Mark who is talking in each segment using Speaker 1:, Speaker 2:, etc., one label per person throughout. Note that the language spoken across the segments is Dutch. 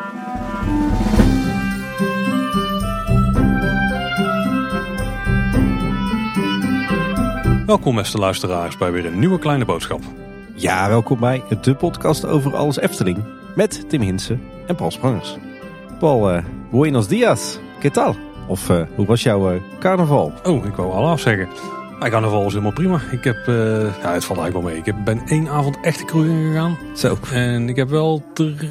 Speaker 1: Welkom beste luisteraars bij weer een nieuwe kleine boodschap.
Speaker 2: Ja, welkom bij de podcast over alles Efteling met Tim Hinsen en Paul Sprangers. Paul, buenos dias, ¿qué tal? Of hoe was jouw carnaval?
Speaker 1: Oh, ik wou al afzeggen. Mijn carnaval was helemaal prima. Ik heb, het valt eigenlijk wel mee. Ik ben 1 avond echte cruisen gegaan.
Speaker 2: Zo.
Speaker 1: En ik heb wel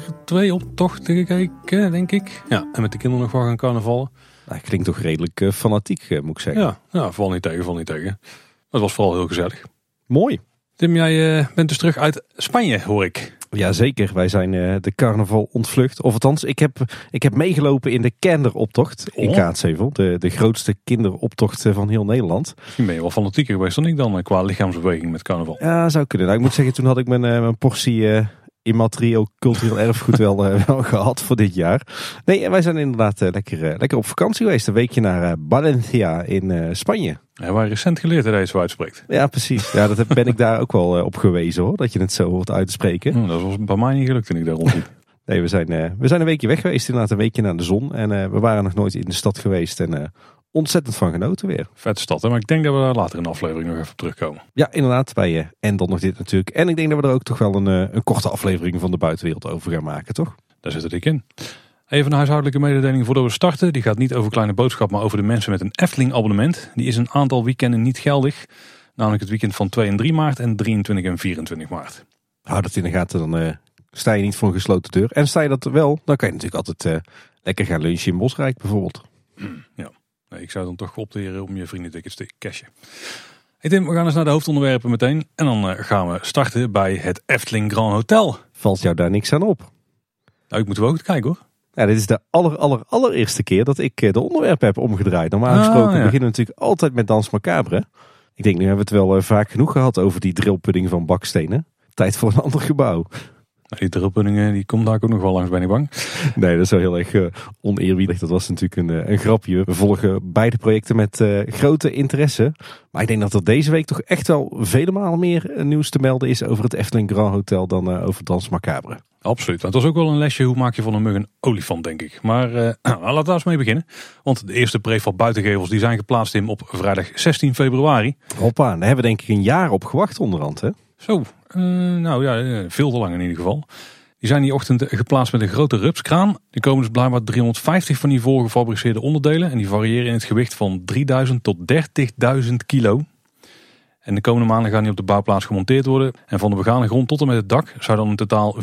Speaker 1: 2 optochten gekeken, denk ik. Ja, en met de kinderen nog wel gaan carnavallen.
Speaker 2: Nou, klinkt toch redelijk fanatiek, moet ik zeggen.
Speaker 1: Ja, val niet tegen. Het was vooral heel gezellig.
Speaker 2: Mooi.
Speaker 1: Tim, jij bent dus terug uit Spanje, hoor ik.
Speaker 2: Jazeker, wij zijn de carnaval ontvlucht. Of althans, ik heb meegelopen in de kinderoptocht in Kaatsheuvel. De grootste kinderoptocht van heel Nederland.
Speaker 1: Misschien ben je wel fanatieker geweest dan ik dan qua lichaamsbeweging met carnaval.
Speaker 2: Ja, zou kunnen. Nou, ik moet zeggen, toen had ik mijn portie immaterieel cultureel erfgoed wel gehad voor dit jaar. Nee, wij zijn inderdaad lekker op vakantie geweest. Een weekje naar Valencia in Spanje.
Speaker 1: Ja, waar recent geleerd dat hij zo uitspreekt.
Speaker 2: Ja, precies. Ja, dat ben ik daar ook wel op gewezen hoor. Dat je het zo hoort uit te spreken.
Speaker 1: Dat was bij mij niet gelukt toen ik daar rondliep.
Speaker 2: Nee, we zijn een weekje weg geweest. Inderdaad een weekje naar de zon. En we waren nog nooit in de stad geweest. En ontzettend van genoten weer.
Speaker 1: Vette stad, hè? Maar ik denk dat we daar later in de aflevering nog even op terugkomen.
Speaker 2: Ja, inderdaad. En dan nog dit natuurlijk. En ik denk dat we er ook toch wel een korte aflevering van de buitenwereld over gaan maken, toch?
Speaker 1: Daar zit het dik in. Even een huishoudelijke mededeling voordat we starten. Die gaat niet over kleine boodschap, maar over de mensen met een Efteling abonnement. Die is een aantal weekenden niet geldig. Namelijk het weekend van 2 en 3 maart en 23 en 24 maart.
Speaker 2: Hou dat in de gaten, dan sta je niet voor een gesloten deur. En sta je dat wel, dan kan je natuurlijk altijd lekker gaan lunchen in Bosrijk bijvoorbeeld.
Speaker 1: Ja, nee, ik zou dan toch opteren om je vriendentickets te cashen. Hey Tim, we gaan eens naar de hoofdonderwerpen meteen. En dan gaan we starten bij het Efteling Grand Hotel.
Speaker 2: Valt jou daar niks aan op?
Speaker 1: Nou, ik moet wel goed kijken hoor.
Speaker 2: Ja, dit is de allereerste keer dat ik de onderwerpen heb omgedraaid. Normaal gesproken beginnen we natuurlijk altijd met Dans Macabre. Ik denk, nu hebben we het wel vaak genoeg gehad over die drillpudding van bakstenen. Tijd voor een ander gebouw.
Speaker 1: Die drillpuddingen, die komt daar ook nog wel langs, ben ik bang.
Speaker 2: Nee, dat is wel heel erg oneerbiedig. Dat was natuurlijk een grapje. We volgen beide projecten met grote interesse. Maar ik denk dat er deze week toch echt wel vele malen meer nieuws te melden is over het Efteling Grand Hotel dan over Dans Macabre.
Speaker 1: Absoluut. Het was ook wel een lesje hoe maak je van een mug een olifant, denk ik. Maar laten we daar eens mee beginnen. Want de eerste prefab buitengevels die zijn geplaatst op vrijdag 16 februari.
Speaker 2: Hoppa, daar hebben we denk ik een jaar op gewacht onderhand, hè?
Speaker 1: Zo, nou ja, veel te lang in ieder geval. Die zijn die ochtend geplaatst met een grote rupskraan. Er komen dus blijkbaar 350 van die voorgefabriceerde onderdelen. En die variëren in het gewicht van 3000 tot 30.000 kilo. En de komende maanden gaan die op de bouwplaats gemonteerd worden. En van de begane grond tot en met het dak zou dan in totaal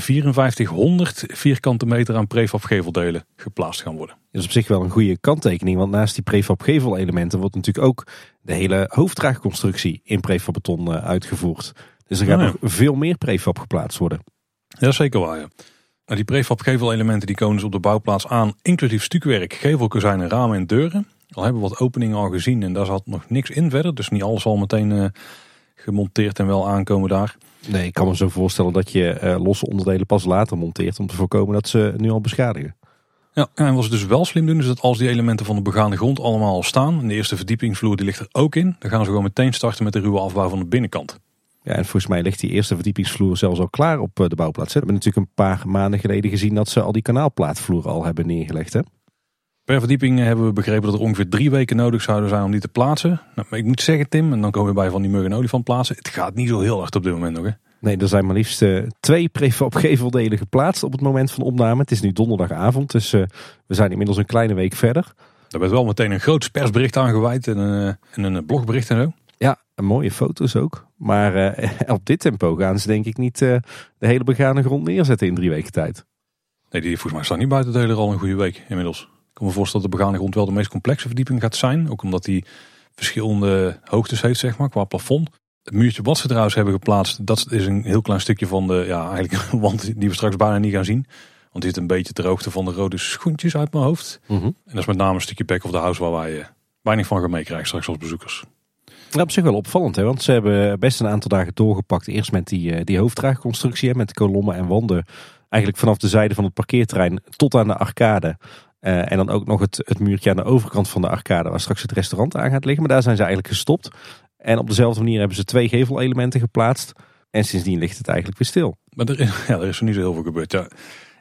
Speaker 1: 5400 vierkante meter aan prefab geveldelen geplaatst gaan worden.
Speaker 2: Dat is op zich wel een goede kanttekening, want naast die prefab gevelelementen wordt natuurlijk ook de hele hoofddraagconstructie in prefab beton uitgevoerd. Dus er gaat nog veel meer prefab geplaatst worden.
Speaker 1: Ja, zeker waar, ja. Nou, die prefab gevelelementen die komen dus op de bouwplaats aan, inclusief stukwerk, gevelkozijnen, ramen en deuren. Al hebben we wat openingen al gezien en daar zat nog niks in verder. Dus niet alles al meteen gemonteerd en wel aankomen daar.
Speaker 2: Nee, ik kan me zo voorstellen dat je losse onderdelen pas later monteert om te voorkomen dat ze nu al beschadigen.
Speaker 1: Ja, en wat ze dus wel slim doen is dat als die elementen van de begane grond allemaal al staan. En de eerste verdiepingsvloer die ligt er ook in. Dan gaan ze gewoon meteen starten met de ruwe afbouw van de binnenkant.
Speaker 2: Ja, en volgens mij ligt die eerste verdiepingsvloer zelfs al klaar op de bouwplaats. We hebben natuurlijk een paar maanden geleden gezien dat ze al die kanaalplaatvloeren al hebben neergelegd, hè?
Speaker 1: Per verdieping hebben we begrepen dat er ongeveer 3 weken nodig zouden zijn om die te plaatsen. Nou, maar ik moet zeggen, Tim, en dan komen we bij van die mug en olifant plaatsen. Het gaat niet zo heel hard op dit moment nog, hè?
Speaker 2: Nee, er zijn maar liefst 2 prefab geveldelen geplaatst op het moment van opname. Het is nu donderdagavond, dus we zijn inmiddels een kleine week verder.
Speaker 1: Daar werd wel meteen een groot persbericht aan gewijd en een blogbericht en zo.
Speaker 2: Ja, mooie foto's ook. Maar op dit tempo gaan ze denk ik niet de hele begane grond neerzetten in 3 weken tijd.
Speaker 1: Nee, die volgens mij staan niet buiten de hele al een goede week inmiddels. Ik kan me voorstellen dat de begane grond wel de meest complexe verdieping gaat zijn. Ook omdat die verschillende hoogtes heeft, zeg maar, qua plafond. Het muurtje wat ze trouwens hebben geplaatst, dat is een heel klein stukje van de, ja, eigenlijk een wand die we straks bijna niet gaan zien. Want die zit een beetje ter hoogte van de rode schoentjes uit mijn hoofd. En dat is met name een stukje back of the house waar wij weinig van gaan meekrijgen straks als bezoekers.
Speaker 2: Ja, op zich wel opvallend, hè? Want ze hebben best een aantal dagen doorgepakt. Eerst met die hoofddraagconstructie, met de kolommen en wanden. Eigenlijk vanaf de zijde van het parkeerterrein tot aan de arcade. En dan ook nog het muurtje aan de overkant van de arcade waar straks het restaurant aan gaat liggen. Maar daar zijn ze eigenlijk gestopt. En op dezelfde manier hebben ze 2 gevelelementen geplaatst. En sindsdien ligt het eigenlijk weer stil.
Speaker 1: Maar er is er niet zo heel veel gebeurd. Ja.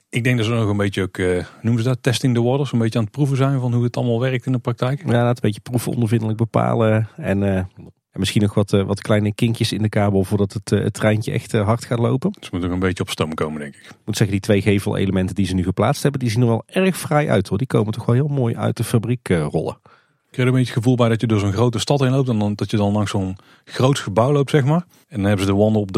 Speaker 1: Ik denk dat ze nog een beetje ook, noemen ze dat, testing the waters. Een beetje aan het proeven zijn van hoe het allemaal werkt in de praktijk.
Speaker 2: Ja, het een beetje proefondervindelijk bepalen. En misschien nog wat kleine kinkjes in de kabel voordat het treintje echt hard gaat lopen.
Speaker 1: Dus moet ook een beetje op stoom komen, denk ik.
Speaker 2: Ik moet zeggen, die 2 gevelelementen die ze nu geplaatst hebben, die zien er wel erg fraai uit hoor. Die komen toch wel heel mooi uit de fabriek rollen.
Speaker 1: Ik heb er een beetje het gevoel bij dat je door zo'n grote stad heen loopt. En dan, dat je dan langs zo'n groot gebouw loopt, zeg maar. En dan hebben ze de wanden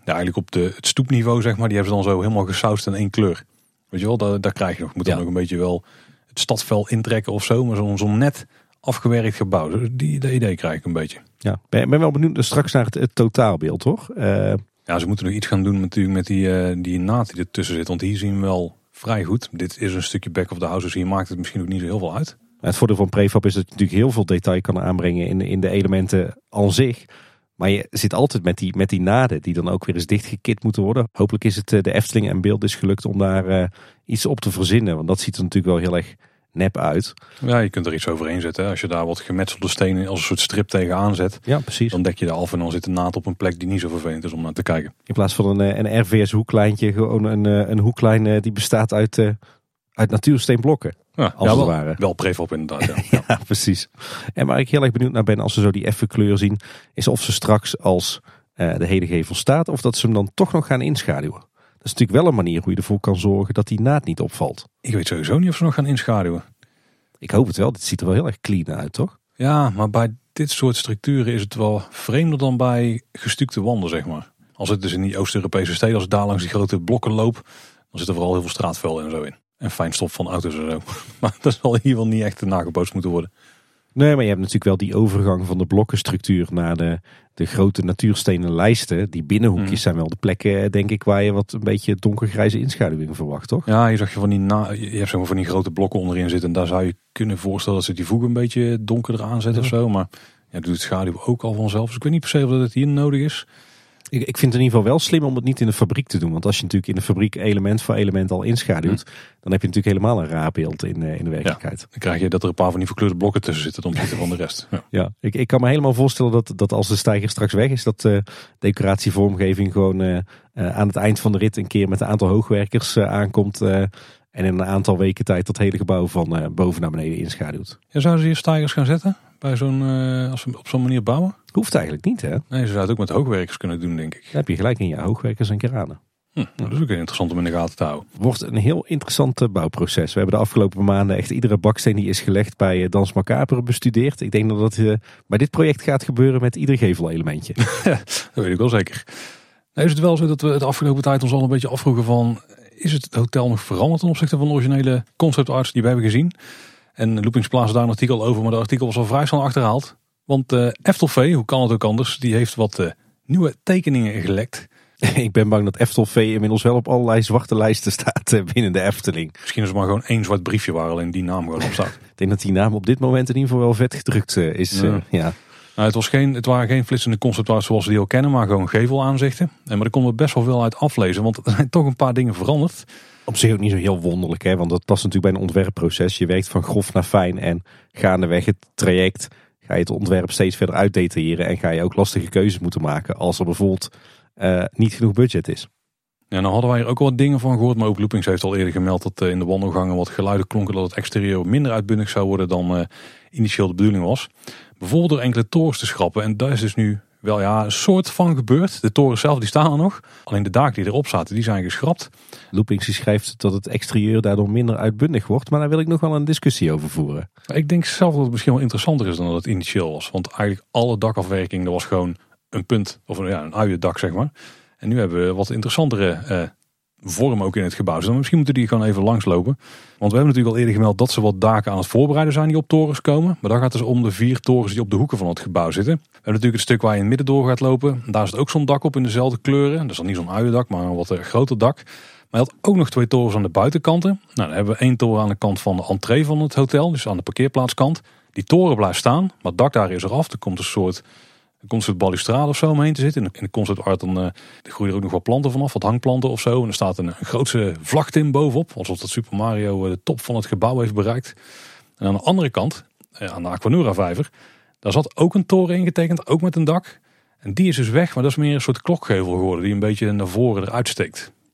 Speaker 1: op het stoepniveau, zeg maar. Die hebben ze dan zo helemaal gesausd in 1 kleur. Weet je wel, daar krijg je nog. Moet dan nog een beetje wel het stadvel intrekken of zo. Maar zo'n net afgewerkt gebouw. Dat idee krijg ik een beetje.
Speaker 2: Ja, ik ben wel benieuwd straks naar het totaalbeeld hoor.
Speaker 1: Ja, ze moeten nog iets gaan doen natuurlijk met die naad die ertussen zit. Want hier zien we wel vrij goed. Dit is een stukje back of the house. Dus hier maakt het misschien ook niet zo heel veel uit.
Speaker 2: Het voordeel van prefab is dat je natuurlijk heel veel detail kan aanbrengen in de elementen aan zich. Maar je zit altijd met die naden die dan ook weer eens dichtgekit moeten worden. Hopelijk is het de Efteling en Beeld is gelukt om daar iets op te verzinnen. Want dat ziet er natuurlijk wel heel erg nep uit.
Speaker 1: Ja, je kunt er iets overheen zetten. Als je daar wat gemetselde stenen als een soort strip tegenaan zet.
Speaker 2: Ja, precies.
Speaker 1: Dan dek je daar af en dan zit de naad op een plek die niet zo vervelend is om naar te kijken.
Speaker 2: In plaats van een RVS hoeklijntje, gewoon een hoeklijn die bestaat uit natuursteenblokken.
Speaker 1: Ja,
Speaker 2: als het ware.
Speaker 1: Wel prefab inderdaad. Ja.
Speaker 2: Ja, precies. En waar ik heel erg benieuwd naar ben als ze zo die effe kleur zien, is of ze straks als de hele gevel staat, of dat ze hem dan toch nog gaan inschaduwen. Dat is natuurlijk wel een manier hoe je ervoor kan zorgen dat die naad niet opvalt.
Speaker 1: Ik weet sowieso niet of ze nog gaan inschaduwen.
Speaker 2: Ik hoop het wel. Dit ziet er wel heel erg clean uit, toch?
Speaker 1: Ja, maar bij dit soort structuren is het wel vreemder dan bij gestukte wanden, zeg maar. Als het dus in die Oost-Europese steden, als ik daar langs die grote blokken loop, dan zit er vooral heel veel straatvuil en zo in. En fijnstof van auto's en zo. Maar dat zal hier wel niet echt nagebootst moeten worden.
Speaker 2: Nee, maar je hebt natuurlijk wel die overgang van de blokkenstructuur naar de grote natuurstenen lijsten. Die binnenhoekjes zijn wel de plekken, denk ik, waar je wat een beetje donkergrijze inschaduwing verwacht, toch?
Speaker 1: Ja, je zag je je hebt zeg maar van die grote blokken onderin zitten. En daar zou je kunnen voorstellen dat ze die voegen een beetje donkerder aanzetten of zo. Maar ja, doet het schaduw ook al vanzelf. Dus ik weet niet per se of dat het hier nodig is.
Speaker 2: Ik vind het in ieder geval wel slim om het niet in de fabriek te doen. Want als je natuurlijk in de fabriek element voor element al inschaduwt, dan heb je natuurlijk helemaal een raar beeld in de werkelijkheid.
Speaker 1: Ja, dan krijg je dat er een paar van die verkleurde blokken tussen zitten ten opzichte van de rest.
Speaker 2: Ja, ik kan me helemaal voorstellen dat als de steiger straks weg is, dat decoratievormgeving gewoon aan het eind van de rit een keer met een aantal hoogwerkers aankomt. En in een aantal weken tijd dat hele gebouw van boven naar beneden inschaduwt.
Speaker 1: Ja, zouden ze hier steigers gaan zetten? Bij als we op zo'n manier bouwen?
Speaker 2: Hoeft eigenlijk niet, hè?
Speaker 1: Nee, ze zouden het ook met hoogwerkers kunnen doen, denk ik.
Speaker 2: Dan heb je gelijk in je hoogwerkers en kranen.
Speaker 1: Dat is ook interessant om in de gaten te houden.
Speaker 2: Wordt een heel interessant bouwproces. We hebben de afgelopen maanden echt iedere baksteen die is gelegd bij Dans Macabre bestudeerd. Ik denk dat bij dit project gaat gebeuren met ieder gevelelementje.
Speaker 1: Dat weet ik wel zeker. Nou, is het wel zo dat we het afgelopen tijd ons al een beetje afvroegen van, is het hotel nog veranderd ten opzichte van de originele concept arts die we hebben gezien? En Loopings plaatste daar een artikel over, maar dat artikel was al vrij snel achterhaald. Want Eftelvee, hoe kan het ook anders, die heeft wat nieuwe tekeningen gelekt.
Speaker 2: Ik ben bang dat Eftelvee inmiddels wel op allerlei zwarte lijsten staat binnen de Efteling.
Speaker 1: Misschien is er maar gewoon 1 zwart briefje waar alleen die naam gewoon op staat.
Speaker 2: Ik denk dat die naam op dit moment in ieder geval wel vet gedrukt is. Ja.
Speaker 1: Nou, het waren geen flitsende conceptarts zoals we die al kennen, maar gewoon gevelaanzichten. Maar daar konden we best wel veel uit aflezen, want er zijn toch een paar dingen veranderd.
Speaker 2: Op zich ook niet zo heel wonderlijk, hè? Want dat past natuurlijk bij een ontwerpproces. Je werkt van grof naar fijn en gaandeweg het traject ga je het ontwerp steeds verder uitdetailleren en ga je ook lastige keuzes moeten maken als er bijvoorbeeld niet genoeg budget is.
Speaker 1: Ja, nou hadden wij er ook wel wat dingen van gehoord, maar ook Loopings heeft al eerder gemeld dat in de wandelgangen wat geluiden klonken dat het exterieur minder uitbundig zou worden dan initieel de bedoeling was. Bijvoorbeeld door enkele torens te schrappen en daar is dus nu wel een soort van gebeurd. De torens zelf die staan er nog, alleen de daken die erop zaten die zijn geschrapt.
Speaker 2: Loopings schrijft dat het exterieur daardoor minder uitbundig wordt, maar daar wil ik nog wel een discussie over voeren.
Speaker 1: Ik denk zelf dat het misschien wel interessanter is dan dat het initieel was, want eigenlijk alle dakafwerking dat was gewoon een punt of een uiendak zeg maar. En nu hebben we wat interessantere vormen ook in het gebouw. Dus dan misschien moeten die gewoon even langslopen. Want we hebben natuurlijk al eerder gemeld dat ze wat daken aan het voorbereiden zijn die op torens komen. Maar dan gaat het dus om de 4 torens die op de hoeken van het gebouw zitten. We hebben natuurlijk het stuk waar je in het midden door gaat lopen. Daar zit ook zo'n dak op in dezelfde kleuren. Dat is dan niet zo'n uiendak, maar een wat groter dak. Maar je had ook nog 2 torens aan de buitenkanten. Nou, dan hebben we 1 toren aan de kant van de entree van het hotel. Dus aan de parkeerplaatskant. Die toren blijft staan, maar het dak daar is eraf. Er komt een soort balustrade of zo omheen te zitten. In de concept art dan groeien er ook nog wat planten vanaf, wat hangplanten of zo. En er staat een grootse vlaktim bovenop, alsof dat Super Mario de top van het gebouw heeft bereikt. En aan de andere kant, aan de Aquanura vijver, daar zat ook een toren ingetekend, ook met een dak. En die is dus weg, maar dat is meer een soort klokgevel geworden die een beetje naar voren eruit steekt.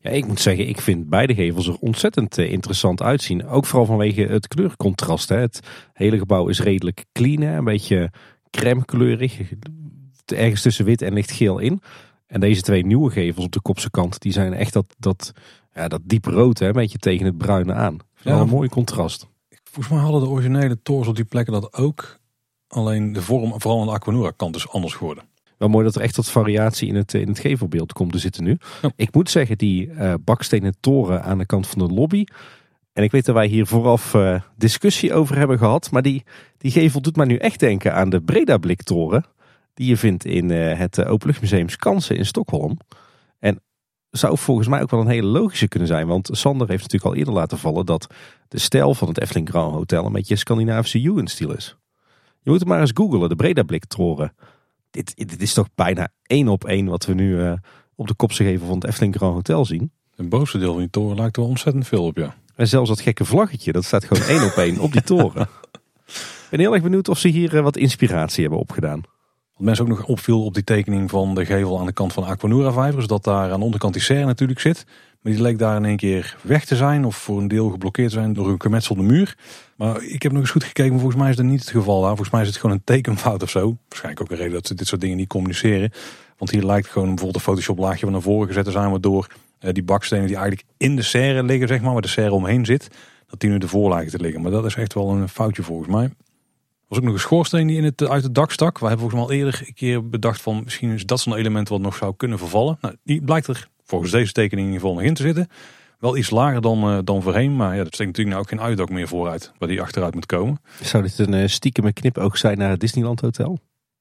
Speaker 2: Ja, ik moet zeggen, ik vind beide gevels er ontzettend interessant uitzien. Ook vooral vanwege het kleurcontrast. Hè. Het hele gebouw is redelijk clean, hè. Een beetje crème kleurig. Ergens tussen wit en lichtgeel in. En deze twee nieuwe gevels op de kopse kant, die zijn echt dat dieprood, hè, een beetje tegen het bruine aan. Wel een mooi contrast.
Speaker 1: Volgens mij hadden de originele torens op die plekken dat ook. Alleen de vorm, vooral aan de Aquanura kant, is anders geworden.
Speaker 2: Wel mooi dat er echt wat variatie in het gevelbeeld komt te zitten nu. Ja. Ik moet zeggen, die bakstenen toren aan de kant van de lobby. En ik weet dat wij hier vooraf discussie over hebben gehad. Maar die gevel doet mij nu echt denken aan de Bredabliktoren. Die je vindt in het Openluchtmuseum Skansen in Stockholm. En zou volgens mij ook wel een hele logische kunnen zijn. Want Sander heeft natuurlijk al eerder laten vallen dat de stijl van het Efteling Grand Hotel een beetje Scandinavische Jugendstil is. Je moet het maar eens googlen, de Bredabliktoren. Dit is toch bijna 1 op 1 wat we nu op de kopse gevel van het Efteling Grand Hotel zien.
Speaker 1: Het bovenste deel van die toren lijkt er wel ontzettend veel op, ja.
Speaker 2: En zelfs dat gekke vlaggetje, dat staat gewoon 1 op 1 op die toren. Ik ben heel erg benieuwd of ze hier wat inspiratie hebben opgedaan.
Speaker 1: Wat mensen ook nog opviel op die tekening van de gevel aan de kant van de Aquanura vijver, is dat daar aan de onderkant die serre natuurlijk zit. Maar die leek daar in één keer weg te zijn of voor een deel geblokkeerd te zijn door een gemetselde muur. Maar ik heb nog eens goed gekeken, maar volgens mij is dat niet het geval daar. Volgens mij is het gewoon een tekenfout of zo. Waarschijnlijk ook een reden dat ze dit soort dingen niet communiceren. Want hier lijkt gewoon bijvoorbeeld een Photoshop laagje van naar voren gezet te zijn, waardoor die bakstenen die eigenlijk in de serre liggen, zeg maar, waar de serre omheen zit, dat die nu ervoor lijken te liggen. Maar dat is echt wel een foutje volgens mij. Er was ook nog een schoorsteen die uit het dak stak. We hebben volgens mij al eerder een keer bedacht van misschien is dat zo'n element wat nog zou kunnen vervallen. Nou, die blijkt er volgens deze tekening in ieder geval nog in te zitten. Wel iets lager dan voorheen, maar ja, dat steekt natuurlijk nou ook geen uitdak meer vooruit, waar die achteruit moet komen.
Speaker 2: Zou dit een stiekeme knipoog zijn naar het Disneyland Hotel?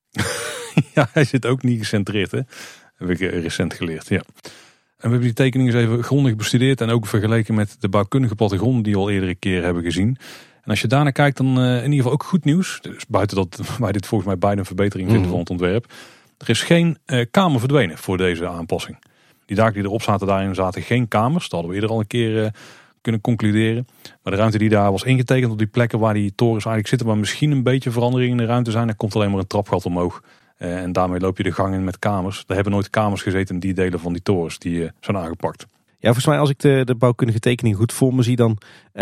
Speaker 1: Ja, hij zit ook niet gecentreerd, hè. Heb ik recent geleerd, ja. En we hebben die tekening eens even grondig bestudeerd en ook vergeleken met de bouwkundige plattegronden die we al eerder een keer hebben gezien. En als je daarnaar kijkt, dan in ieder geval ook goed nieuws. Dus buiten dat wij dit volgens mij beide een verbetering vinden van het ontwerp. Er is geen kamer verdwenen voor deze aanpassing. Die daken die erop zaten, daarin zaten geen kamers. Dat hadden we eerder al een keer kunnen concluderen. Maar de ruimte die daar was ingetekend op die plekken waar die torens eigenlijk zitten, waar misschien een beetje verandering in de ruimte zijn, er komt alleen maar een trapgat omhoog. En daarmee loop je de gang in met kamers. Er hebben nooit kamers gezeten in die delen van die torens die zijn aangepakt.
Speaker 2: Ja, volgens mij als ik de bouwkundige tekening goed voor me zie, dan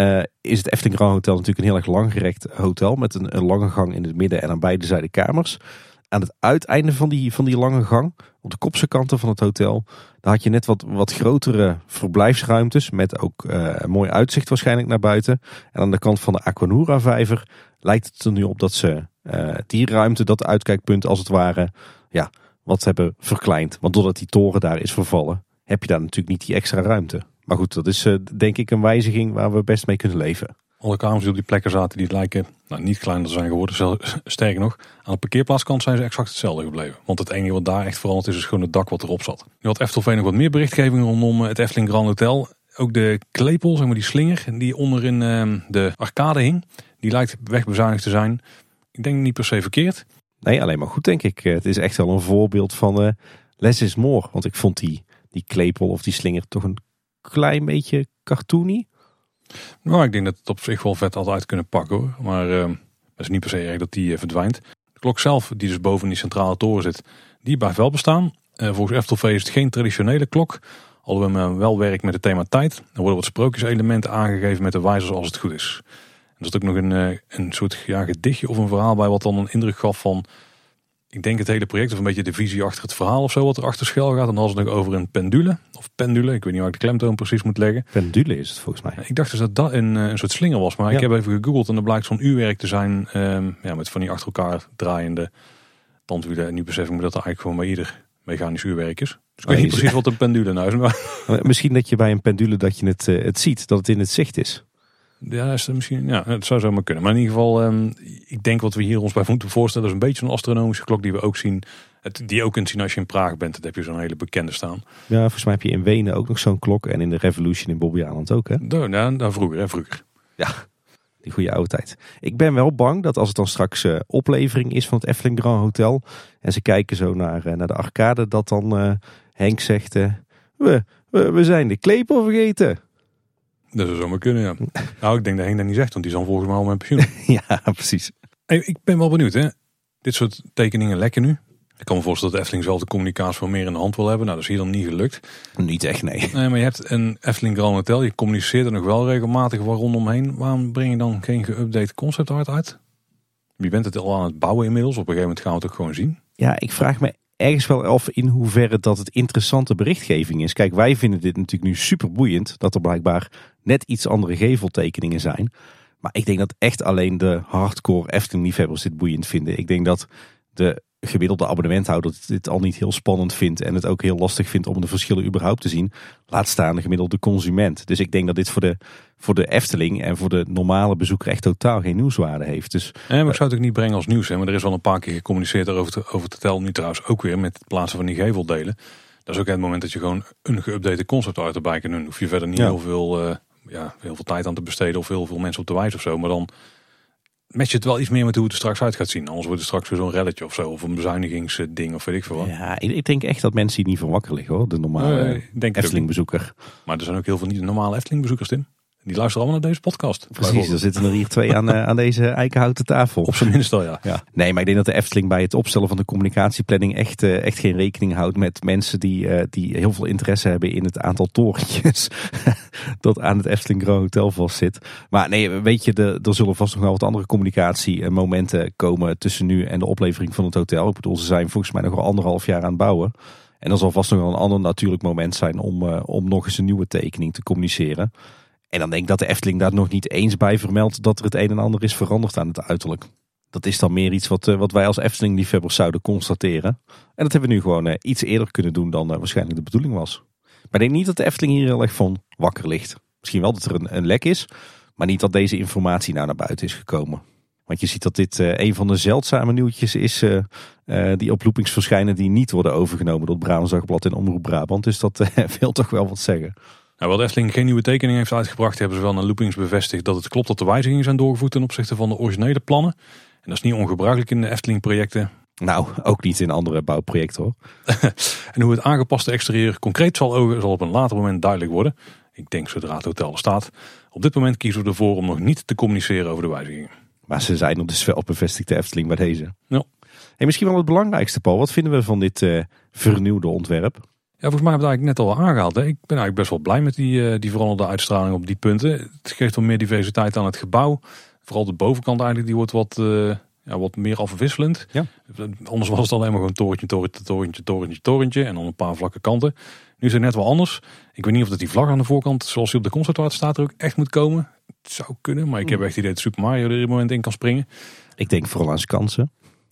Speaker 2: is het Efteling Grand Hotel natuurlijk een heel erg langgerekt hotel met een lange gang in het midden en aan beide zijden kamers. Aan het uiteinde van die lange gang, op de kopse kanten van het hotel, daar had je net wat grotere verblijfsruimtes met ook een mooi uitzicht waarschijnlijk naar buiten. En aan de kant van de Aquanura vijver lijkt het er nu op dat ze die ruimte, dat uitkijkpunt als het ware, ja, wat hebben verkleind. Want doordat die toren daar is vervallen, heb je daar natuurlijk niet die extra ruimte. Maar goed, dat is denk ik een wijziging waar we best mee kunnen leven.
Speaker 1: Alle kamers die op die plekken zaten, die lijken niet kleiner te zijn geworden. Sterker nog, aan de parkeerplaatskant zijn ze exact hetzelfde gebleven. Want het enige wat daar echt veranderd is gewoon het dak wat erop zat. Nu had Eftelveen nog wat meer berichtgeving rondom het Efteling Grand Hotel. Ook de klepel, zeg maar die slinger, die onderin de arcade hing, die lijkt wegbezuinigd te zijn. Ik denk niet per se verkeerd.
Speaker 2: Nee, alleen maar goed denk ik. Het is echt wel een voorbeeld van less is more. Want ik vond die klepel of die slinger toch een klein beetje cartoony.
Speaker 1: Nou, ik denk dat het op zich wel vet had uit kunnen pakken hoor. Maar het is niet per se erg dat die verdwijnt. De klok zelf, die dus boven die centrale toren zit, die blijft wel bestaan. Volgens Eftelveen is het geen traditionele klok. Alhoewel we wel werkt met het thema tijd. Er worden wat sprookjeselementen aangegeven met de wijzers als het goed is. Er zit ook nog een soort gedichtje of een verhaal bij wat dan een indruk gaf van, ik denk het hele project of een beetje de visie achter het verhaal of zo wat er achter schuil gaat. En dan hadden ze het nog over een pendule of pendule. Ik weet niet waar ik de klemtoon precies moet leggen.
Speaker 2: Pendule is het volgens mij.
Speaker 1: Ik dacht dus dat dat een soort slinger was. Maar ik heb even gegoogeld en er blijkt zo'n uurwerk te zijn. Met van die achter elkaar draaiende tandwielen. En nu besef ik me dat er eigenlijk gewoon bij ieder mechanisch uurwerk is. Dus ik weet niet precies wat een pendule nou is. Maar
Speaker 2: misschien dat je bij een pendule dat je het ziet. Dat het in het zicht is.
Speaker 1: Ja, het zou zomaar kunnen. Maar in ieder geval, ik denk wat we hier ons bij moeten voorstellen is een beetje een astronomische klok die we ook zien. Die je ook kunt zien als je in Praag bent. Dat heb je zo'n hele bekende staan.
Speaker 2: Ja, volgens mij heb je in Wenen ook nog zo'n klok. En in de Revolution in Bobbejaanland ook, hè?
Speaker 1: Daar vroeger.
Speaker 2: Ja, die goede oude tijd. Ik ben wel bang dat als het dan straks oplevering is van het Efteling Grand Hotel. En ze kijken zo naar de arcade. Dat dan Henk zegt, we zijn de klepel vergeten.
Speaker 1: Dat zou zomaar kunnen, ja. Nou, ik denk dat Henk dat niet zegt, want die is dan volgens mij al met pensioen.
Speaker 2: Ja, precies.
Speaker 1: Hey, ik ben wel benieuwd, hè. Dit soort tekeningen lekken nu. Ik kan me voorstellen dat de Efteling zelf de communicatie wel meer in de hand wil hebben. Nou, dat is hier dan niet gelukt.
Speaker 2: Niet echt, nee.
Speaker 1: Nee, maar je hebt een Efteling Grand Hotel. Je communiceert er nog wel regelmatig wel rondomheen. Waarom breng je dan geen geüpdate concept art uit? Je bent het al aan het bouwen inmiddels. Op een gegeven moment gaan we het ook gewoon zien.
Speaker 2: Ja, ik vraag me ergens wel af in hoeverre dat het interessante berichtgeving is. Kijk, wij vinden dit natuurlijk nu super boeiend. Dat er blijkbaar net iets andere geveltekeningen zijn. Maar ik denk dat echt alleen de hardcore Efteling-liefhebbers dit boeiend vinden. Ik denk dat de gemiddelde abonnementhouder dit al niet heel spannend vindt. En het ook heel lastig vindt om de verschillen überhaupt te zien. Laat staan de gemiddelde consument. Dus ik denk dat dit voor de Efteling en voor de normale bezoeker echt totaal geen nieuwswaarde heeft. Dus,
Speaker 1: maar ik zou het ook niet brengen als nieuws. Hè? Maar er is wel een paar keer gecommuniceerd over het hotel. Nu trouwens ook weer met het plaatsen van die geveldelen. Dat is ook het moment dat je gewoon een geüpdate concept art erbij kan doen. Hoef je verder niet heel veel tijd aan te besteden of heel veel mensen op te wijzen of zo. Maar dan match je het wel iets meer met hoe het er straks uit gaat zien. Anders wordt het straks weer zo'n relletje of zo. Of een bezuinigingsding of weet ik veel wat.
Speaker 2: Ja, ik denk echt dat mensen hier niet van wakker liggen hoor. De normale Efteling bezoeker.
Speaker 1: Maar er zijn ook heel veel niet de normale Efteling bezoekers, Tim. Die luisteren allemaal naar deze podcast.
Speaker 2: Precies, er zitten er hier 2 aan deze eikenhouten tafel.
Speaker 1: Op zijn minst al, ja.
Speaker 2: Nee, maar ik denk dat de Efteling bij het opstellen van de communicatieplanning echt geen rekening houdt met mensen die heel veel interesse hebben in het aantal torentjes dat aan het Efteling Grand Hotel vastzit. Maar nee, weet je, er zullen vast nog wel wat andere communicatiemomenten komen tussen nu en de oplevering van het hotel. Ik bedoel, ze zijn volgens mij nog al 1,5 jaar aan het bouwen. En er zal vast nog wel een ander natuurlijk moment zijn om nog eens een nieuwe tekening te communiceren. En dan denk ik dat de Efteling daar nog niet eens bij vermeldt dat er het een en ander is veranderd aan het uiterlijk. Dat is dan meer iets wat wij als Efteling-liefhebbers zouden constateren. En dat hebben we nu gewoon iets eerder kunnen doen dan waarschijnlijk de bedoeling was. Maar ik denk niet dat de Efteling hier heel erg van wakker ligt. Misschien wel dat er een lek is, maar niet dat deze informatie nou naar buiten is gekomen. Want je ziet dat dit een van de zeldzame nieuwtjes is die op loopings verschijnen die niet worden overgenomen door het Brabants Dagblad en Omroep Brabant. Dus dat wil toch wel wat zeggen.
Speaker 1: Nou, wel de Efteling geen nieuwe tekening heeft uitgebracht, hebben ze wel naar loopings bevestigd dat het klopt dat de wijzigingen zijn doorgevoerd ten opzichte van de originele plannen. En dat is niet ongebruikelijk in de Efteling projecten.
Speaker 2: Nou, ook niet in andere bouwprojecten hoor.
Speaker 1: En hoe het aangepaste exterieur concreet zal op een later moment duidelijk worden. Ik denk zodra het hotel er staat. Op dit moment kiezen we ervoor om nog niet te communiceren over de wijzigingen.
Speaker 2: Maar ze zijn er dus wel bevestigd, de Efteling, bij deze.
Speaker 1: Ja.
Speaker 2: En misschien wel het belangrijkste, Paul. Wat vinden we van dit vernieuwde ontwerp?
Speaker 1: Ja, volgens mij hebben we het eigenlijk net al aangehaald. Hè. Ik ben eigenlijk best wel blij met die veranderde uitstraling op die punten. Het geeft wel meer diversiteit aan het gebouw. Vooral de bovenkant eigenlijk, die wordt wat meer afwisselend.
Speaker 2: Ja.
Speaker 1: Anders was het alleen maar gewoon torentje en dan een paar vlakke kanten. Nu is het net wel anders. Ik weet niet of dat die vlag aan de voorkant, zoals die op de conceptart staat, er ook echt moet komen. Het zou kunnen, maar ik heb echt het idee dat Super Mario er in het moment in kan springen.
Speaker 2: Ik denk vooral aan zijn kansen.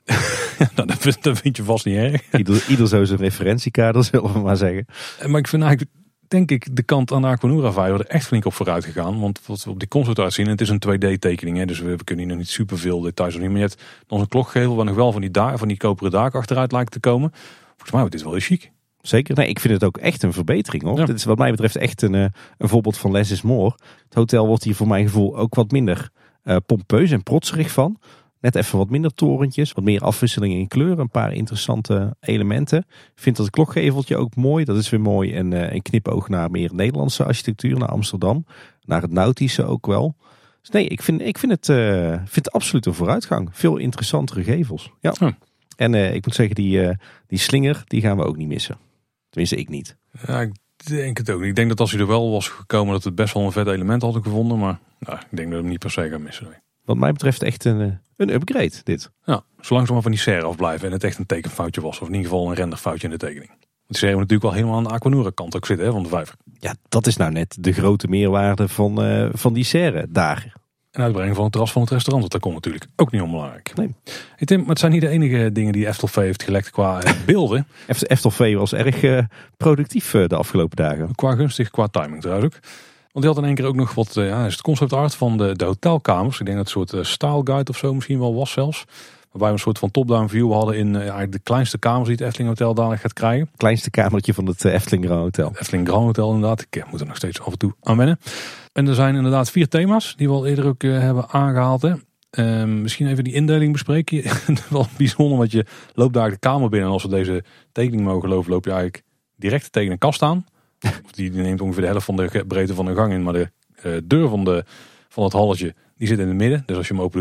Speaker 1: Nou, dat vind je vast niet erg.
Speaker 2: Ieder zo zijn referentiekader, zullen we maar zeggen.
Speaker 1: Maar ik vind eigenlijk, denk ik, de kant aan de Aquanura Vijver er echt flink op vooruit gegaan. Want wat we op die concept zien, het is een 2D tekening. Hè, dus we kunnen hier nog niet superveel details zien. Maar je hebt dan een klokgevel waar nog wel van die koperen daken achteruit lijkt te komen. Volgens mij wordt dit wel heel chic.
Speaker 2: Zeker. Nee, ik vind het ook echt een verbetering hoor. Ja. Dit is wat mij betreft echt een voorbeeld van less is more. Het hotel wordt hier voor mijn gevoel ook wat minder pompeus en protserig van. Net even wat minder torentjes, wat meer afwisseling in kleur, een paar interessante elementen. Ik vind dat klokgeveltje ook mooi. Dat is weer mooi en een knipoog naar meer Nederlandse architectuur, naar Amsterdam. Naar het nautische ook wel. Dus nee, ik vind het absoluut een vooruitgang. Veel interessantere gevels. Ja. En ik moet zeggen, die slinger, die gaan we ook niet missen. Tenminste, ik niet.
Speaker 1: Ja, ik denk het ook niet. Ik denk dat als hij er wel was gekomen, dat het best wel een vet element hadden gevonden. Maar nou, ik denk dat we hem niet per se gaan missen. Nee.
Speaker 2: Wat mij betreft echt een upgrade dit.
Speaker 1: Ja, zolang ze maar van die serre afblijven en het echt een tekenfoutje was. Of in ieder geval een renderfoutje in de tekening. Want die serre moet natuurlijk wel helemaal aan de Aquanura kant ook zitten, hè, van de vijver.
Speaker 2: Ja, dat is nou net de grote meerwaarde van die serre daar.
Speaker 1: En uitbrengen van het terras van het restaurant, want dat komt natuurlijk ook niet onbelangrijk.
Speaker 2: Nee.
Speaker 1: Hey Tim, maar het zijn niet de enige dingen die Eftelv heeft gelekt qua beelden.
Speaker 2: Eftelv was erg productief de afgelopen dagen.
Speaker 1: Qua gunstig, qua timing trouwens ook. Want die had in één keer ook nog wat, is het concept art van de hotelkamers. Ik denk dat het een soort style guide of zo misschien wel was zelfs. Waarbij we een soort van top-down view hadden in eigenlijk de kleinste kamers die het Efteling Hotel dadelijk gaat krijgen.
Speaker 2: Kleinste kamertje van het Efteling Grand Hotel.
Speaker 1: Het Efteling Grand Hotel inderdaad. Ik moet er nog steeds af en toe aan wennen. En er zijn inderdaad 4 thema's die we al eerder ook hebben aangehaald. Hè. Misschien even die indeling bespreken. Wel bijzonder, want je loopt daar de kamer binnen. En als we deze tekening mogen geloven, loop je eigenlijk direct tegen een kast aan. Die neemt ongeveer de helft van de breedte van de gang in. Maar de deur van het halletje die zit in het midden. Dus als je hem open doet, dan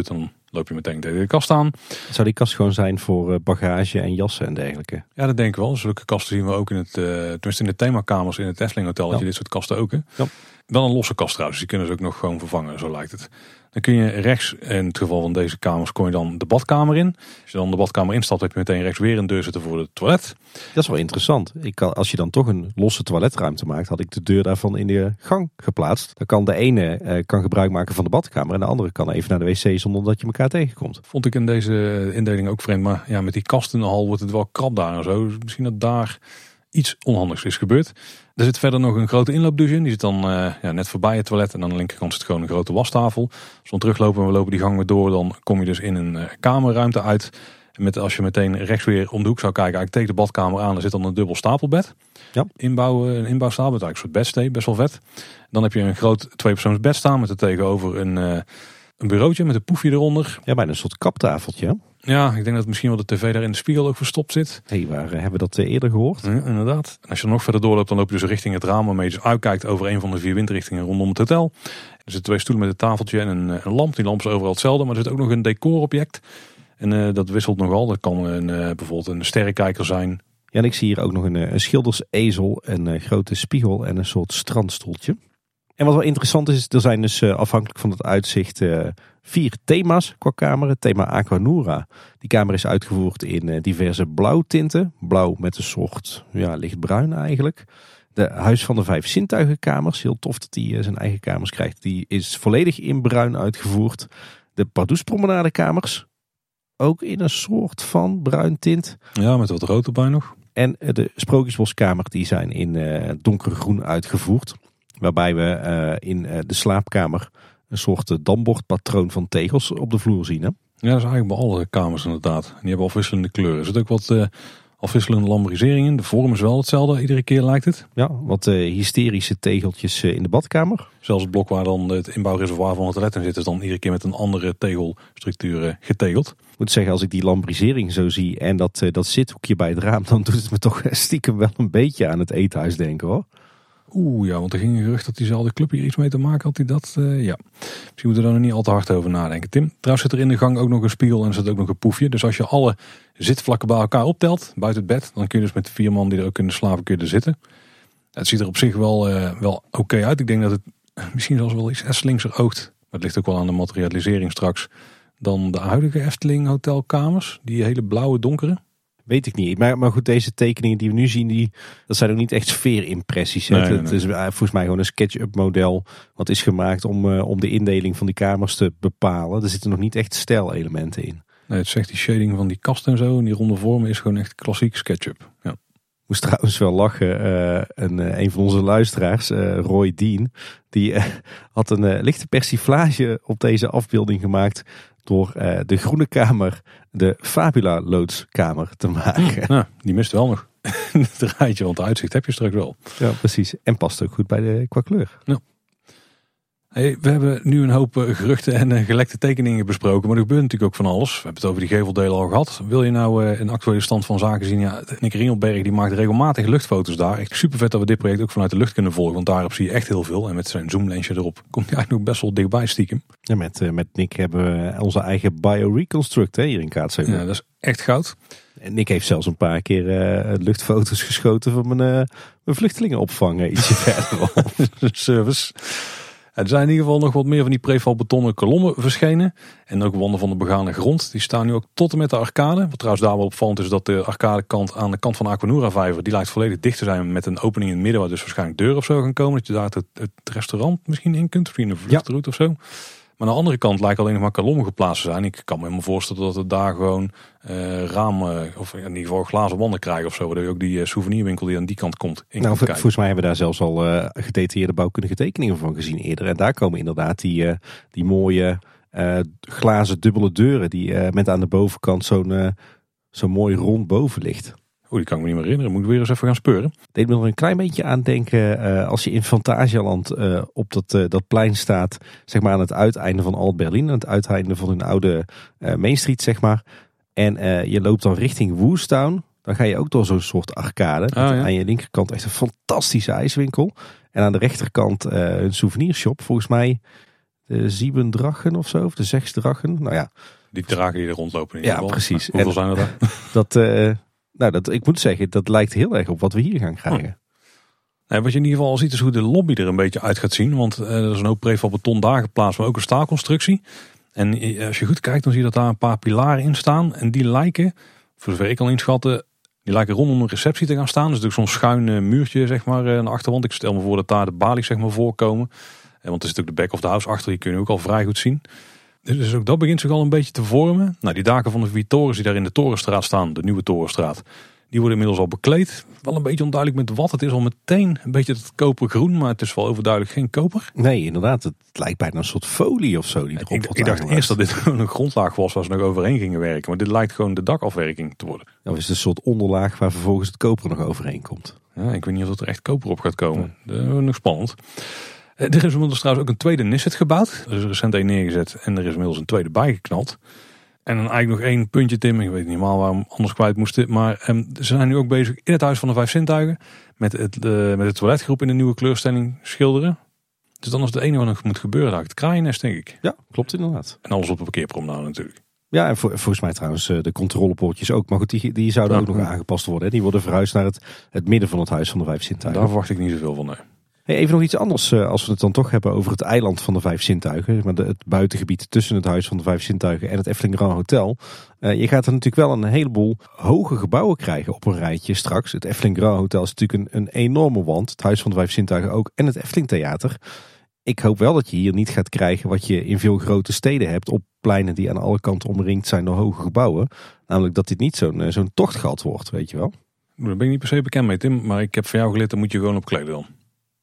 Speaker 1: Loop je meteen tegen de kast aan.
Speaker 2: Zou die kast gewoon zijn voor bagage en jassen en dergelijke?
Speaker 1: Ja, dat denk ik wel. Zulke kasten zien we ook tenminste in de themakamers in het Efteling Hotel. Had je dit soort kasten ook. Hè?
Speaker 2: Ja.
Speaker 1: Wel een losse kast trouwens. Die kunnen ze ook nog gewoon vervangen, zo lijkt het. Dan kun je rechts, in het geval van deze kamers, kon je dan de badkamer in. Als je dan de badkamer instapt, heb je meteen rechts weer een deur zitten voor het toilet.
Speaker 2: Dat is wel interessant. Als je dan toch een losse toiletruimte maakt, had ik de deur daarvan in de gang geplaatst. Dan kan de ene kan gebruik maken van de badkamer en de andere kan even naar de wc zonder dat je elkaar tegenkomt.
Speaker 1: Vond ik in deze indeling ook vreemd. Maar ja, met die kast in de hal wordt het wel krap daar en zo. Dus misschien dat daar iets onhandigs is gebeurd. Er zit verder nog een grote inloopdouche in. Die zit dan net voorbij het toilet. En aan de linkerkant zit gewoon een grote wastafel. Als we dan teruglopen en we lopen die gang weer door, dan kom je dus in een kamerruimte uit. Als je meteen rechts weer om de hoek zou kijken, eigenlijk tegen de badkamer aan, er zit dan een dubbel stapelbed. Ja. Een inbouwstapelbed, eigenlijk een soort bedstee, best wel vet. Dan heb je een groot 2-persoonsbed staan met er tegenover een bureautje met een poefje eronder.
Speaker 2: Ja, bijna een soort kaptafeltje.
Speaker 1: Ja, ik denk dat misschien wel de tv daar in de spiegel ook verstopt zit.
Speaker 2: Waar hebben we dat eerder gehoord?
Speaker 1: Ja, inderdaad. En als je er nog verder doorloopt, dan loop je dus richting het raam waarmee je dus uitkijkt over een van de 4 windrichtingen rondom het hotel. Er zitten 2 stoelen met een tafeltje en een lamp. Die lamp is overal hetzelfde, maar er zit ook nog een decorobject. En dat wisselt nogal. Dat kan bijvoorbeeld een sterrenkijker zijn.
Speaker 2: Ja, en ik zie hier ook nog een schildersezel, een grote spiegel en een soort strandstoeltje. En wat wel interessant is, er zijn dus afhankelijk van het uitzicht 4 thema's qua kamer. Het thema Aquanura. Die kamer is uitgevoerd in diverse blauwtinten. Blauw met een soort lichtbruin eigenlijk. De Huis van de 5 zintuigenkamers. Heel tof dat hij zijn eigen kamers krijgt. Die is volledig in bruin uitgevoerd. De Pardoespromenadekamers. Ook in een soort van bruin tint.
Speaker 1: Ja, met wat rood erbij nog.
Speaker 2: En de Sprookjesboskamer die zijn in donkergroen uitgevoerd. Waarbij we in de slaapkamer een soort dambordpatroon van tegels op de vloer zien. Hè?
Speaker 1: Ja, dat is eigenlijk bij alle kamers inderdaad. En die hebben afwisselende kleuren. Er zit ook wat afwisselende lambrisering in. De vorm is wel hetzelfde, iedere keer lijkt het.
Speaker 2: Ja, wat hysterische tegeltjes in de badkamer.
Speaker 1: Zelfs het blok waar dan het inbouwreservoir van het toilet in zit, is dan iedere keer met een andere tegelstructuur getegeld.
Speaker 2: Ik moet zeggen, als ik die lambrisering zo zie en dat zithoekje bij het raam, dan doet het me toch stiekem wel een beetje aan het eethuis denken, hoor.
Speaker 1: Oeh ja, want er ging een gerucht dat diezelfde club hier iets mee te maken had. Ja. Misschien moeten we daar nog niet al te hard over nadenken, Tim. Trouwens zit er in de gang ook nog een spiegel en er zit ook nog een poefje. Dus als je alle zitvlakken bij elkaar optelt, buiten het bed, dan kun je dus met 4 man die er ook kunnen slapen, kun je er zitten. Het ziet er op zich wel oké uit. Ik denk dat het misschien zelfs wel iets Eftelingser oogt. Maar het ligt ook wel aan de materialisering straks dan de huidige Efteling hotelkamers. Die hele blauwe donkere.
Speaker 2: Weet ik niet. Maar goed, deze tekeningen die we nu zien, dat zijn ook niet echt sfeerimpressies. Nee. Het is volgens mij gewoon een SketchUp model wat is gemaakt om de indeling van die kamers te bepalen. Er zitten nog niet echt stijlelementen in.
Speaker 1: Nee, het zegt die shading van die kast en zo en die ronde vormen is gewoon echt klassiek SketchUp. Ja.
Speaker 2: Moest trouwens wel lachen. Een van onze luisteraars, Roy Dean, die had een lichte persiflage op deze afbeelding gemaakt door de groene kamer de Fabula loodskamer te maken.
Speaker 1: Nou, die mist wel nog het rijtje, want de uitzicht heb je straks wel.
Speaker 2: Ja, precies. En past ook goed qua kleur.
Speaker 1: Ja. Hey, we hebben nu een hoop geruchten en gelekte tekeningen besproken, maar er gebeurt natuurlijk ook van alles. We hebben het over die geveldelen al gehad. Wil je nou een actuele stand van zaken zien? Ja, Nick Ringelberg die maakt regelmatig luchtfoto's daar. Echt super vet dat we dit project ook vanuit de lucht kunnen volgen, want daarop zie je echt heel veel. En met zijn zoomlensje erop komt hij eigenlijk nog best wel dichtbij stiekem.
Speaker 2: Ja, met Nick hebben we onze eigen BioReconstruct hier in Kaatsheuvel.
Speaker 1: Ja, dat is echt goud.
Speaker 2: En Nick heeft zelfs een paar keer luchtfoto's geschoten van mijn vluchtelingenopvang ietsje verderop.
Speaker 1: Service. Er zijn in ieder geval nog wat meer van die prefab-betonnen kolommen verschenen. En ook wanden van de begane grond. Die staan nu ook tot en met de arcade. Wat trouwens daar wel opvallend is dat de arcadekant aan de kant van de Aquanura vijver, die lijkt volledig dicht te zijn met een opening in het midden waar dus waarschijnlijk deuren of zo gaan komen. Dat je daar het restaurant misschien in kunt. Of in een vluchtroute of zo. Maar aan de andere kant lijkt alleen nog maar kolommen geplaatst te zijn. Ik kan me helemaal voorstellen dat het daar gewoon ramen of in ieder geval glazen wanden krijgen of zo. Waardoor je ook die souvenirwinkel die aan die kant komt in
Speaker 2: nou, volgens mij hebben we daar zelfs al gedetailleerde bouwkundige tekeningen van gezien eerder. En daar komen inderdaad die mooie glazen dubbele deuren die met aan de bovenkant zo'n mooi rond boven ligt.
Speaker 1: Die kan ik me niet meer herinneren. Moet ik weer eens even gaan speuren.
Speaker 2: Deed me er een klein beetje aan denken als je in Phantasialand op dat plein staat, zeg maar aan het uiteinde van Alt-Berlin, aan het uiteinde van hun oude Main Street, zeg maar. En je loopt dan richting Woestown. Dan ga je ook door zo'n soort arcade. Ja. Aan je linkerkant echt een fantastische ijswinkel. En aan de rechterkant een souvenirshop. Volgens mij de 7 Drachen of zo. Of de 6 Drachen. Nou ja,
Speaker 1: Die draken die er rondlopen in ieder geval.
Speaker 2: Precies.
Speaker 1: Hoeveel zijn er daar?
Speaker 2: Ik moet zeggen, dat lijkt heel erg op wat we hier gaan krijgen.
Speaker 1: Nee, wat je in ieder geval al ziet is hoe de lobby er een beetje uit gaat zien. Want er is een hoop prefab beton daar geplaatst, maar ook een staalconstructie. En als je goed kijkt, dan zie je dat daar een paar pilaren in staan. En die lijken, voor zover ik kan inschatten, die lijken rondom een receptie te gaan staan. Dus zo'n schuin muurtje zeg maar aan de achterwand. Ik stel me voor dat daar de balies zeg maar voorkomen. Want er zit ook de back of the house achter, die kun je ook al vrij goed zien. Dus ook dat begint zich al een beetje te vormen. Nou, die daken van de 4 torens die daar in de Torenstraat staan, de nieuwe Torenstraat, die worden inmiddels al bekleed. Wel een beetje onduidelijk met wat. Het is al meteen een beetje het kopergroen, maar het is wel overduidelijk geen koper.
Speaker 2: Nee, inderdaad. Het lijkt bijna een soort folie of zo. Die erop
Speaker 1: Ik dacht eerst dat dit gewoon een grondlaag was waar ze nog overheen gingen werken. Maar dit lijkt gewoon de dakafwerking te worden.
Speaker 2: Of is het een soort onderlaag waar vervolgens het koper nog overheen komt?
Speaker 1: Ja, ik weet niet of er echt koper op gaat komen. Dat is nog spannend. Er is inmiddels trouwens ook een tweede Nisset gebouwd. Er is recent een neergezet en er is inmiddels een tweede bijgeknald. En dan eigenlijk nog 1 puntje, Tim. Ik weet niet helemaal waarom anders kwijt moesten. Maar ze zijn nu ook bezig in het Huis van de 5 Zintuigen met het toiletgroep in de nieuwe kleurstelling schilderen. Dus dan is het enige wat nog moet gebeuren daar het kraaiennest, denk ik.
Speaker 2: Ja, klopt inderdaad.
Speaker 1: En alles op de parkeerpromenade natuurlijk.
Speaker 2: Ja, en volgens mij trouwens de controlepoortjes ook. Maar goed, die zouden ook nog aangepast worden. Hè? Die worden verhuisd naar het midden van het Huis van de 5 Zintuigen.
Speaker 1: Daar verwacht ik niet zoveel van, nee.
Speaker 2: Hey, even nog iets anders als we het dan toch hebben over het eiland van de 5 Zintuigen. Maar het buitengebied tussen het Huis van de 5 Zintuigen en het Efteling Grand Hotel. Je gaat er natuurlijk wel een heleboel hoge gebouwen krijgen op een rijtje straks. Het Efteling Grand Hotel is natuurlijk een enorme wand. Het Huis van de 5 Zintuigen ook. En het Efteling Theater. Ik hoop wel dat je hier niet gaat krijgen wat je in veel grote steden hebt. Op pleinen die aan alle kanten omringd zijn door hoge gebouwen. Namelijk dat dit niet zo'n tochtgat wordt, weet je wel.
Speaker 1: Daar ben ik niet per se bekend mee, Tim. Maar ik heb van jou geleerd, daar moet je gewoon op kleden dan.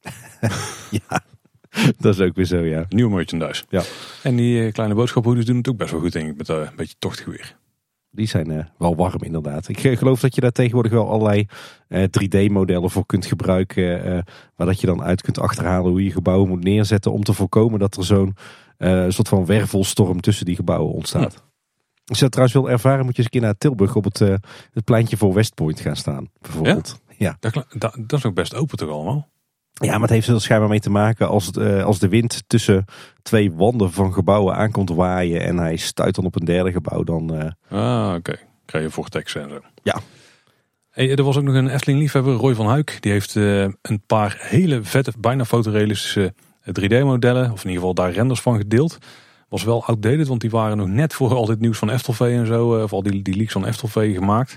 Speaker 2: Ja, dat is ook weer zo, ja.
Speaker 1: Nieuwe merchandise.
Speaker 2: Ja.
Speaker 1: En die kleine boodschaphoeders doen het ook best wel goed, denk ik, met een beetje tochtig weer.
Speaker 2: Die zijn wel warm inderdaad. Ik geloof dat je daar tegenwoordig wel allerlei 3D-modellen voor kunt gebruiken. Waar dat je dan uit kunt achterhalen hoe je gebouwen moet neerzetten. Om te voorkomen dat er zo'n soort van wervelstorm tussen die gebouwen ontstaat. Ja. Als je dat trouwens wil ervaren, moet je eens een keer naar Tilburg op het pleintje voor Westpoint gaan staan. Bijvoorbeeld.
Speaker 1: Ja? Dat is ook best open toch allemaal?
Speaker 2: Ja, maar het heeft er schijnbaar mee te maken als de wind tussen 2 wanden van gebouwen aankomt waaien en hij stuit dan op een derde gebouw, dan...
Speaker 1: Oké. Krijg je vortex en zo.
Speaker 2: Ja.
Speaker 1: Hey, er was ook nog een Efteling-liefhebber, Roy van Huyck. Die heeft een paar hele vette, bijna fotorealistische 3D-modellen, of in ieder geval daar renders van gedeeld. Was wel outdated, want die waren nog net voor al dit nieuws van Eftelvee en zo, of al die leaks van Eftelvee gemaakt.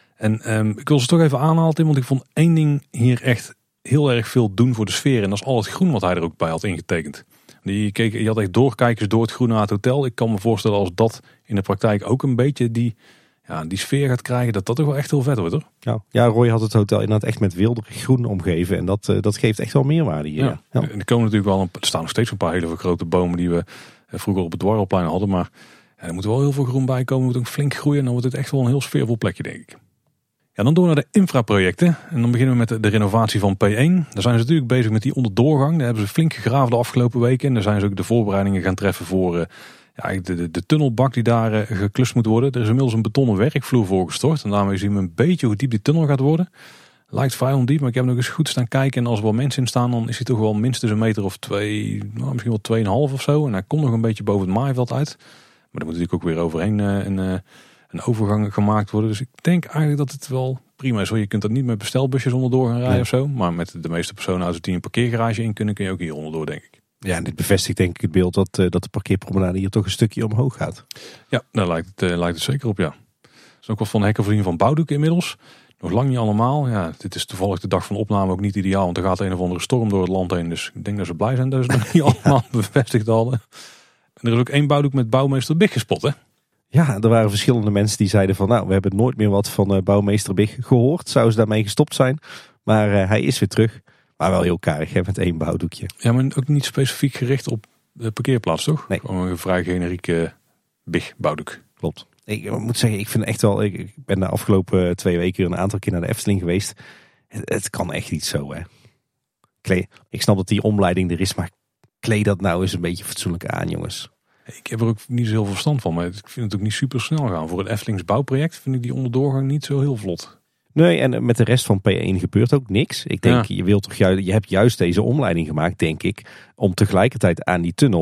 Speaker 1: En ik wil ze toch even aanhalen, Tim, want ik vond 1 ding hier echt heel erg veel doen voor de sfeer. En dat is al het groen wat hij er ook bij had ingetekend. Je had echt doorkijkers door het groen naar het hotel. Ik kan me voorstellen als dat in de praktijk ook een beetje die sfeer gaat krijgen, dat toch wel echt heel vet wordt, hoor.
Speaker 2: Ja, Roy had het hotel inderdaad echt met wilder groen omgeven. En dat geeft echt wel meerwaarde hier. Ja.
Speaker 1: En er komen natuurlijk wel er staan nog steeds een paar hele grote bomen die we vroeger op het Dwarrelplein hadden. Maar er moet wel heel veel groen bij komen. Het moet ook flink groeien. En dan wordt het echt wel een heel sfeervol plekje, denk ik. Ja, dan door naar de infraprojecten. En dan beginnen we met de renovatie van P1. Daar zijn ze natuurlijk bezig met die onderdoorgang. Daar hebben ze flink gegraven de afgelopen weken. En daar zijn ze ook de voorbereidingen gaan treffen voor de tunnelbak die daar geklust moet worden. Er is inmiddels een betonnen werkvloer voor gestort. En daarmee zien we een beetje hoe diep die tunnel gaat worden. Lijkt vrij ondiep, maar ik heb nog eens goed staan kijken. En als er wel mensen in staan, dan is hij toch wel minstens 1 meter of 2, misschien wel 2,5 of zo. En hij komt nog een beetje boven het maaiveld uit. Maar er moet natuurlijk ook weer overheen een overgang gemaakt worden. Dus ik denk eigenlijk dat het wel prima is. Je kunt er niet met bestelbusjes onderdoor gaan rijden of zo. Maar met de meeste personenauto's die een parkeergarage in kunnen, kun je ook hier onderdoor, denk ik. Ja,
Speaker 2: en dit bevestigt denk ik het beeld dat de parkeerpromenade hier toch een stukje omhoog gaat.
Speaker 1: Ja, daar lijkt het zeker op, ja. Er is ook wat van hekken voorzien van bouwdoeken inmiddels. Nog lang niet allemaal. Ja, dit is toevallig de dag van de opname ook niet ideaal. Want er gaat een of andere storm door het land heen. Dus ik denk dat ze blij zijn dat ze nog niet allemaal bevestigd hadden. En er is ook 1 bouwdoek met bouwmeester Big gespot, hè?
Speaker 2: Ja, er waren verschillende mensen die zeiden van we hebben nooit meer wat van bouwmeester Big gehoord. Zou ze daarmee gestopt zijn. Maar hij is weer terug. Maar wel heel karig, hè, met 1 bouwdoekje.
Speaker 1: Ja, maar ook niet specifiek gericht op de parkeerplaats, toch?
Speaker 2: Nee.
Speaker 1: Gewoon een vrij generieke Big bouwdoek.
Speaker 2: Klopt. Ik moet zeggen, ik vind echt wel... Ik ben de afgelopen 2 weken een aantal keer naar de Efteling geweest. Het kan echt niet zo, hè. Ik snap dat die omleiding er is, maar kleed dat nou eens een beetje fatsoenlijk aan, jongens.
Speaker 1: Ik heb er ook niet zo heel veel verstand van, maar ik vind het ook niet super snel gaan. Voor het Eftelings bouwproject vind ik die onderdoorgang niet zo heel vlot.
Speaker 2: Nee, en met de rest van P1 gebeurt ook niks. Ik denk, je hebt juist deze omleiding gemaakt, denk ik, om tegelijkertijd aan die tunnel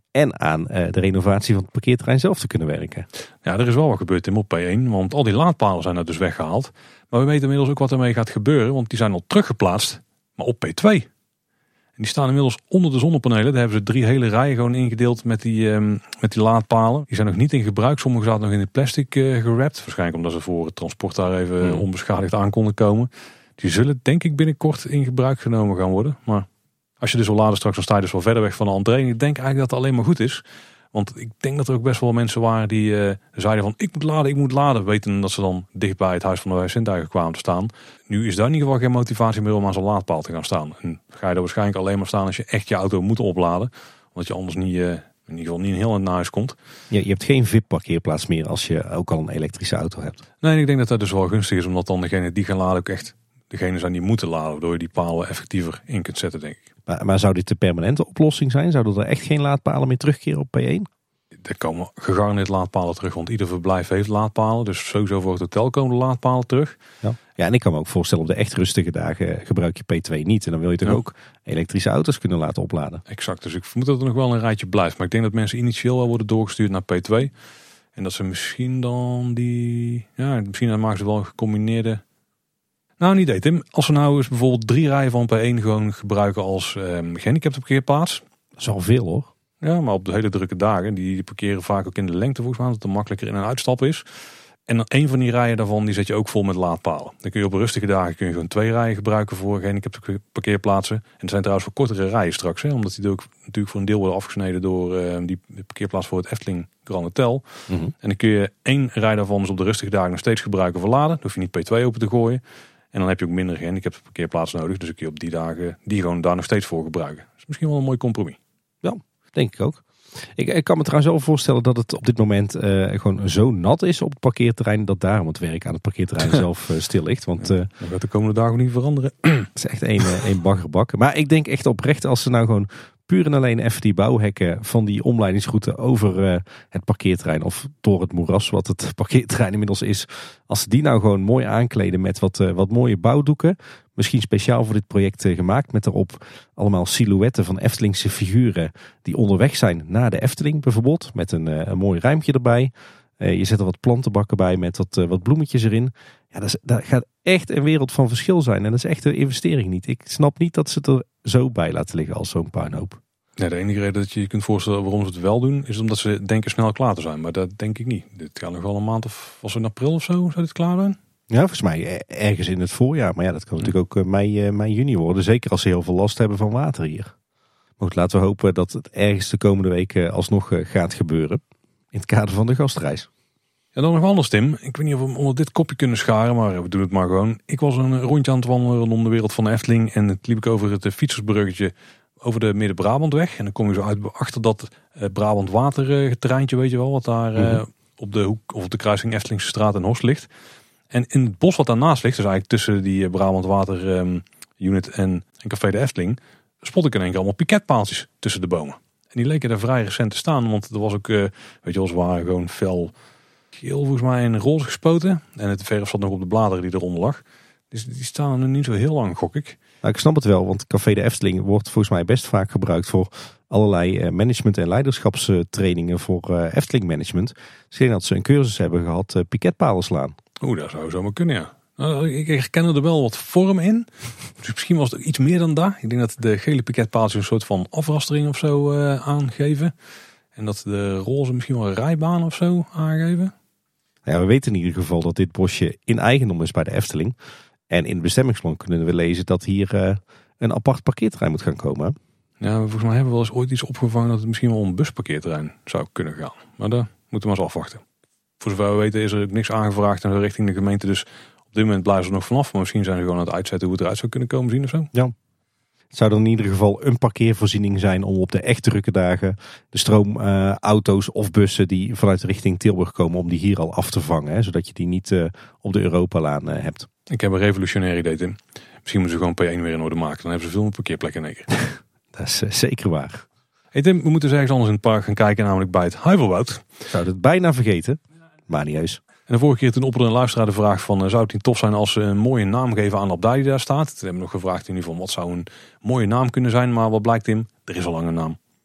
Speaker 2: en aan de renovatie van het parkeerterrein zelf te kunnen werken.
Speaker 1: Ja, er is wel wat gebeurd Tim op P1, want al die laadpalen zijn er dus weggehaald. Maar we weten inmiddels ook wat ermee gaat gebeuren, want die zijn al teruggeplaatst, maar op P2. En die staan inmiddels onder de zonnepanelen. Daar hebben ze 3 hele rijen gewoon ingedeeld met die laadpalen. Die zijn nog niet in gebruik. Sommige zaten nog in het plastic gewrapt. Waarschijnlijk omdat ze voor het transport daar even onbeschadigd aan konden komen. Die zullen denk ik binnenkort in gebruik genomen gaan worden. Maar als je dus wil laden straks, dan sta je dus wel verder weg van de entree. En ik denk eigenlijk dat het alleen maar goed is. Want ik denk dat er ook best wel mensen waren die zeiden van ik moet laden. Weten dat ze dan dicht bij het Huis van de Wijze Zintuigen kwamen te staan. Nu is daar in ieder geval geen motivatie meer om aan zo'n laadpaal te gaan staan. En ga je er waarschijnlijk alleen maar staan als je echt je auto moet opladen. Omdat je anders niet, in ieder geval niet heel naar huis komt.
Speaker 2: Je hebt geen VIP-parkeerplaats meer als je ook al een elektrische auto hebt.
Speaker 1: Nee, ik denk dat dat dus wel gunstig is. Omdat dan degene die gaan laden ook echt degene zijn die moeten laden. Waardoor je die palen effectiever in kunt zetten, denk ik.
Speaker 2: Maar zou dit de permanente oplossing zijn? Zouden er echt geen laadpalen meer terugkeren op P1?
Speaker 1: Er komen gegarandeerd laadpalen terug, want ieder verblijf heeft laadpalen. Dus sowieso voor het hotel komen de laadpalen terug.
Speaker 2: Ja, en ik kan me ook voorstellen op de echt rustige dagen gebruik je P2 niet. En dan wil je toch ook elektrische auto's kunnen laten opladen.
Speaker 1: Exact, dus ik vermoed dat er nog wel een rijtje blijft. Maar ik denk dat mensen initieel wel worden doorgestuurd naar P2. En dat ze misschien dan misschien dan maken ze wel een gecombineerde... Nou, niet idee, Tim. Als we nou eens bijvoorbeeld 3 rijen van P1 gewoon gebruiken als gehandicapte parkeerplaats.
Speaker 2: Dat is al veel hoor.
Speaker 1: Ja, maar op de hele drukke dagen. Die parkeren vaak ook in de lengte volgens mij. Dat het er makkelijker in- en uitstappen is. En dan 1 van die rijen daarvan die zet je ook vol met laadpalen. Dan kun je op rustige dagen gewoon 2 rijen gebruiken voor gehandicapte parkeerplaatsen. En er zijn trouwens voor kortere rijen straks. Hè, omdat die ook natuurlijk voor een deel worden afgesneden door die parkeerplaats voor het Efteling Grand Hotel.
Speaker 2: Mm-hmm.
Speaker 1: En dan kun je 1 rij daarvan dus op de rustige dagen nog steeds gebruiken voor laden. Dan hoef je niet P2 open te gooien. En dan heb je ook minder gehandicapte parkeerplaatsen nodig. Dus dan kun je op die dagen die gewoon daar nog steeds voor gebruiken. Dat is misschien wel een mooi compromis.
Speaker 2: Ja, denk ik ook. Ik kan me trouwens wel voorstellen dat het op dit moment gewoon zo nat is op het parkeerterrein. Dat daarom het werk aan het parkeerterrein zelf stil ligt. Want
Speaker 1: dat gaat de komende dagen niet veranderen.
Speaker 2: Het is echt één baggerbak. Maar ik denk echt oprecht als ze nou gewoon puur en alleen even die bouwhekken van die omleidingsroute over het parkeerterrein of door het moeras wat het parkeerterrein inmiddels is. Als ze die nou gewoon mooi aankleden met wat mooie bouwdoeken. Misschien speciaal voor dit project gemaakt met daarop allemaal silhouetten van Eftelingse figuren die onderweg zijn naar de Efteling bijvoorbeeld. Met een mooi ruimpje erbij. Je zet er wat plantenbakken bij met wat bloemetjes erin. Ja, dat gaat echt een wereld van verschil zijn. En dat is echt een investering niet. Ik snap niet dat ze het er zo bij laten liggen als zo'n puinhoop.
Speaker 1: Ja, de enige reden dat je je kunt voorstellen waarom ze het wel doen, is omdat ze denken snel klaar te zijn. Maar dat denk ik niet. Dit gaat nog wel een maand of was het in april of zo, zou dit klaar zijn?
Speaker 2: Ja, volgens mij ergens in het voorjaar. Maar ja, dat kan natuurlijk ook mei, juni worden. Zeker als ze heel veel last hebben van water hier. Maar goed, laten we hopen dat het ergens de komende weken alsnog gaat gebeuren. In het kader van de gastreis.
Speaker 1: En dan nog anders, Tim. Ik weet niet of we hem onder dit kopje kunnen scharen, maar we doen het maar gewoon. Ik was een rondje aan het wandelen rondom de wereld van de Efteling. En het liep ik over het fietsersbruggetje over de Midden-Brabantweg. En dan kom je zo uit achter dat Brabant Watertreintje, weet je wel. Wat daar op de hoek of op de kruising Eftelingse straat en Horst ligt. En in het bos wat daarnaast ligt, dus eigenlijk tussen die Brabant Water unit en Café de Efteling, spot ik in één keer allemaal piketpaaltjes tussen de bomen. En die leken er vrij recent te staan, want er was ook, weet je wel, ze waren gewoon fel geel volgens mij en roze gespoten. En het verf zat nog op de bladeren die eronder lag. Dus die staan er nu niet zo heel lang, gok ik.
Speaker 2: Nou, ik snap het wel, want Café de Efteling wordt volgens mij best vaak gebruikt voor allerlei management- en leiderschapstrainingen voor Efteling management. Dus ik denk dat ze een cursus hebben gehad, piketpalen slaan.
Speaker 1: Oeh, dat zou zomaar kunnen, ja. Nou, ik herken er wel wat vorm in. Dus misschien was het iets meer dan dat. Ik denk dat de gele piketpaaltjes een soort van afrastering of zo aangeven. En dat de roze misschien wel een rijbaan of zo aangeven.
Speaker 2: Ja, we weten in ieder geval dat dit bosje in eigendom is bij de Efteling. En in het bestemmingsplan kunnen we lezen dat hier een apart parkeerterrein moet gaan komen.
Speaker 1: Ja, volgens mij hebben we wel eens ooit iets opgevangen dat het misschien wel een busparkeerterrein zou kunnen gaan. Maar daar moeten we maar eens afwachten. Voor zover we weten is er ook niks aangevraagd en richting de gemeente. Dus op dit moment blijven ze er nog vanaf. Maar misschien zijn ze gewoon aan het uitzetten hoe het eruit zou kunnen komen zien of zo.
Speaker 2: Ja. Het zou dan in ieder geval een parkeervoorziening zijn om op de echt drukke dagen de stroomauto's of bussen die vanuit richting Tilburg komen, om die hier al af te vangen. Hè, zodat je die niet op de Europalaan hebt.
Speaker 1: Ik heb een revolutionair idee, Tim. Misschien moeten ze gewoon P1 weer in orde maken. Dan hebben ze veel meer parkeerplekken in één keer.
Speaker 2: Dat is zeker waar.
Speaker 1: Hey Tim, we moeten eens ergens anders in het park gaan kijken, namelijk bij het Huivelwoud.
Speaker 2: Ik zou het bijna vergeten, maar niet heus.
Speaker 1: En de vorige keer toen opperde een luisteraar de vraag van, zou het niet tof zijn als ze een mooie naam geven aan de abdij die daar staat? Toen hebben we nog gevraagd in ieder geval, wat zou een mooie naam kunnen zijn? Maar wat blijkt, Tim? Er is al lang een naam.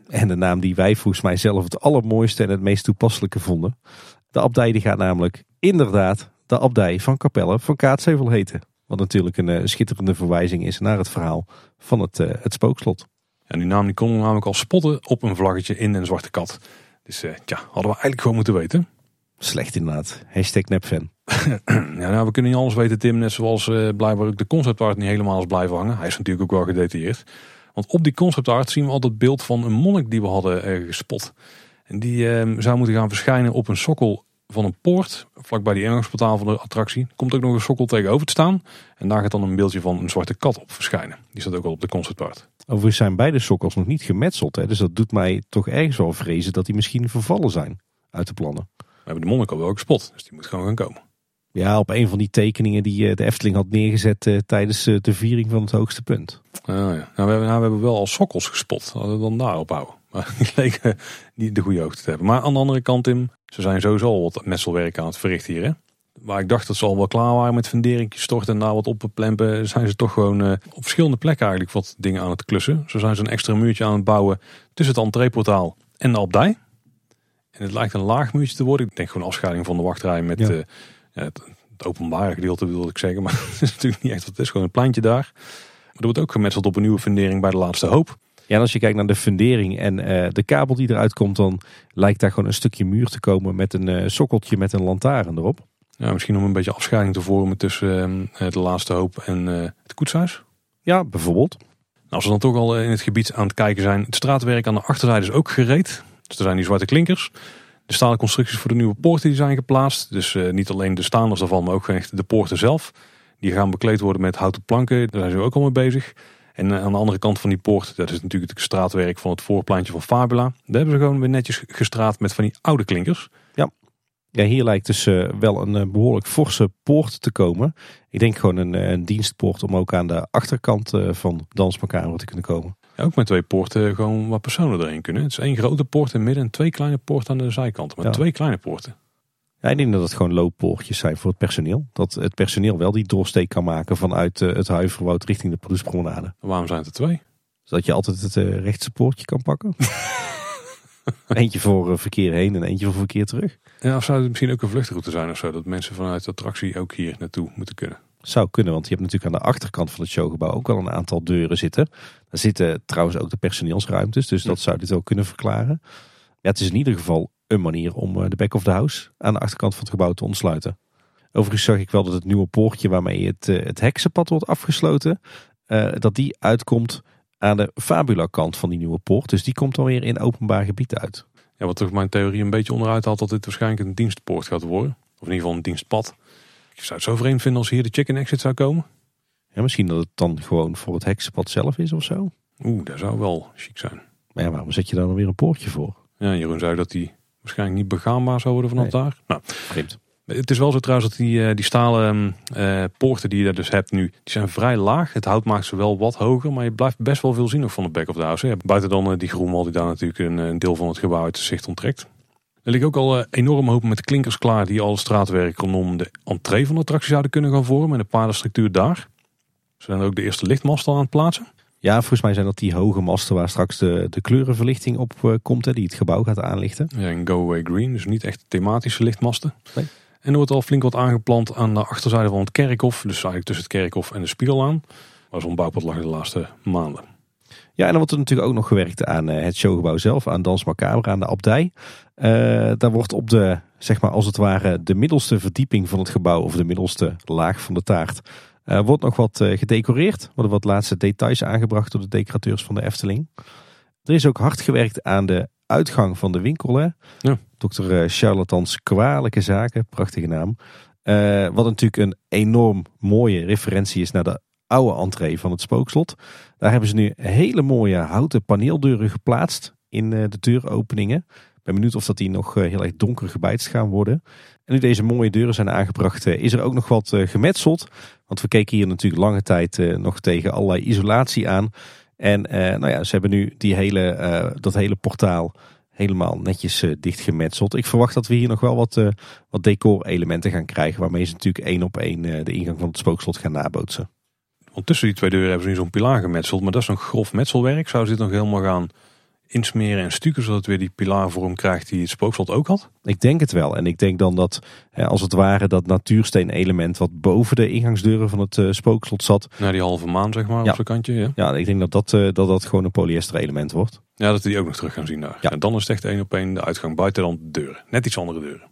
Speaker 2: En de naam die wij volgens mij zelf het allermooiste en het meest toepasselijke vonden. De abdij die gaat namelijk inderdaad de abdij van Capelle van Kaatsheuvel heten. Wat natuurlijk een schitterende verwijzing is naar het verhaal van het spookslot.
Speaker 1: En die naam die kon namelijk al spotten op een vlaggetje in een zwarte kat. Dus hadden we eigenlijk gewoon moeten weten.
Speaker 2: Slecht inderdaad. #nepfan.
Speaker 1: We kunnen niet alles weten, Tim. Net zoals blijkbaar ook de conceptart niet helemaal is blijven hangen. Hij is natuurlijk ook wel gedetailleerd. Want op die conceptart zien we al het beeld van een monnik die we hadden gespot. En die zou moeten gaan verschijnen op een sokkel van een poort. Vlakbij die ingangsportaal van de attractie. Komt ook nog een sokkel tegenover te staan. En daar gaat dan een beeldje van een zwarte kat op verschijnen. Die staat ook al op de conceptart.
Speaker 2: Overigens zijn beide sokkels nog niet gemetseld. Hè? Dus dat doet mij toch ergens wel vrezen dat die misschien vervallen zijn uit de plannen.
Speaker 1: We hebben de monnik al wel gespot. Dus die moet gewoon gaan komen.
Speaker 2: Ja, op een van die tekeningen die de Efteling had neergezet tijdens de viering van het hoogste punt.
Speaker 1: We hebben wel al sokkels gespot. Laten we dan daarop houden. Maar die leken niet de goede hoogte te hebben. Maar aan de andere kant, Tim, ze zijn sowieso al wat metselwerk aan het verrichten hier. Hè? Waar ik dacht dat ze al wel klaar waren met funderingjes storten en daar wat op plempen, zijn ze toch gewoon op verschillende plekken eigenlijk wat dingen aan het klussen. Zo zijn ze een extra muurtje aan het bouwen tussen het entreeportaal en de abdij. En het lijkt een laag muurtje te worden. Ik denk gewoon afscheiding van de wachtrij met het openbare gedeelte, wilde ik zeggen. Maar het is natuurlijk niet echt wat het is. Gewoon een pleintje daar. Maar er wordt ook gemetseld op een nieuwe fundering bij de Laatste Hoop.
Speaker 2: Ja, en als je kijkt naar de fundering en de kabel die eruit komt, dan lijkt daar gewoon een stukje muur te komen met een sokkeltje met een lantaarn erop.
Speaker 1: Ja, misschien om een beetje afscheiding te vormen tussen de Laatste Hoop en het koetshuis.
Speaker 2: Ja, bijvoorbeeld.
Speaker 1: Nou, als we dan toch al in het gebied aan het kijken zijn. Het straatwerk aan de achterzijde is ook gereed. Dus er zijn die zwarte klinkers. De stalen constructies voor de nieuwe poorten die zijn geplaatst. Dus niet alleen de staanders daarvan, maar ook echt de poorten zelf. Die gaan bekleed worden met houten planken. Daar zijn ze ook al mee bezig. En aan de andere kant van die poort, dat is natuurlijk het straatwerk van het voorpleintje van Fabula. Daar hebben ze gewoon weer netjes gestraat met van die oude klinkers.
Speaker 2: Ja, hier lijkt dus wel een behoorlijk forse poort te komen. Ik denk gewoon een dienstpoort om ook aan de achterkant van Dans Macabre te kunnen komen.
Speaker 1: Ja, ook met 2 poorten gewoon waar personen erin kunnen. Het is 1 grote poort in het midden en 2 kleine poorten aan de zijkanten. Maar 2 kleine poorten.
Speaker 2: Ja, ik denk dat het gewoon looppoortjes zijn voor het personeel. Dat het personeel wel die doorsteek kan maken vanuit het Huiverwoud richting de Pardoespromenade.
Speaker 1: Waarom zijn het er 2?
Speaker 2: Zodat je altijd het rechtse poortje kan pakken. Eentje voor verkeer heen en eentje voor verkeer terug.
Speaker 1: Ja, of zou het misschien ook een vluchtroute zijn of zo? Dat mensen vanuit de attractie ook hier naartoe moeten kunnen.
Speaker 2: Zou kunnen, want je hebt natuurlijk aan de achterkant van het showgebouw ook wel een aantal deuren zitten. Daar zitten trouwens ook de personeelsruimtes, dus dat zou dit ook kunnen verklaren. Ja, het is in ieder geval een manier om de back of the house aan de achterkant van het gebouw te ontsluiten. Overigens zag ik wel dat het nieuwe poortje waarmee het heksenpad wordt afgesloten, dat die uitkomt aan de Fabula-kant van die nieuwe poort. Dus die komt dan weer in openbaar gebied uit.
Speaker 1: Ja, wat toch mijn theorie een beetje onderuit haalt dat dit waarschijnlijk een dienstpoort gaat worden. Of in ieder geval een dienstpad. Ik zou het zo vreemd vinden als hier de chicken exit zou komen.
Speaker 2: Ja, misschien dat het dan gewoon voor het heksenpad zelf is of zo.
Speaker 1: Dat zou wel chic zijn.
Speaker 2: Maar ja, waarom zet je daar dan weer een poortje voor?
Speaker 1: Ja, Jeroen zei dat die waarschijnlijk niet begaanbaar zou worden vanaf daar. Nou,
Speaker 2: vreemd.
Speaker 1: Het is wel zo trouwens dat die stalen poorten die je daar dus hebt nu, die zijn vrij laag. Het hout maakt ze wel wat hoger, maar je blijft best wel veel zien nog van de back of the house. Ja, buiten dan die groenwal die daar natuurlijk een deel van het gebouw uit het zicht onttrekt. Er liggen ook al enorm hopen met klinkers klaar die al het straatwerk rondom de entree van de attractie zouden kunnen gaan vormen. En de paardenstructuur daar. Ze zijn er ook de eerste lichtmasten aan het plaatsen.
Speaker 2: Ja, volgens mij zijn dat die hoge masten waar straks de kleurenverlichting op komt. Hè, die het gebouw gaat aanlichten.
Speaker 1: Ja, en Go Away Green, dus niet echt thematische lichtmasten.
Speaker 2: Nee.
Speaker 1: En er wordt al flink wat aangeplant aan de achterzijde van het kerkhof. Dus eigenlijk tussen het kerkhof en de Spiegellaan. Waar zo'n bouwpad lag de laatste maanden.
Speaker 2: Ja, en dan wordt er natuurlijk ook nog gewerkt aan het showgebouw zelf. Aan Dans Macabre, aan de abdij. Daar wordt op de, zeg maar als het ware, de middelste verdieping van het gebouw. Of de middelste laag van de taart. Wordt nog wat gedecoreerd. Er worden wat laatste details aangebracht door de decorateurs van de Efteling. Er is ook hard gewerkt aan de uitgang van de winkel. Hè?
Speaker 1: Ja.
Speaker 2: Dr. Charlatans Kwalijke Zaken, prachtige naam. Wat natuurlijk een enorm mooie referentie is naar de oude entree van het Spookslot. Daar hebben ze nu hele mooie houten paneeldeuren geplaatst in de deuropeningen. Ik ben benieuwd of dat die nog heel erg donker gebijtst gaan worden. En nu deze mooie deuren zijn aangebracht, is er ook nog wat gemetseld. Want we keken hier natuurlijk lange tijd nog tegen allerlei isolatie aan. En ze hebben nu dat hele portaal helemaal netjes dichtgemetseld. Ik verwacht dat we hier nog wel wat decorelementen gaan krijgen. Waarmee ze natuurlijk 1 op 1 de ingang van het Spookslot gaan nabootsen.
Speaker 1: Want tussen die 2 deuren hebben ze nu zo'n pilaar gemetseld. Maar dat is nog grof metselwerk. Zou ze dit nog helemaal gaan insmeren en stukken, zodat het weer die pilaarvorm krijgt die het spookslot ook had?
Speaker 2: Ik denk het wel. En ik denk dan dat als het ware dat natuursteen element wat boven de ingangsdeuren van het spookslot zat.
Speaker 1: Nou, die halve maan zeg maar op zijn kantje. Ja.
Speaker 2: Ja, ik denk dat gewoon een polyester element wordt.
Speaker 1: Ja, dat we die ook nog terug gaan zien daar. Ja. En dan is het echt 1 op 1 de uitgang buiten dan de deuren. Net iets andere deuren.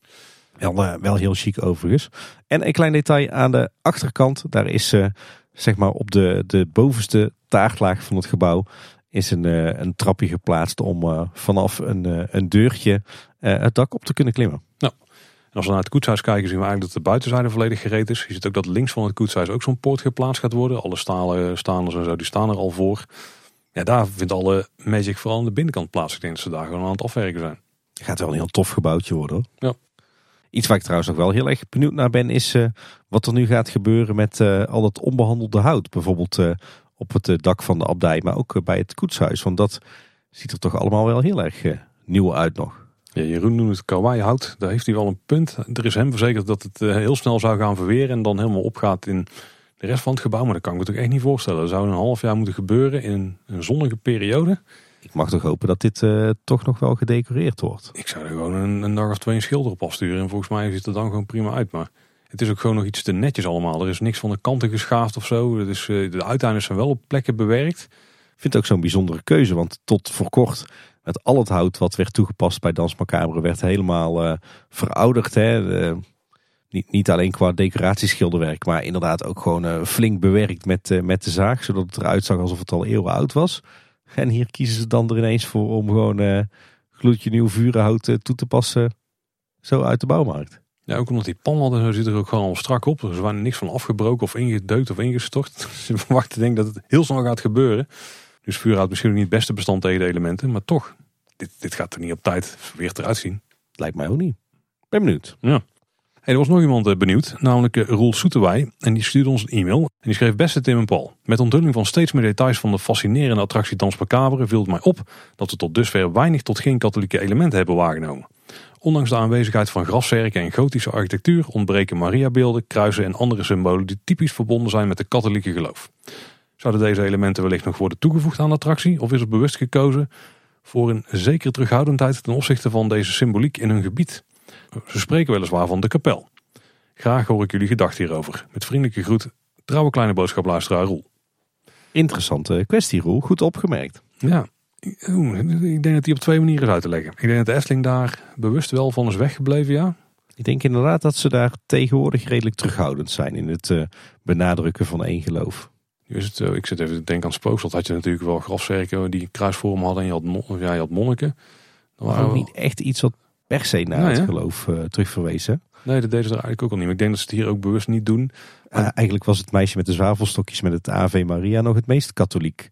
Speaker 2: Ja. Wel heel chic overigens. En een klein detail aan de achterkant. Daar is zeg maar op de bovenste taartlaag van het gebouw is een trapje geplaatst om vanaf een deurtje het dak op te kunnen klimmen.
Speaker 1: Nou, en als we naar het koetshuis kijken zien we eigenlijk dat de buitenzijde volledig gereed is. Je ziet ook dat links van het koetshuis ook zo'n poort geplaatst gaat worden. Alle stalen staanders en zo, die staan er al voor. Ja, daar vindt alle magic vooral aan de binnenkant plaats. Ik denk dat ze daar gewoon aan het afwerken zijn.
Speaker 2: Het gaat wel een heel tof gebouwtje worden hoor.
Speaker 1: Ja.
Speaker 2: Iets waar ik trouwens nog wel heel erg benieuwd naar ben is wat er nu gaat gebeuren met al het onbehandelde hout. Bijvoorbeeld op het dak van de abdij, maar ook bij het koetshuis. Want dat ziet er toch allemaal wel heel erg nieuw uit nog.
Speaker 1: Ja, Jeroen noemt het karweihout. Daar heeft hij wel een punt. Er is hem verzekerd dat het heel snel zou gaan verweren en dan helemaal opgaat in de rest van het gebouw. Maar dat kan ik me toch echt niet voorstellen. Dat zou een half jaar moeten gebeuren in een zonnige periode.
Speaker 2: Ik mag toch hopen dat dit toch nog wel gedecoreerd wordt.
Speaker 1: Ik zou er gewoon een dag of 2 een schilder op afsturen. En volgens mij ziet het er dan gewoon prima uit. Maar het is ook gewoon nog iets te netjes allemaal. Er is niks van de kanten geschaafd of zo. Het is, de uiteinden zijn wel op plekken bewerkt.
Speaker 2: Ik vind het ook zo'n bijzondere keuze. Want tot voor kort met al het hout wat werd toegepast bij Dans Macabre werd helemaal verouderd. Hè? Niet alleen qua decoratieschilderwerk. Maar inderdaad ook gewoon flink bewerkt met de zaag. Zodat het eruit zag alsof het al eeuwen oud was. En hier kiezen ze dan er ineens voor om gewoon gloedje nieuw vurenhout toe te passen. Zo uit de bouwmarkt.
Speaker 1: Ja, ook omdat die pan hadden, zo ziet er ook gewoon al strak op. Er is weinig niks van afgebroken of ingedeukt of ingestort. Ze verwachten denk dat het heel snel gaat gebeuren. Dus vuurhout misschien ook niet het beste bestand tegen de elementen. Maar toch, dit gaat er niet op tijd weer eruit zien.
Speaker 2: Lijkt mij ook niet. Ben benieuwd.
Speaker 1: Ja. Hey, er was nog iemand benieuwd, namelijk Roel Soetewij. En die stuurde ons een e-mail. En die schreef: Beste Tim en Paul. Met onthulling van steeds meer details van de fascinerende attractie Dans Macabre viel het mij op dat we tot dusver weinig tot geen katholieke elementen hebben waargenomen. Ondanks de aanwezigheid van grafzerken en gotische architectuur ontbreken Mariabeelden, kruisen en andere symbolen die typisch verbonden zijn met de katholieke geloof. Zouden deze elementen wellicht nog worden toegevoegd aan de attractie? Of is er bewust gekozen voor een zekere terughoudendheid ten opzichte van deze symboliek in hun gebied? Ze spreken weliswaar van de kapel. Graag hoor ik jullie gedachten hierover. Met vriendelijke groet, trouwe kleine boodschapluisteraar Roel.
Speaker 2: Interessante kwestie, Roel. Goed opgemerkt.
Speaker 1: Ja, ik denk dat die op 2 manieren is uit te leggen. Ik denk dat de Efteling daar bewust wel van is weggebleven, ja.
Speaker 2: Ik denk inderdaad dat ze daar tegenwoordig redelijk terughoudend zijn in het benadrukken van één geloof.
Speaker 1: Nu is het, ik zit even te denken aan het spookslot. Had je natuurlijk wel grafzerken die een kruisvorm hadden en je had monniken.
Speaker 2: Dat was ook niet echt iets wat per se naar het geloof terugverwezen.
Speaker 1: Nee, dat deden ze er eigenlijk ook al niet. Maar ik denk dat ze het hier ook bewust niet doen.
Speaker 2: Eigenlijk was het meisje met de zwavelstokjes met het Ave Maria nog het meest katholiek.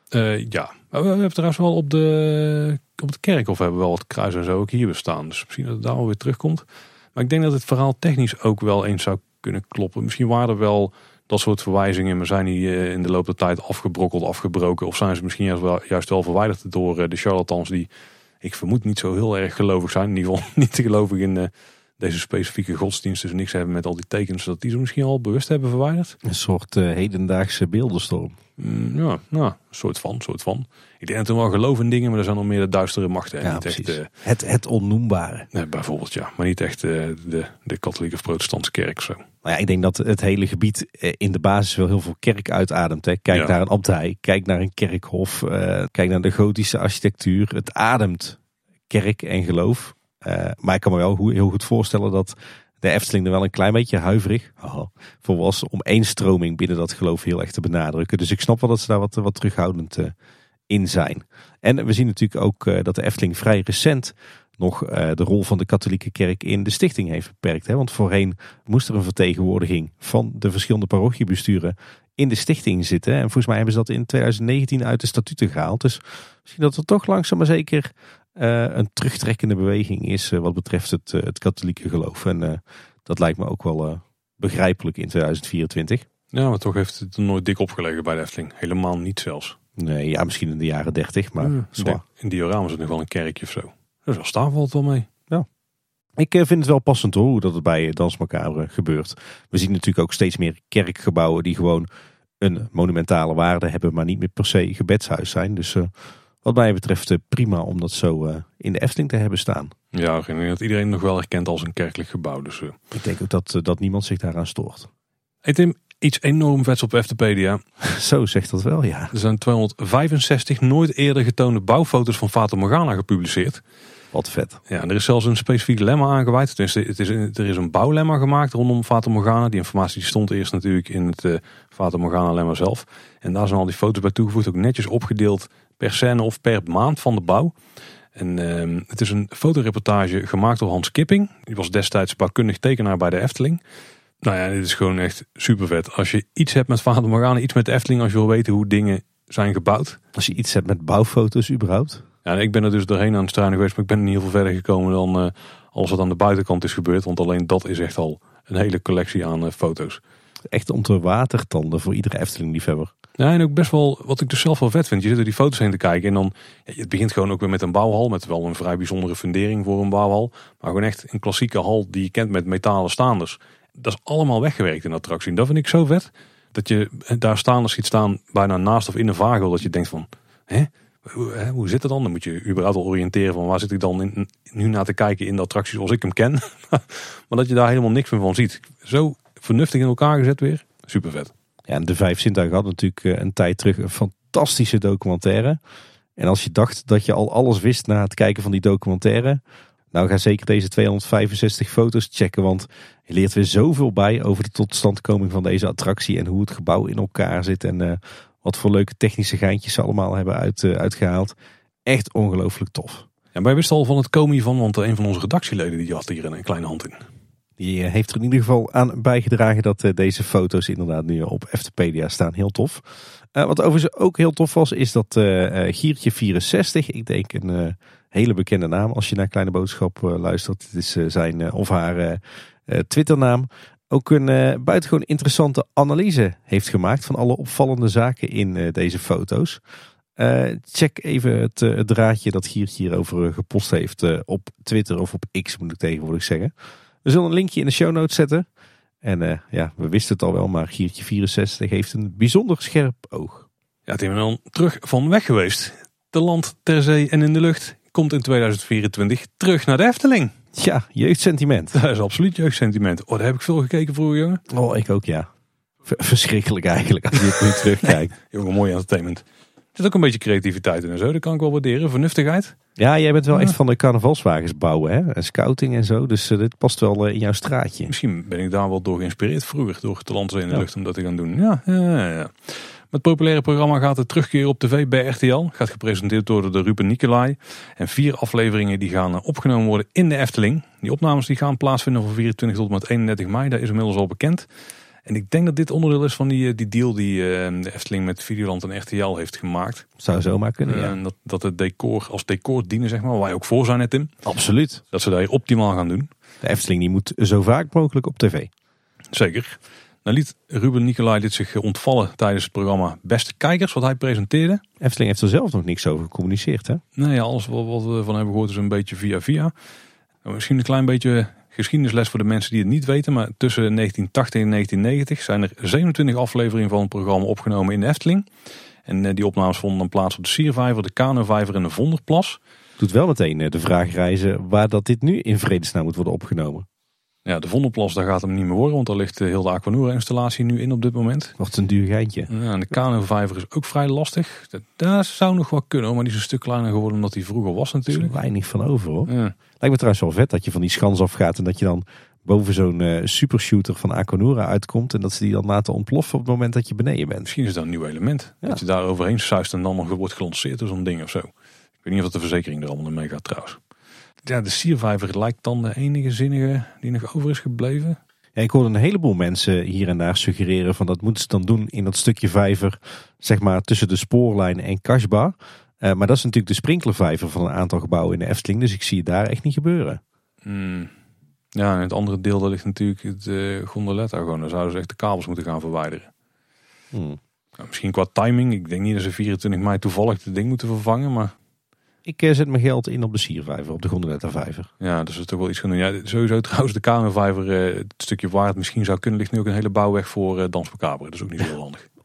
Speaker 1: Ja, we hebben trouwens wel op de kerkhof hebben we wel wat kruis en zo ook hier bestaan. Dus misschien dat het daar wel weer terugkomt. Maar ik denk dat het verhaal technisch ook wel eens zou kunnen kloppen. Misschien waren er wel dat soort verwijzingen, maar zijn die in de loop der tijd afgebrokkeld, afgebroken. Of zijn ze misschien juist wel verwijderd door de charlatans die, ik vermoed, niet zo heel erg gelovig zijn. In ieder geval niet te gelovig in deze specifieke godsdienst. Dus niks hebben met al die tekens. Dat die ze misschien al bewust hebben verwijderd.
Speaker 2: Een soort hedendaagse beeldenstorm.
Speaker 1: Ja, een soort van. Ik denk dat er wel geloof in dingen, maar er zijn nog meer de duistere machten. En
Speaker 2: ja,
Speaker 1: niet
Speaker 2: precies.
Speaker 1: Echt,
Speaker 2: het onnoembare.
Speaker 1: Nee, bijvoorbeeld, ja. Maar niet echt de katholieke of protestantse kerk of zo.
Speaker 2: Nou ja, ik denk dat het hele gebied in de basis wel heel veel kerk uitademt. Hè. Kijk naar een abdij, kijk naar een kerkhof, kijk naar de gotische architectuur. Het ademt kerk en geloof. Maar ik kan me wel heel goed voorstellen dat de Efteling er wel een klein beetje huiverig voor was om één stroming binnen dat geloof heel erg te benadrukken. Dus ik snap wel dat ze daar wat terughoudend in zijn. En we zien natuurlijk ook dat de Efteling vrij recent nog de rol van de katholieke kerk in de stichting heeft beperkt. Hè? Want voorheen moest er een vertegenwoordiging van de verschillende parochiebesturen in de stichting zitten. En volgens mij hebben ze dat in 2019 uit de statuten gehaald. Dus misschien dat er toch langzaam maar zeker een terugtrekkende beweging is wat betreft het katholieke geloof. En dat lijkt me ook wel begrijpelijk in 2024.
Speaker 1: Ja, maar toch heeft het er nooit dik opgelegen bij de Efteling. Helemaal niet zelfs.
Speaker 2: Nee, ja, misschien in de jaren 30, maar zwaar.
Speaker 1: In diorama is het nog wel een kerkje of zo. Dus al staan valt wel mee.
Speaker 2: Ja. Ik vind het wel passend hoor, hoe dat het bij Dans Macabre gebeurt. We zien natuurlijk ook steeds meer kerkgebouwen die gewoon een monumentale waarde hebben, maar niet meer per se gebedshuis zijn. Dus wat mij betreft prima om dat zo in de Efteling te hebben staan.
Speaker 1: Ja, ik denk dat iedereen nog wel herkent als een kerkelijk gebouw. Dus,
Speaker 2: Ik denk ook dat niemand zich daaraan stoort.
Speaker 1: Hey Tim, iets enorm vets op Eftepedia.
Speaker 2: Zo zegt dat wel, ja.
Speaker 1: Er zijn 265 nooit eerder getoonde bouwfoto's van Fata Morgana gepubliceerd.
Speaker 2: Wat vet.
Speaker 1: Ja, en er is zelfs een specifiek lemma aangeweid. Dus er is een bouwlemma gemaakt rondom Fata Morgana. Die informatie stond eerst natuurlijk in het Fata Morgana lemma zelf. En daar zijn al die foto's bij toegevoegd. Ook netjes opgedeeld per scène of per maand van de bouw. En het is een fotoreportage gemaakt door Hans Kipping. Die was destijds bouwkundig tekenaar bij de Efteling. Nou ja, dit is gewoon echt super vet. Als je iets hebt met Fata Morgana, iets met de Efteling, als je wil weten hoe dingen zijn gebouwd.
Speaker 2: Als je iets hebt met bouwfoto's überhaupt.
Speaker 1: Ja, ik ben er dus doorheen aan het struinen geweest, maar ik ben er niet heel veel verder gekomen dan alles wat aan de buitenkant is gebeurd. Want alleen dat is echt al een hele collectie aan foto's.
Speaker 2: Echt om te watertanden voor iedere Efteling-liefhebber.
Speaker 1: Ja, en ook best wel, wat ik dus zelf wel vet vind. Je zit er die foto's heen te kijken en dan, het begint gewoon ook weer met een bouwhal. Met wel een vrij bijzondere fundering voor een bouwhal. Maar gewoon echt een klassieke hal die je kent met metalen staanders. Dat is allemaal weggewerkt in de attractie. En dat vind ik zo vet. Dat je daar staanders ziet staan bijna naast of in een vagel. Dat je denkt van, hoe zit het dan? Dan moet je überhaupt al oriënteren van waar zit ik dan nu naar te kijken in de attractie zoals ik hem ken. Maar dat je daar helemaal niks meer van ziet. Zo vernuftig in elkaar gezet weer. Super vet.
Speaker 2: Ja, en de 5 Zintuigen had natuurlijk een tijd terug een fantastische documentaire. En als je dacht dat je al alles wist na het kijken van die documentaire, nou ga zeker deze 265 foto's checken, want je leert weer zoveel bij over de totstandkoming van deze attractie en hoe het gebouw in elkaar zit en wat voor leuke technische geintjes ze allemaal hebben uitgehaald. Echt ongelooflijk tof.
Speaker 1: Ja, wij wisten al van het komen hiervan, want een van onze redactieleden die had hier een kleine hand in.
Speaker 2: Die heeft er in ieder geval aan bijgedragen dat deze foto's inderdaad nu op Eftepedia staan. Heel tof. Wat overigens ook heel tof was, is dat Giertje64, ik denk een hele bekende naam als je naar Kleine Boodschap luistert. Het is zijn of haar Twitternaam. Ook een buitengewoon interessante analyse heeft gemaakt van alle opvallende zaken in deze foto's. Check even het draadje dat Giertje hierover gepost heeft op Twitter of op X moet ik tegenwoordig zeggen. We zullen een linkje in de show notes zetten. En we wisten het al wel, maar Giertje64 heeft een bijzonder scherp oog.
Speaker 1: Ja, Tim, en dan terug van weg geweest. Te land, ter zee en in de lucht komt in 2024 terug naar de Efteling.
Speaker 2: Ja, jeugdsentiment.
Speaker 1: Dat is absoluut jeugdsentiment. Oh, daar heb ik veel gekeken vroeger, jongen.
Speaker 2: Oh, ik ook, ja. Verschrikkelijk eigenlijk, als je het nu terugkijkt.
Speaker 1: Jongen, mooi entertainment. Er zit ook een beetje creativiteit in en zo. Dat kan ik wel waarderen. Vernuftigheid.
Speaker 2: Ja, jij bent wel echt van de carnavalswagens bouwen, hè? En scouting en zo. Dus dit past wel in jouw straatje.
Speaker 1: Misschien ben ik daar wel door geïnspireerd vroeger. Door te land in de lucht om dat te gaan doen. Ja. Het populaire programma gaat het terugkeren op tv bij RTL. Gaat gepresenteerd door de Ruben Nicolai. En 4 afleveringen die gaan opgenomen worden in de Efteling. Die opnames die gaan plaatsvinden van 24 tot en met 31 mei. Dat is inmiddels al bekend. En ik denk dat dit onderdeel is van die deal die de Efteling met Videoland en RTL heeft gemaakt.
Speaker 2: Zou zomaar kunnen, ja.
Speaker 1: En dat het decor als decor dienen, zeg maar. Waar wij ook voor zijn, hè, Tim.
Speaker 2: Absoluut.
Speaker 1: Dat ze daar hier optimaal gaan doen.
Speaker 2: De Efteling die moet zo vaak mogelijk op tv.
Speaker 1: Zeker. Nou liet Ruben Nicolai dit zich ontvallen tijdens het programma Beste Kijkers, wat hij presenteerde.
Speaker 2: Efteling heeft er zelf nog niks over gecommuniceerd, hè?
Speaker 1: Nou ja, alles wat we van hebben gehoord is een beetje via. Nou, misschien een klein beetje geschiedenisles voor de mensen die het niet weten. Maar tussen 1980 en 1990 zijn er 27 afleveringen van het programma opgenomen in de Efteling. En die opnames vonden dan plaats op de Siervijver, de Kanovijver en de Vonderplas.
Speaker 2: Doet wel meteen de vraag reizen waar dat dit nu in vredesnaam moet worden opgenomen.
Speaker 1: Ja, de Vondelplas, daar gaat hem niet meer worden, want daar ligt heel de Aquanura installatie nu in op dit moment.
Speaker 2: Wordt een duur geintje.
Speaker 1: Ja, en de Kanovijver is ook vrij lastig. Dat zou nog wel kunnen, maar die is een stuk kleiner geworden omdat die vroeger was natuurlijk.
Speaker 2: Er is weinig van over, hoor.
Speaker 1: Ja.
Speaker 2: Lijkt me trouwens wel vet dat je van die schans afgaat en dat je dan boven zo'n supershooter van Aquanura uitkomt. En dat ze die dan laten ontploffen op het moment dat je beneden bent.
Speaker 1: Misschien is dat een nieuw element.
Speaker 2: Ja.
Speaker 1: Dat je daar overheen suist en dan nog wordt gelanceerd door zo'n ding of zo. Ik weet niet of de verzekering er allemaal mee gaat trouwens. Ja, de Siervijver lijkt dan de enige zinnige die nog over is gebleven.
Speaker 2: Ja, ik hoorde een heleboel mensen hier en daar suggereren van dat moeten ze dan doen in dat stukje vijver, zeg maar tussen de spoorlijn en Kasbah. Maar dat is natuurlijk de sprinklervijver van een aantal gebouwen in de Efteling, dus ik zie het daar echt niet gebeuren.
Speaker 1: Ja, en het andere deel daar ligt natuurlijk het gondoletta gewoon. Daar zouden ze echt de kabels moeten gaan verwijderen. Nou, misschien qua timing. Ik denk niet dat ze 24 mei toevallig het ding moeten vervangen, maar...
Speaker 2: Ik zet mijn geld in op de Siervijver, op de gondoletta-vijver.
Speaker 1: Ja, dus het is toch wel iets gaan doen. Ja, sowieso trouwens de Kanovijver, het stukje waar het misschien zou kunnen, ligt nu ook een hele bouwweg voor Dans Macabre. Dat is ook niet heel handig.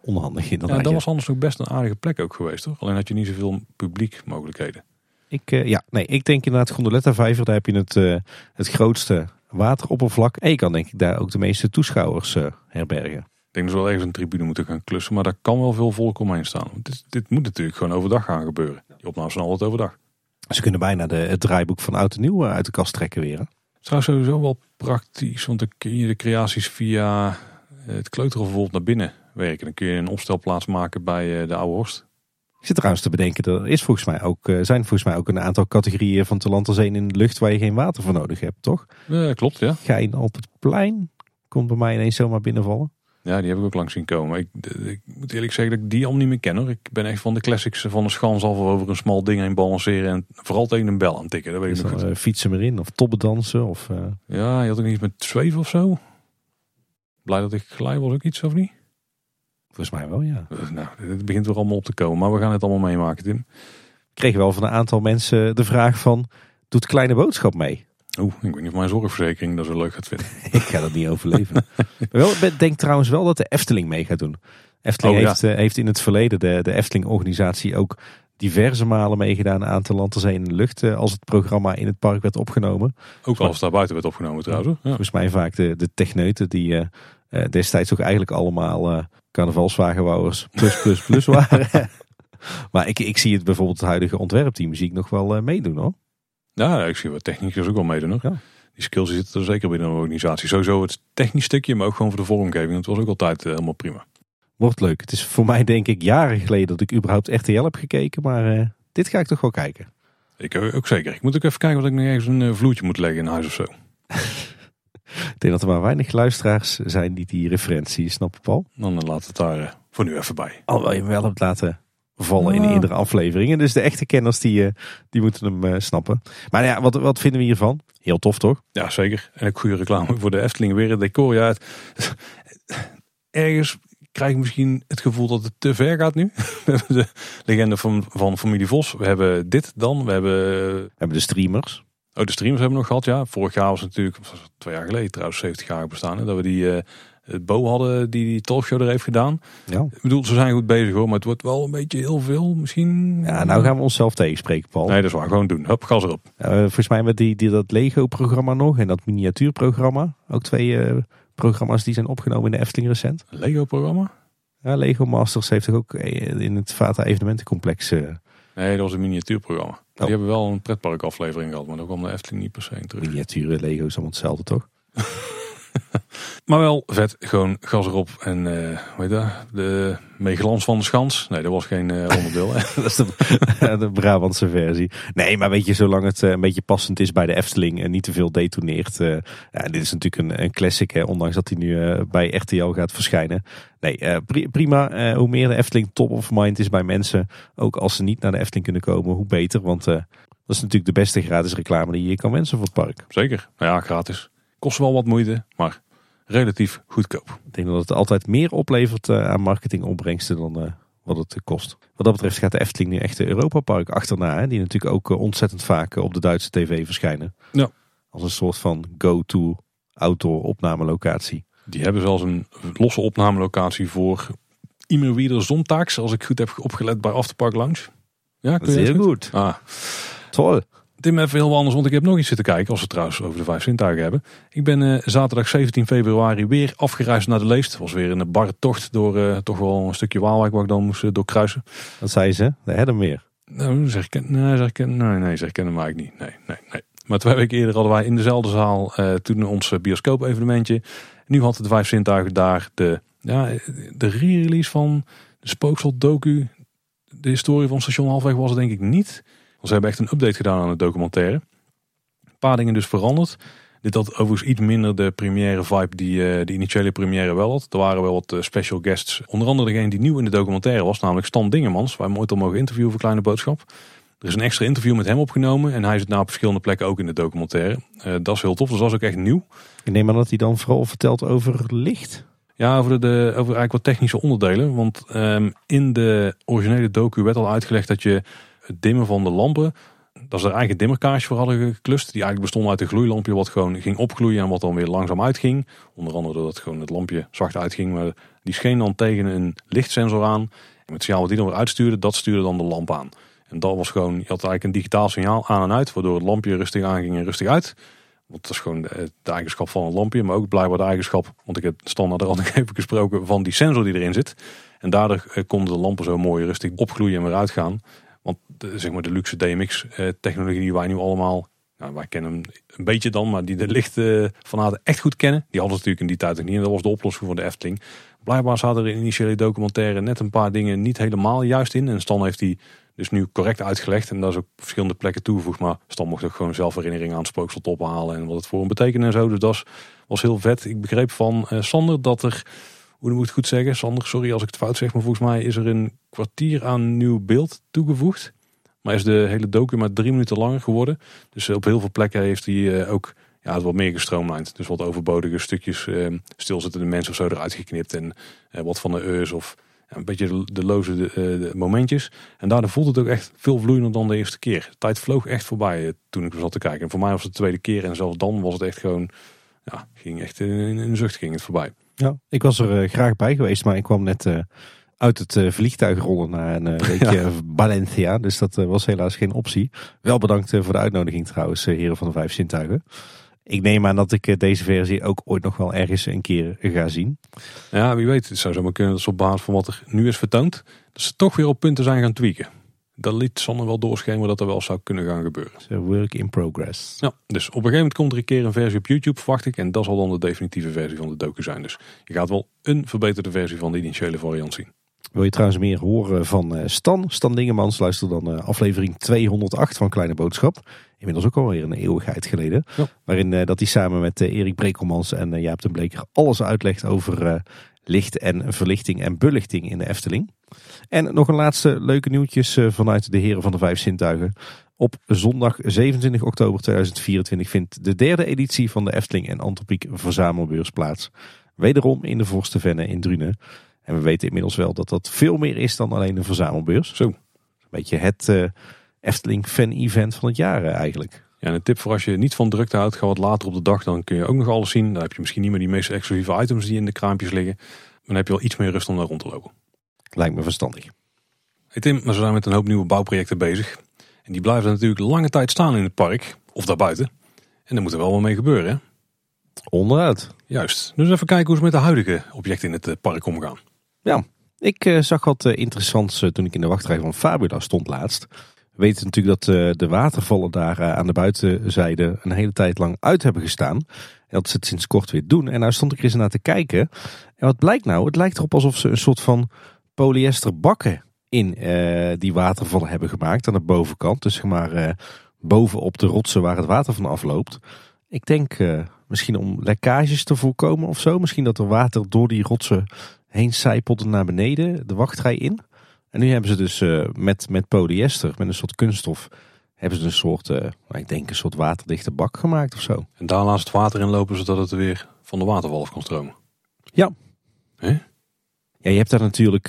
Speaker 2: onhandig inderdaad.
Speaker 1: Ja, dat was anders nog best een aardige plek ook geweest, hoor. Alleen had je niet zoveel publiek mogelijkheden.
Speaker 2: Ik denk inderdaad Gondoletta-vijver, daar heb je het grootste wateroppervlak. En je kan denk ik daar ook de meeste toeschouwers herbergen.
Speaker 1: Ik denk dat we wel ergens een tribune moeten gaan klussen, maar daar kan wel veel volk omheen staan. Want dit moet natuurlijk gewoon overdag gaan gebeuren. Die opnames zijn altijd overdag.
Speaker 2: Ze kunnen bijna het draaiboek van Oud en Nieuw uit de kast trekken weer. Hè?
Speaker 1: Trouwens sowieso wel praktisch, want dan kun je de creaties via het kleuteren bijvoorbeeld naar binnen werken. Dan kun je een opstelplaats maken bij de Oude Horst.
Speaker 2: Ik zit trouwens te bedenken, er zijn volgens mij ook een aantal categorieën van te land als één in de lucht waar je geen water voor nodig hebt, toch?
Speaker 1: Klopt, ja.
Speaker 2: Gein op het plein komt bij mij ineens zomaar binnenvallen.
Speaker 1: Ja, die heb ik ook langs zien komen. Ik moet eerlijk zeggen dat ik die al niet meer ken, hoor. Ik ben echt van de classics van de schans af over een smal ding heen balanceren en vooral tegen een bel aan tikken. Dat weet ik nog goed.
Speaker 2: Fietsen maar in of toppendansen of...
Speaker 1: Ja, je had ook iets met zweven of zo. Blij dat ik glij was ook iets, of niet?
Speaker 2: Volgens mij wel, ja.
Speaker 1: Nou, het begint weer allemaal op te komen, maar we gaan het allemaal meemaken, Tim.
Speaker 2: Ik kreeg wel van een aantal mensen de vraag van, doet Kleine Boodschap mee?
Speaker 1: Ik weet niet of mijn zorgverzekering dat zo leuk gaat vinden.
Speaker 2: Ik ga dat niet overleven. Ik denk trouwens wel dat de Efteling mee gaat doen. Efteling heeft in het verleden de Efteling-organisatie ook diverse malen meegedaan aan Te Land, Te Zee in de Lucht. Als het programma in het park werd opgenomen.
Speaker 1: Ook als het daar buiten werd opgenomen trouwens. Ja.
Speaker 2: Volgens mij vaak de techneuten die destijds ook eigenlijk allemaal carnavalswagenbouwers plus waren. Maar ik zie het bijvoorbeeld het huidige ontwerpteam zie ik nog wel meedoen, hoor.
Speaker 1: Ja, ik zie wat technicus ook wel meedoen, hoor. Ja. Die skills zitten er zeker binnen een organisatie. Sowieso het technisch stukje, maar ook gewoon voor de vormgeving. Dat was ook altijd helemaal prima.
Speaker 2: Wordt leuk. Het is voor mij denk ik jaren geleden dat ik überhaupt RTL heb gekeken. Maar dit ga ik toch wel kijken.
Speaker 1: Ik ook zeker. Ik moet ook even kijken wat ik nog ergens een vloertje moet leggen in huis of zo.
Speaker 2: Ik denk dat er maar weinig luisteraars zijn die referentie snappen, Paul.
Speaker 1: Dan laten we het daar voor nu even bij.
Speaker 2: Alhoewel je hem wel hebt laten vallen in eerdere afleveringen. Dus de echte kenners die moeten hem snappen. Maar ja, wat vinden we hiervan? Heel tof, toch?
Speaker 1: Ja, zeker. En ook goede reclame voor de Efteling. Weer het decor. Ja, ergens krijg ik misschien het gevoel dat het te ver gaat nu. We hebben de legende van familie Vos. We hebben dit dan. We hebben
Speaker 2: de streamers.
Speaker 1: Oh, de streamers hebben we nog gehad, ja. Vorig jaar was het natuurlijk, 2 jaar geleden trouwens, 70 jaar bestaan. Hè, dat we het Bo hadden die talkshow er heeft gedaan.
Speaker 2: Ja.
Speaker 1: Ik bedoel, ze zijn goed bezig, hoor. Maar het wordt wel een beetje heel veel misschien.
Speaker 2: Ja, nou gaan we onszelf tegenspreken, Paul.
Speaker 1: Nee, dat is waar. Gewoon doen. Hup, gas erop.
Speaker 2: Volgens mij met dat Lego-programma nog en dat miniatuurprogramma. Ook 2 programma's die zijn opgenomen in de Efteling recent.
Speaker 1: Een Lego-programma?
Speaker 2: Ja, Lego Masters heeft toch ook in het Vata evenementencomplex...
Speaker 1: Nee, dat was een miniatuurprogramma. Die hebben wel een pretparkaflevering gehad, maar daar kwam de Efteling niet per se in terug.
Speaker 2: Miniaturen, Lego is allemaal hetzelfde, toch?
Speaker 1: Maar wel vet, gewoon gas erop. En weet je, de meeglans van de schans. Nee, dat was geen onderdeel.
Speaker 2: Dat is de Brabantse versie. Nee, maar weet je, zolang het een beetje passend is bij de Efteling en niet te veel detoneert. Dit is natuurlijk een classic, hè, ondanks dat hij nu bij RTL gaat verschijnen. Nee, prima. Hoe meer de Efteling top of mind is bij mensen, ook als ze niet naar de Efteling kunnen komen, hoe beter. Want dat is natuurlijk de beste gratis reclame die je kan wensen voor het park.
Speaker 1: Zeker. Nou ja, gratis. Kost wel wat moeite, maar relatief goedkoop.
Speaker 2: Ik denk dat het altijd meer oplevert aan marketingopbrengsten dan wat het kost. Wat dat betreft gaat de Efteling nu echt de Europapark achterna. Hè, die natuurlijk ook ontzettend vaak op de Duitse tv verschijnen.
Speaker 1: Ja.
Speaker 2: Als een soort van go-to outdoor opnamelocatie.
Speaker 1: Die hebben zelfs een losse opnamelocatie voor immer wieder zondags. Als ik goed heb opgelet bij Afterpark Lounge. Ja,
Speaker 2: zeer goed. Toll.
Speaker 1: Tim, even heel anders, want ik heb nog iets zitten kijken. Als we het trouwens over de 5 zintuigen hebben. Ik ben zaterdag 17 februari weer afgereisd naar de Leest. Het was weer een barre tocht door toch wel een stukje Waalwijk waar ik dan moest doorkruisen.
Speaker 2: Wat zei ze? De Herdermeer?
Speaker 1: Nou, zeg ik kennen hem eigenlijk niet. Nee. Maar 2 weken eerder hadden wij in dezelfde zaal toen ons bioscoop-evenementje. Nu had de 5 zintuigen daar de re-release van de Spooksel-docu. De historie van Station Halfweg was het denk ik niet. Ze hebben echt een update gedaan aan de documentaire. Een paar dingen dus veranderd. Dit had overigens iets minder de première vibe die de initiële première wel had. Er waren wel wat special guests. Onder andere degene die nieuw in de documentaire was, namelijk Stan Dingemans. Wij hem ooit al mogen interviewen voor Kleine Boodschap. Er is een extra interview met hem opgenomen. En hij zit nou op verschillende plekken ook in de documentaire. Dat is heel tof, dus dat is ook echt nieuw.
Speaker 2: Ik neem aan dat hij dan vooral vertelt over licht.
Speaker 1: Ja, over eigenlijk wat technische onderdelen. Want in de originele docu werd al uitgelegd dat je het dimmen van de lampen dat ze er eigen dimmerkaarsje voor hadden geklust. Die eigenlijk bestond uit een gloeilampje wat gewoon ging opgloeien en wat dan weer langzaam uitging. Onder andere doordat gewoon het lampje zacht uitging. Maar die scheen dan tegen een lichtsensor aan. En het signaal wat die dan weer uitstuurde, dat stuurde dan de lamp aan. En dat was gewoon, je had eigenlijk een digitaal signaal aan en uit, waardoor het lampje rustig aanging en rustig uit. Want dat is gewoon de eigenschap van een lampje, maar ook blijkbaar de eigenschap, want ik heb standaard er al nog even gesproken, van die sensor die erin zit. En daardoor konden de lampen zo mooi rustig opgloeien en weer uitgaan. Want zeg maar de luxe DMX-technologie die wij nu allemaal, nou, wij kennen hem een beetje dan, maar die de lichtfanaten echt goed kennen, die hadden ze natuurlijk in die tijd nog niet. En dat was de oplossing voor de Efteling. Blijkbaar zaten er in initiële documentaire net een paar dingen niet helemaal juist in. En Stan heeft die dus nu correct uitgelegd. En daar is ook op verschillende plekken toegevoegd. Maar Stan mocht ook gewoon zelf herinneringen aan het spookslot ophalen. En wat het voor hem betekende en zo. Dus dat was heel vet. Ik begreep van Sander dat er, hoe moet ik het goed zeggen? Sander, sorry als ik het fout zeg. Maar volgens mij is er een kwartier aan nieuw beeld toegevoegd. Maar is de hele docu maar 3 minuten langer geworden. Dus op heel veel plekken heeft hij ook het wat meer gestroomlijnd. Dus wat overbodige stukjes stilzittende mensen of zo eruit geknipt. En wat van de eus of een beetje de loze de momentjes. En daardoor voelde het ook echt veel vloeiender dan de eerste keer. De tijd vloog echt voorbij toen ik zat te kijken. En voor mij was het de tweede keer. En zelfs dan was het echt gewoon, ging echt in een zucht ging het voorbij.
Speaker 2: Ja, ik was er graag bij geweest, maar ik kwam net uit het vliegtuig rollen naar een weekje Valencia. Dus dat was helaas geen optie. Wel bedankt voor de uitnodiging trouwens, heren van de 5 zintuigen. Ik neem aan dat ik deze versie ook ooit nog wel ergens een keer ga zien.
Speaker 1: Ja, wie weet. Het zou zomaar kunnen dat ze op basis van wat er nu is vertoond, dat ze toch weer op punten zijn gaan tweaken. Dat liet Sander wel doorschemeren dat er wel zou kunnen gaan gebeuren.
Speaker 2: So work in progress.
Speaker 1: Ja, dus op een gegeven moment komt er een keer een versie op YouTube, verwacht ik. En dat zal dan de definitieve versie van de docu zijn. Dus je gaat wel een verbeterde versie van de initiële variant zien.
Speaker 2: Wil je trouwens meer horen van Stan Dingemans? Luister dan aflevering 208 van Kleine Boodschap. Inmiddels ook alweer een eeuwigheid geleden. Ja. Waarin dat hij samen met Erik Brekelmans en Jaap den Bleker alles uitlegt over licht en verlichting en belichting in de Efteling. En nog een laatste leuke nieuwtjes vanuit de heren van de 5 zintuigen. Op zondag 27 oktober 2024 vindt de 3e editie van de Efteling en Antropiek Verzamelbeurs plaats. Wederom in de Vorstenvenne in Drunen. En we weten inmiddels wel dat dat veel meer is dan alleen een verzamelbeurs.
Speaker 1: Zo.
Speaker 2: Een beetje het Efteling fan-event van het jaar eigenlijk.
Speaker 1: Ja, en een tip voor als je niet van drukte houdt, ga wat later op de dag. Dan kun je ook nog alles zien. Dan heb je misschien niet meer die meest exclusieve items die in de kraampjes liggen. Maar dan heb je wel iets meer rust om daar rond te lopen.
Speaker 2: Lijkt me verstandig.
Speaker 1: Hey Tim, we zijn met een hoop nieuwe bouwprojecten bezig. En die blijven natuurlijk lange tijd staan in het park. Of daarbuiten. En daar moet er wel wat mee gebeuren, hè?
Speaker 2: Onderuit.
Speaker 1: Juist. Dus even kijken hoe ze met de huidige objecten in het park omgaan.
Speaker 2: Ja, ik zag wat interessants toen ik in de wachtrij van Fabula stond laatst. We weten natuurlijk dat de watervallen daar aan de buitenzijde een hele tijd lang uit hebben gestaan. En dat ze het sinds kort weer doen. En nou stond ik er eens naar te kijken. En wat blijkt nou? Het lijkt erop alsof ze een soort van polyester bakken in die watervallen hebben gemaakt aan de bovenkant. Dus zeg maar bovenop de rotsen waar het water van afloopt. Ik denk misschien om lekkages te voorkomen of zo. Misschien dat er water door die rotsen heen sijpelde naar beneden, de wachtrij in. En nu hebben ze dus met polyester, met een soort kunststof, hebben ze een soort, ik denk een soort waterdichte bak gemaakt of zo.
Speaker 1: En daar laat het water in lopen zodat het weer van de waterval af kan stromen.
Speaker 2: Ja.
Speaker 1: Huh?
Speaker 2: Ja, je hebt daar natuurlijk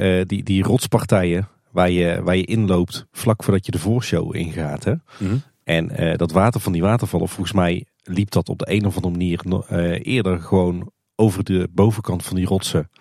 Speaker 2: die rotspartijen waar je inloopt vlak voordat je de voorshow ingaat. Hè?
Speaker 1: Mm-hmm.
Speaker 2: En dat water van die watervallen, volgens mij liep dat op de een of andere manier eerder gewoon over de bovenkant van die rotsen.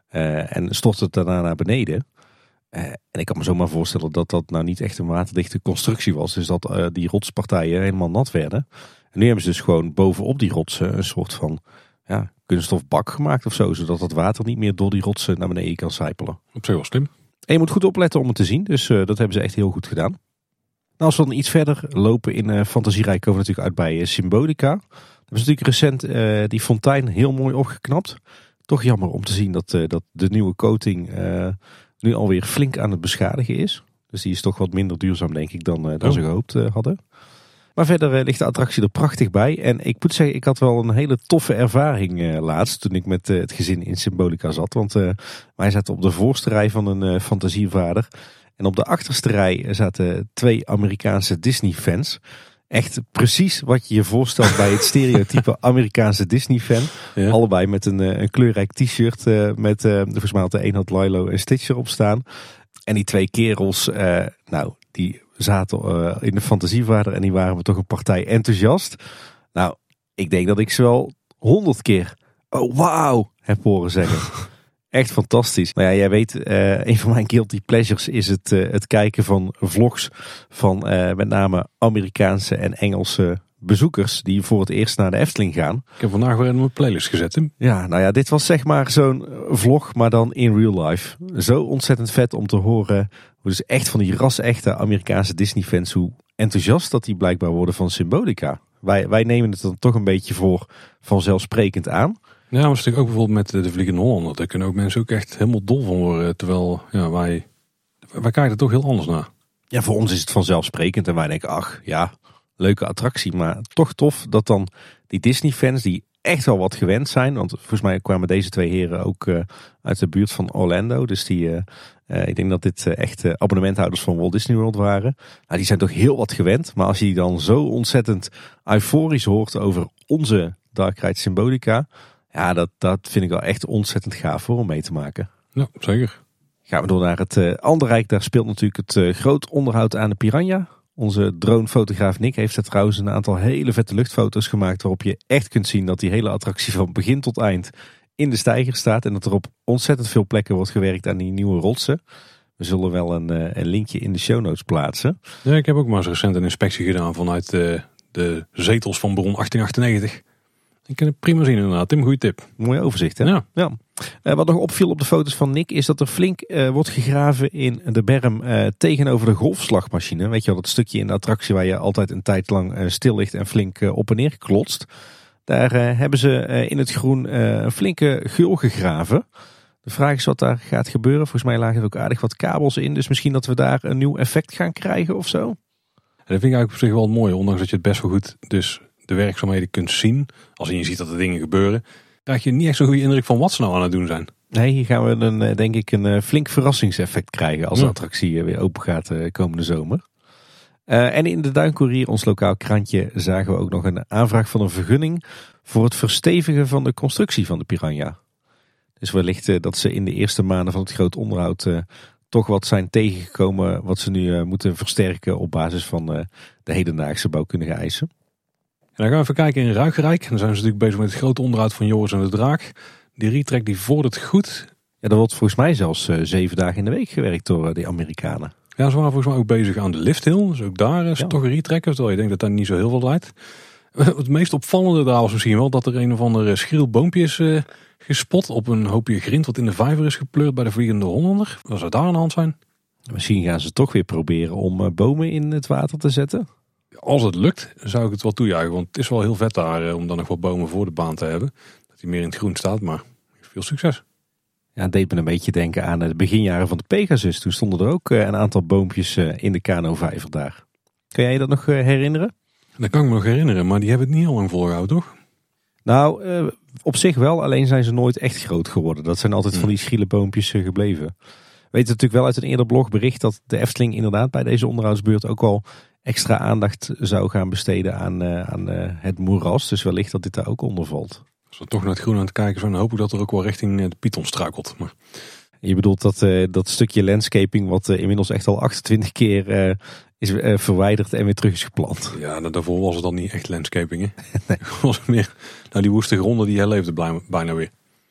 Speaker 2: En stortte het daarna naar beneden. En ik kan me zomaar voorstellen dat dat nou niet echt een waterdichte constructie was. Dus dat die rotspartijen helemaal nat werden. En nu hebben ze dus gewoon bovenop die rotsen een soort van kunststofbak gemaakt of zo. Zodat het water niet meer door die rotsen naar beneden kan sijpelen.
Speaker 1: Op zich wel slim.
Speaker 2: En je moet goed opletten om het te zien. Dus dat hebben ze echt heel goed gedaan. Nou, als we dan iets verder lopen in Fantasierijk komen we natuurlijk uit bij Symbolica. Dat is natuurlijk recent die fontein heel mooi opgeknapt. Toch jammer om te zien dat de nieuwe coating nu alweer flink aan het beschadigen is. Dus die is toch wat minder duurzaam denk ik dan ze gehoopt hadden. Maar verder ligt de attractie er prachtig bij. En ik moet zeggen, ik had wel een hele toffe ervaring laatst toen ik met het gezin in Symbolica zat. Want wij zaten op de voorste rij van een fantasievader. En op de achterste rij zaten 2 Amerikaanse Disney-fans. Echt precies wat je je voorstelt bij het stereotype Amerikaanse Disney-fan. Ja. Allebei met een kleurrijk t-shirt met volgens mij had de een had Lilo en Stitch erop staan. En die 2 kerels, die zaten in de fantasievaarder en die waren we toch een partij enthousiast. Nou, ik denk dat ik ze wel 100 keer oh wauw heb horen zeggen. Echt fantastisch. Nou ja, jij weet, een van mijn guilty pleasures is het kijken van vlogs van met name Amerikaanse en Engelse bezoekers die voor het eerst naar de Efteling gaan.
Speaker 1: Ik heb vandaag weer in mijn playlist gezet, Tim.
Speaker 2: Ja, nou ja, dit was zeg maar zo'n vlog, maar dan in real life. Zo ontzettend vet om te horen hoe dus echt van die ras-echte Amerikaanse Disney-fans, hoe enthousiast dat die blijkbaar worden van Symbolica. Wij nemen het dan toch een beetje voor vanzelfsprekend aan.
Speaker 1: Ja, maar het is natuurlijk ook bijvoorbeeld met de Vliegende Hollander. Daar kunnen ook mensen ook echt helemaal dol van worden. Terwijl ja, wij kijken er toch heel anders naar.
Speaker 2: Ja, voor ons is het vanzelfsprekend en wij denken, ach ja, leuke attractie. Maar toch tof dat dan die Disney-fans die echt wel wat gewend zijn. Want volgens mij kwamen deze twee heren ook uit de buurt van Orlando. Dus ik denk dat dit echt abonnementhouders van Walt Disney World waren. Nou, die zijn toch heel wat gewend. Maar als je die dan zo ontzettend euforisch hoort over onze Dark Ride Symbolica. Ja, dat vind ik wel echt ontzettend gaaf hoor, om mee te maken.
Speaker 1: Ja, zeker.
Speaker 2: Gaan we door naar het andere rijk. Daar speelt natuurlijk het groot onderhoud aan de Piranha. Onze dronefotograaf Nick heeft er trouwens een aantal hele vette luchtfoto's gemaakt. Waarop je echt kunt zien dat die hele attractie van begin tot eind in de steiger staat. En dat er op ontzettend veel plekken wordt gewerkt aan die nieuwe rotsen. We zullen wel een linkje in de show notes plaatsen.
Speaker 1: Ja, ik heb ook maar eens recent een inspectie gedaan vanuit de zetels van Bron 1898. Ik kan het prima zien inderdaad. Tim, goede tip.
Speaker 2: Mooi overzicht hè?
Speaker 1: Ja.
Speaker 2: Wat nog opviel op de foto's van Nick is dat er flink wordt gegraven in de berm tegenover de golfslagmachine. Weet je wel, dat stukje in de attractie waar je altijd een tijd lang stil ligt en flink op en neer klotst. Daar hebben ze in het groen een flinke geul gegraven. De vraag is wat daar gaat gebeuren. Volgens mij lagen er ook aardig wat kabels in. Dus misschien dat we daar een nieuw effect gaan krijgen of zo.
Speaker 1: En dat vind ik eigenlijk op zich wel mooi. Ondanks dat je het best wel goed dus de werkzaamheden kunt zien. Als je ziet dat er dingen gebeuren. Krijg je niet echt zo'n goede indruk van wat ze nou aan het doen zijn.
Speaker 2: Nee, hier gaan we denk ik een flink verrassingseffect krijgen als de attractie weer open gaat komende zomer. En in de Duincourier, ons lokaal krantje, zagen we ook nog een aanvraag van een vergunning voor het verstevigen van de constructie van de Piranha. Dus wellicht dat ze in de eerste maanden van het groot onderhoud toch wat zijn tegengekomen wat ze nu moeten versterken op basis van de hedendaagse bouwkundige eisen.
Speaker 1: En dan gaan we even kijken in Ruigrijk. Dan zijn ze natuurlijk bezig met het grote onderhoud van Joris en de Draak. Die retrack die vordert goed.
Speaker 2: Ja, er wordt volgens mij zelfs 7 dagen in de week gewerkt door de Amerikanen.
Speaker 1: Ja, ze waren volgens mij ook bezig aan de lifthill. Dus ook daar is toch een retracken. Terwijl je denkt dat daar niet zo heel veel leidt. Het meest opvallende daar was misschien wel dat er een of ander schriel boompje is gespot op een hoopje grind wat in de vijver is gepleurd bij de Vliegende Hollander. Wat zou daar aan de hand zijn?
Speaker 2: Misschien gaan ze toch weer proberen om bomen in het water te zetten.
Speaker 1: Als het lukt, zou ik het wel toejuichen. Want het is wel heel vet daar om dan nog wat bomen voor de baan te hebben. Dat hij meer in het groen staat, maar veel succes.
Speaker 2: Ja, het deed me een beetje denken aan de beginjaren van de Pegasus. Toen stonden er ook een aantal boompjes in de Kano-vijver daar. Kan jij je dat nog herinneren?
Speaker 1: Dat kan ik me nog herinneren, maar die hebben het niet heel lang volgehouden, toch?
Speaker 2: Nou, op zich wel. Alleen zijn ze nooit echt groot geworden. Dat zijn altijd van die schiele boompjes gebleven. We weten natuurlijk wel uit een eerder blogbericht dat de Efteling inderdaad bij deze onderhoudsbeurt ook al extra aandacht zou gaan besteden aan het moeras. Dus wellicht dat dit daar ook onder valt.
Speaker 1: Als we toch naar het groen aan het kijken zijn, dan hoop ik dat er ook wel richting de Python struikelt. Maar...
Speaker 2: Je bedoelt dat stukje landscaping wat inmiddels echt al 28 keer is verwijderd en weer terug is geplant.
Speaker 1: Ja, daarvoor was het dan niet echt landscaping. Hè? Nee. Het was meer die woeste gronden die herleefde bijna weer.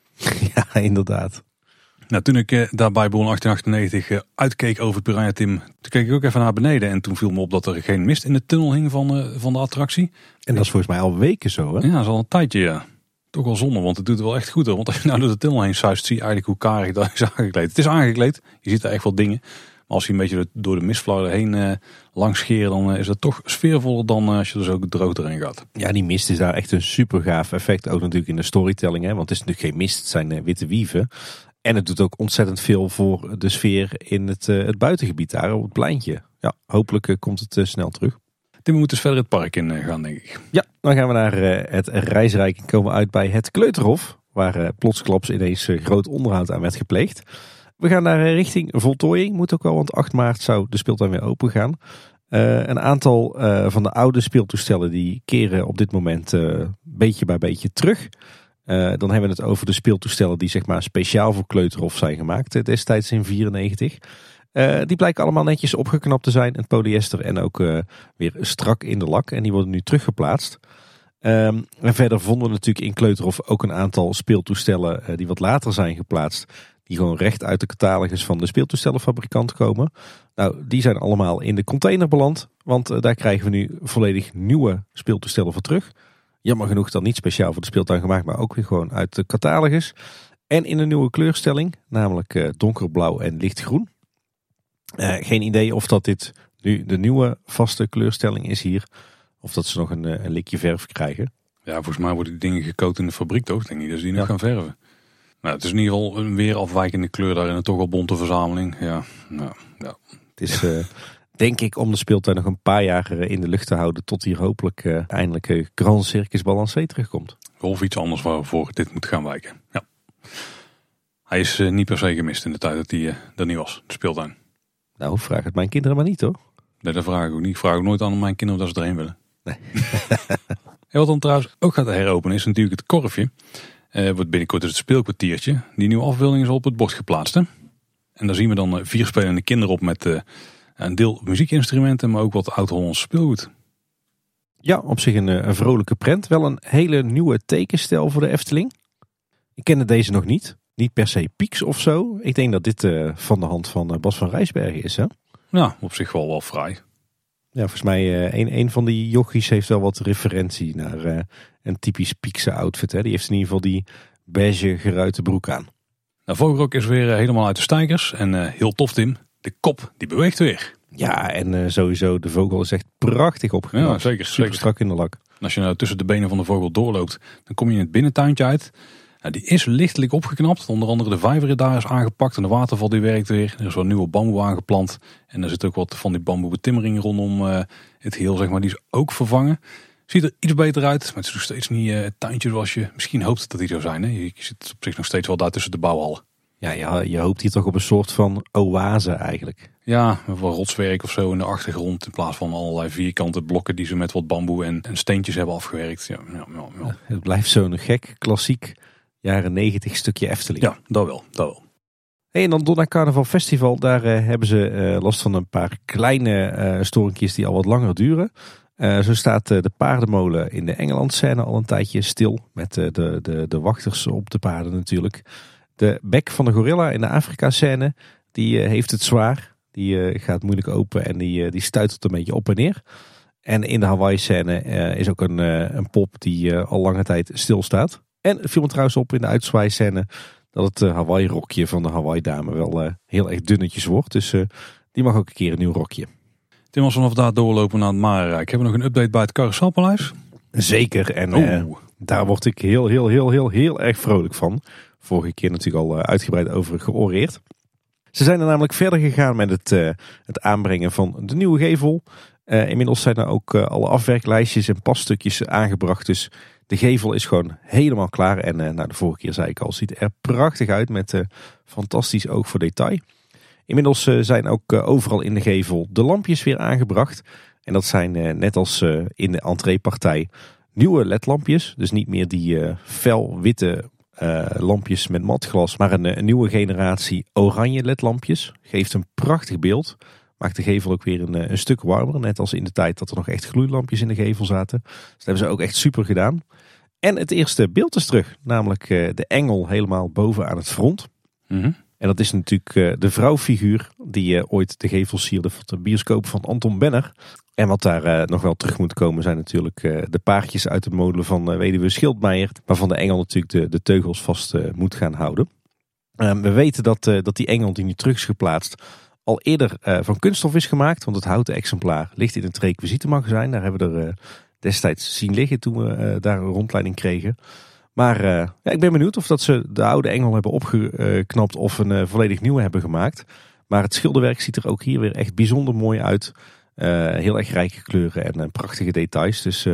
Speaker 2: Ja, inderdaad.
Speaker 1: Nou, toen ik daar bij Bron 1898 uitkeek over het Piranha, Tim, toen keek ik ook even naar beneden. En toen viel me op dat er geen mist in de tunnel hing van de attractie.
Speaker 2: En dat is volgens mij al weken zo, hè?
Speaker 1: Ja, dat is al een tijdje, ja. Toch wel zonde, want het doet het wel echt goed. Hoor. Want als je nou door de tunnel heen suist, zie je eigenlijk hoe karig dat is aangekleed. Het is aangekleed, je ziet er echt wel dingen. Maar als je een beetje door de mistvlakken heen langs scheren, dan is het toch sfeervoller dan als je er zo droog doorheen gaat.
Speaker 2: Ja, die mist is daar echt een super gaaf effect. Ook natuurlijk in de storytelling, hè? Want het is natuurlijk geen mist, het zijn witte wieven. En het doet ook ontzettend veel voor de sfeer in het buitengebied daar op het pleintje. Ja, hopelijk komt het snel terug.
Speaker 1: Tim, we moeten dus verder het park in gaan, denk ik.
Speaker 2: Ja, dan gaan we naar het Reisrijk en komen uit bij het Kleuterhof. Waar plotsklaps ineens groot onderhoud aan werd gepleegd. We gaan naar richting voltooiing. Moet ook wel, want 8 maart zou de speeltuin weer open gaan. Een aantal van de oude speeltoestellen die keren op dit moment beetje bij beetje terug. Dan hebben we het over de speeltoestellen die zeg maar speciaal voor Kleuterhof zijn gemaakt. Destijds in 1994. Die blijken allemaal netjes opgeknapt te zijn. Het polyester en ook weer strak in de lak. En die worden nu teruggeplaatst. En verder vonden we natuurlijk in Kleuterhof ook een aantal speeltoestellen die wat later zijn geplaatst. Die gewoon recht uit de catalogus van de speeltoestellenfabrikant komen. Nou, die zijn allemaal in de container beland. Want daar krijgen we nu volledig nieuwe speeltoestellen voor terug. Jammer genoeg dan niet speciaal voor de speeltuin gemaakt, maar ook weer gewoon uit de catalogus. En in een nieuwe kleurstelling, namelijk donkerblauw en lichtgroen. Geen idee of dat dit nu de nieuwe vaste kleurstelling is hier. Of dat ze nog een likje verf krijgen.
Speaker 1: Ja, volgens mij worden die dingen gecoat in de fabriek toch? Ik denk niet dat ze die nog gaan verven. Nou, het is in ieder geval een weer afwijkende kleur daar in een toch al bonte verzameling. Ja.
Speaker 2: Het is denk ik om de speeltuin nog een paar jaar in de lucht te houden. Tot hier hopelijk eindelijk Grand Circus Balancé terugkomt.
Speaker 1: Of iets anders waarvoor dit moet gaan wijken. Ja. Hij is niet per se gemist in de tijd dat hij er niet was, de speeltuin.
Speaker 2: Nou, vraag het mijn kinderen maar niet hoor.
Speaker 1: Nee, dat vraag ik ook niet. Ik vraag ook nooit aan mijn kinderen dat ze erheen willen.
Speaker 2: Nee.
Speaker 1: En wat dan trouwens ook gaat heropenen is natuurlijk het korfje. Wordt binnenkort dus het speelkwartiertje. Die nieuwe afbeelding is al op het bord geplaatst. Hè? En daar zien we dan 4 spelende kinderen op met een deel muziekinstrumenten, maar ook wat oud-Hollands speelgoed.
Speaker 2: Ja, op zich een vrolijke prent. Wel een hele nieuwe tekenstijl voor de Efteling. Ik kende deze nog niet. Niet per se Pieks of zo. Ik denk dat dit van de hand van Bas van Rijsbergen is. Hè?
Speaker 1: Ja, op zich wel fraai.
Speaker 2: Ja, volgens mij een van die jochies heeft wel wat referentie naar een typisch Piekse outfit. Hè? Die heeft in ieder geval die beige geruite broek aan.
Speaker 1: Nou, Vogelrok is weer helemaal uit de stijgers. En heel tof, Tim. De kop, die beweegt weer.
Speaker 2: Ja, en sowieso de vogel is echt prachtig opgeknapt.
Speaker 1: Ja, zeker.
Speaker 2: Super strak in de lak.
Speaker 1: En als je nou tussen de benen van de vogel doorloopt, dan kom je in het binnentuintje uit. Nou, die is lichtelijk opgeknapt. Onder andere de vijver daar is aangepakt en de waterval die werkt weer. Er is wat nieuwe bamboe aangeplant. En er zit ook wat van die bamboe betimmering rondom het geheel, zeg maar. Die is ook vervangen. Ziet er iets beter uit, maar het is nog steeds niet het tuintje zoals je misschien hoopt dat die zou zijn. Hè? Je zit op zich nog steeds wel daar tussen de bouwhallen.
Speaker 2: Ja, je hoopt hier toch op een soort van oase eigenlijk.
Speaker 1: Ja, wat rotswerk of zo in de achtergrond. In plaats van allerlei vierkante blokken die ze met wat bamboe en steentjes hebben afgewerkt. Ja.
Speaker 2: Het blijft zo'n gek, klassiek, jaren 90 stukje Efteling.
Speaker 1: Ja, dat wel.
Speaker 2: Hey, en dan Donna Carnaval Festival. Daar hebben ze last van een paar kleine storingjes die al wat langer duren. Zo staat de paardenmolen in de Engeland-scène al een tijdje stil. Met de wachters op de paarden natuurlijk. De bek van de gorilla in de Afrika-scène, die heeft het zwaar. Die gaat moeilijk open en die stuitert een beetje op en neer. En in de Hawaii-scène is ook een pop die al lange tijd stilstaat. En het viel me trouwens op in de uitzwaai-scène dat het Hawaii-rokje van de Hawaii-dame wel heel erg dunnetjes wordt. Dus die mag ook een keer een nieuw rokje.
Speaker 1: Tim, als we vanaf daar doorlopen naar het Marenrijk, hebben we nog een update bij het Carouselpaleis?
Speaker 2: Zeker, en daar word ik heel erg vrolijk van. Vorige keer natuurlijk al uitgebreid over georeerd. Ze zijn er namelijk verder gegaan met het aanbrengen van de nieuwe gevel. Inmiddels zijn er ook alle afwerklijstjes en passtukjes aangebracht. Dus de gevel is gewoon helemaal klaar. En de vorige keer zei ik al, ziet er prachtig uit met fantastisch oog voor detail. Inmiddels zijn ook overal in de gevel de lampjes weer aangebracht. En dat zijn net als in de entreepartij nieuwe ledlampjes. Dus niet meer die fel witte lampjes met matglas, maar een nieuwe generatie oranje ledlampjes. Geeft een prachtig beeld. Maakt de gevel ook weer een stuk warmer. Net als in de tijd dat er nog echt gloeilampjes in de gevel zaten. Dus dat hebben ze ook echt super gedaan. En het eerste beeld is terug. Namelijk de engel helemaal boven aan het front.
Speaker 1: Mm-hmm.
Speaker 2: En dat is natuurlijk de vrouwfiguur die ooit de gevel sierde van de bioscoop van Anton Benner. En wat daar nog wel terug moet komen zijn natuurlijk de paardjes uit de molen van weduwe Schildmeijer. Waarvan de engel natuurlijk de teugels vast moet gaan houden. We weten dat die engel die nu terug is geplaatst al eerder van kunststof is gemaakt. Want het houten exemplaar ligt in het requisietenmagazijn. Daar hebben we er destijds zien liggen toen we daar een rondleiding kregen. Maar ik ben benieuwd of dat ze de oude engel hebben opgeknapt of een volledig nieuwe hebben gemaakt. Maar het schilderwerk ziet er ook hier weer echt bijzonder mooi uit. Heel erg rijke kleuren en prachtige details. Dus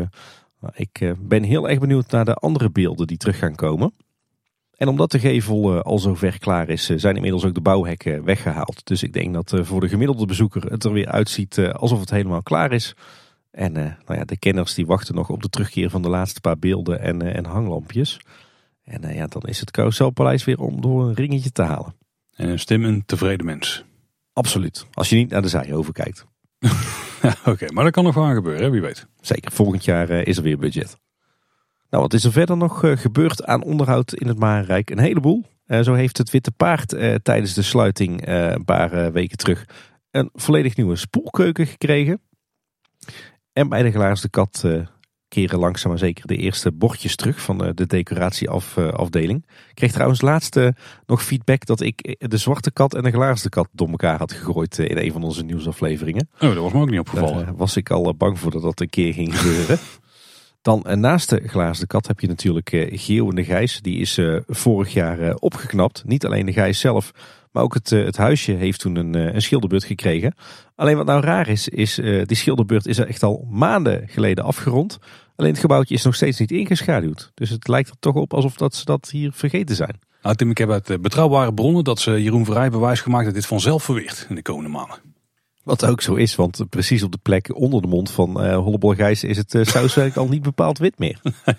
Speaker 2: ik ben heel erg benieuwd naar de andere beelden die terug gaan komen. En omdat de gevel al zo ver klaar is, zijn inmiddels ook de bouwhekken weggehaald. Dus ik denk dat voor de gemiddelde bezoeker het er weer uitziet alsof het helemaal klaar is. En de kenners die wachten nog op de terugkeer van de laatste paar beelden en hanglampjes. En dan is het Carouselpaleis weer om door een ringetje te halen.
Speaker 1: En een stem een tevreden mens.
Speaker 2: Absoluut. Als je niet naar de Zijhoven kijkt.
Speaker 1: Oké, maar dat kan nog wel gaan gebeuren, hè? Wie weet.
Speaker 2: Zeker, volgend jaar is er weer budget. Nou, wat is er verder nog gebeurd aan onderhoud in het Marenrijk? Een heleboel. Zo heeft het Witte Paard tijdens de sluiting een paar weken terug een volledig nieuwe spoelkeuken gekregen. En bij de Glazen Kat keren langzaam maar zeker de eerste bordjes terug van de decoratieafdeling. Ik kreeg trouwens laatst nog feedback dat ik de Zwarte Kat en de Glazen Kat door elkaar had gegooid in een van onze nieuwsafleveringen.
Speaker 1: Oh, dat was me ook niet opgevallen.
Speaker 2: Daar was ik al bang voor dat dat een keer ging gebeuren. Dan naast de Glazen Kat heb je natuurlijk Geeuw en de Gijs. Die is vorig jaar opgeknapt. Niet alleen de Gijs zelf, maar ook het huisje heeft toen een schilderbeurt gekregen. Alleen wat nou raar is die schilderbeurt is er echt al maanden geleden afgerond. Alleen het gebouwtje is nog steeds niet ingeschaduwd. Dus het lijkt er toch op alsof dat ze dat hier vergeten zijn.
Speaker 1: Nou Tim, ik heb uit betrouwbare bronnen dat ze Jeroen Verrij bewijs gemaakt dat dit vanzelf verweert in de komende maanden.
Speaker 2: Wat ook zo is, want precies op de plek onder de mond van Hollebol Gijs is het sauswerk al niet bepaald wit meer.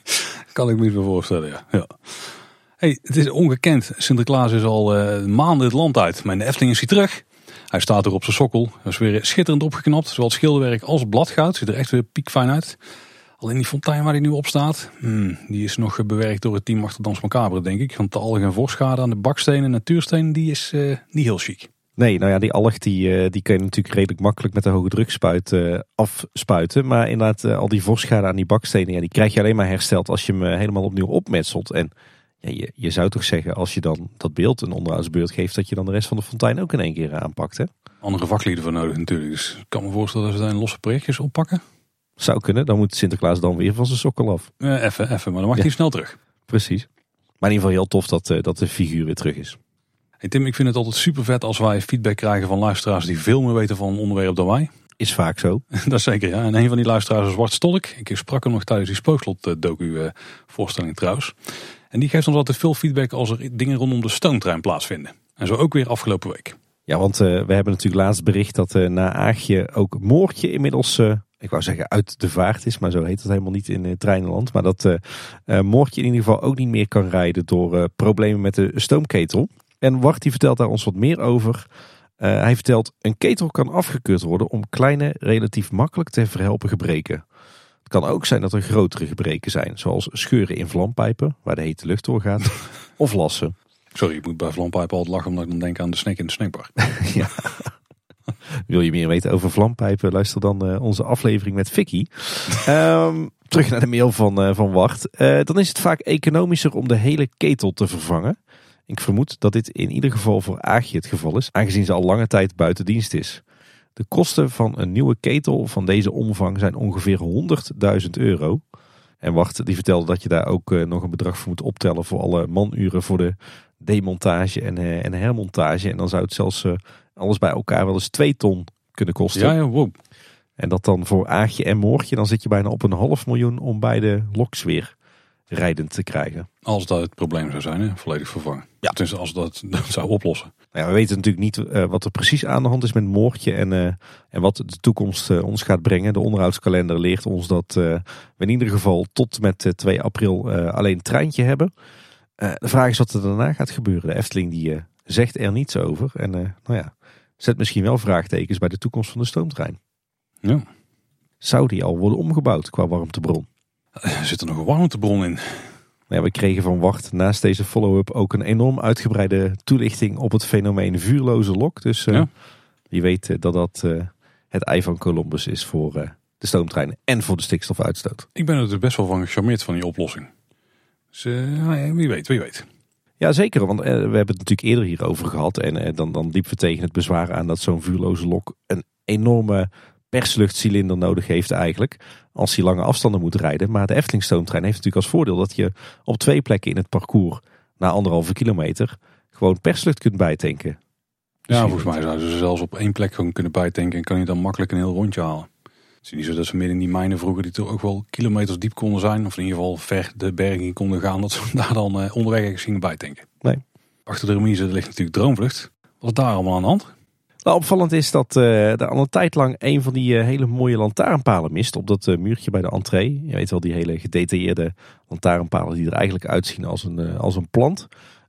Speaker 1: Kan ik me niet meer voorstellen, ja. Hey, het is ongekend. Sinterklaas is al maanden het land uit. Maar in de Efteling is hij terug. Hij staat er op zijn sokkel. Hij is weer schitterend opgeknapt. Zowel het schilderwerk als het bladgoud. Ziet er echt weer piekfijn uit. Alleen die fontein waar hij nu op staat. Die is nog bewerkt door het team achter Dans Macabre, denk ik. Want de algen en vorschade aan de bakstenen en natuurstenen, die is niet heel chic.
Speaker 2: Nee, nou ja, die alg die kun je natuurlijk redelijk makkelijk met de hoge drukspuit afspuiten. Maar inderdaad, al die vorschade aan die bakstenen, die krijg je alleen maar hersteld als je hem helemaal opnieuw opmetselt. En ja, je zou toch zeggen, als je dan dat beeld een onderhoudsbeurt geeft, dat je dan de rest van de fontein ook in één keer aanpakt, hè?
Speaker 1: Andere vaklieden voor nodig natuurlijk. Dus ik kan me voorstellen dat ze daar losse projectjes oppakken.
Speaker 2: Zou kunnen, dan moet Sinterklaas dan weer van zijn sokkel af.
Speaker 1: Even, maar dan mag hij snel terug.
Speaker 2: Precies. Maar in ieder geval heel tof dat de figuur weer terug is.
Speaker 1: Hey Tim, ik vind het altijd super vet als wij feedback krijgen van luisteraars die veel meer weten van een onderwerp dan wij.
Speaker 2: Is vaak zo.
Speaker 1: Dat is zeker, ja. En een van die luisteraars is Zwart Stolk. Ik sprak hem nog tijdens die Spookslot docu voorstelling trouwens. En die geeft ons altijd veel feedback als er dingen rondom de stoomtrein plaatsvinden. En zo ook weer afgelopen week.
Speaker 2: Ja, want we hebben natuurlijk laatst bericht dat na Aagje ook Moortje inmiddels, ik wou zeggen uit de vaart is, maar zo heet het helemaal niet in het treinenland. Maar dat Moortje in ieder geval ook niet meer kan rijden door problemen met de stoomketel. En Wart die vertelt daar ons wat meer over. Hij vertelt, een ketel kan afgekeurd worden om kleine, relatief makkelijk te verhelpen gebreken. Het kan ook zijn dat er grotere gebreken zijn, zoals scheuren in vlampijpen, waar de hete lucht doorgaat, of lassen.
Speaker 1: Sorry, ik moet bij vlampijpen altijd lachen omdat ik dan denk aan de snack in de snackbar.
Speaker 2: Ja. Wil je meer weten over vlampijpen? Luister dan onze aflevering met Vicky. Terug naar de mail van Wart. Dan is het vaak economischer om de hele ketel te vervangen. Ik vermoed dat dit in ieder geval voor Aagje het geval is, aangezien ze al lange tijd buiten dienst is. De kosten van een nieuwe ketel van deze omvang zijn ongeveer €100.000. En Wart die vertelde dat je daar ook nog een bedrag voor moet optellen voor alle manuren voor de demontage en hermontage. En dan zou het zelfs alles bij elkaar wel eens 2 ton kunnen kosten.
Speaker 1: Ja, wow.
Speaker 2: En dat dan voor Aagje en Moortje, dan zit je bijna op €500.000 om beide loks weer rijdend te krijgen.
Speaker 1: Als dat het probleem zou zijn, hè? Volledig vervangen. Ja. Tenminste, als dat zou oplossen.
Speaker 2: Nou ja, we weten natuurlijk niet wat er precies aan de hand is met Moortje en wat de toekomst ons gaat brengen. De onderhoudskalender leert ons dat we in ieder geval tot met 2 april alleen een treintje hebben. De vraag is wat er daarna gaat gebeuren. De Efteling die zegt er niets over. En zet misschien wel vraagtekens bij de toekomst van de stoomtrein.
Speaker 1: Ja.
Speaker 2: Zou die al worden omgebouwd qua warmtebron?
Speaker 1: Er zit er nog een warmtebron in.
Speaker 2: Ja, we kregen van Wart naast deze follow-up ook een enorm uitgebreide toelichting op het fenomeen vuurloze lok. Dus wie weet dat het ei van Columbus is voor de stoomtreinen en voor de stikstofuitstoot.
Speaker 1: Ik ben er dus best wel van gecharmeerd van die oplossing. Dus wie weet.
Speaker 2: Ja, zeker. Want we hebben het natuurlijk eerder hierover gehad. En dan liepen we tegen het bezwaar aan dat zo'n vuurloze lok een enorme persluchtcilinder nodig heeft eigenlijk. Als hij lange afstanden moet rijden. Maar de Efteling stoomtrein heeft natuurlijk als voordeel dat je op 2 plekken in het parcours na 1,5 kilometer gewoon perslucht kunt bijtanken.
Speaker 1: Ja, volgens mij zouden ze zelfs op 1 plek gewoon kunnen bijtanken en kan je dan makkelijk een heel rondje halen. Het is niet zo dat ze midden in die mijnen vroeger die toch ook wel kilometers diep konden zijn. Of in ieder geval ver de bergen in konden gaan. Dat ze daar dan onderweg ergens gingen bijtanken.
Speaker 2: Nee.
Speaker 1: Achter de remise ligt natuurlijk Droomvlucht. Wat is daar allemaal aan de hand?
Speaker 2: Nou, opvallend is dat er al een tijd lang een van die hele mooie lantaarnpalen mist op dat muurtje bij de entree. Je weet wel, die hele gedetailleerde lantaarnpalen die er eigenlijk uitzien als een plant.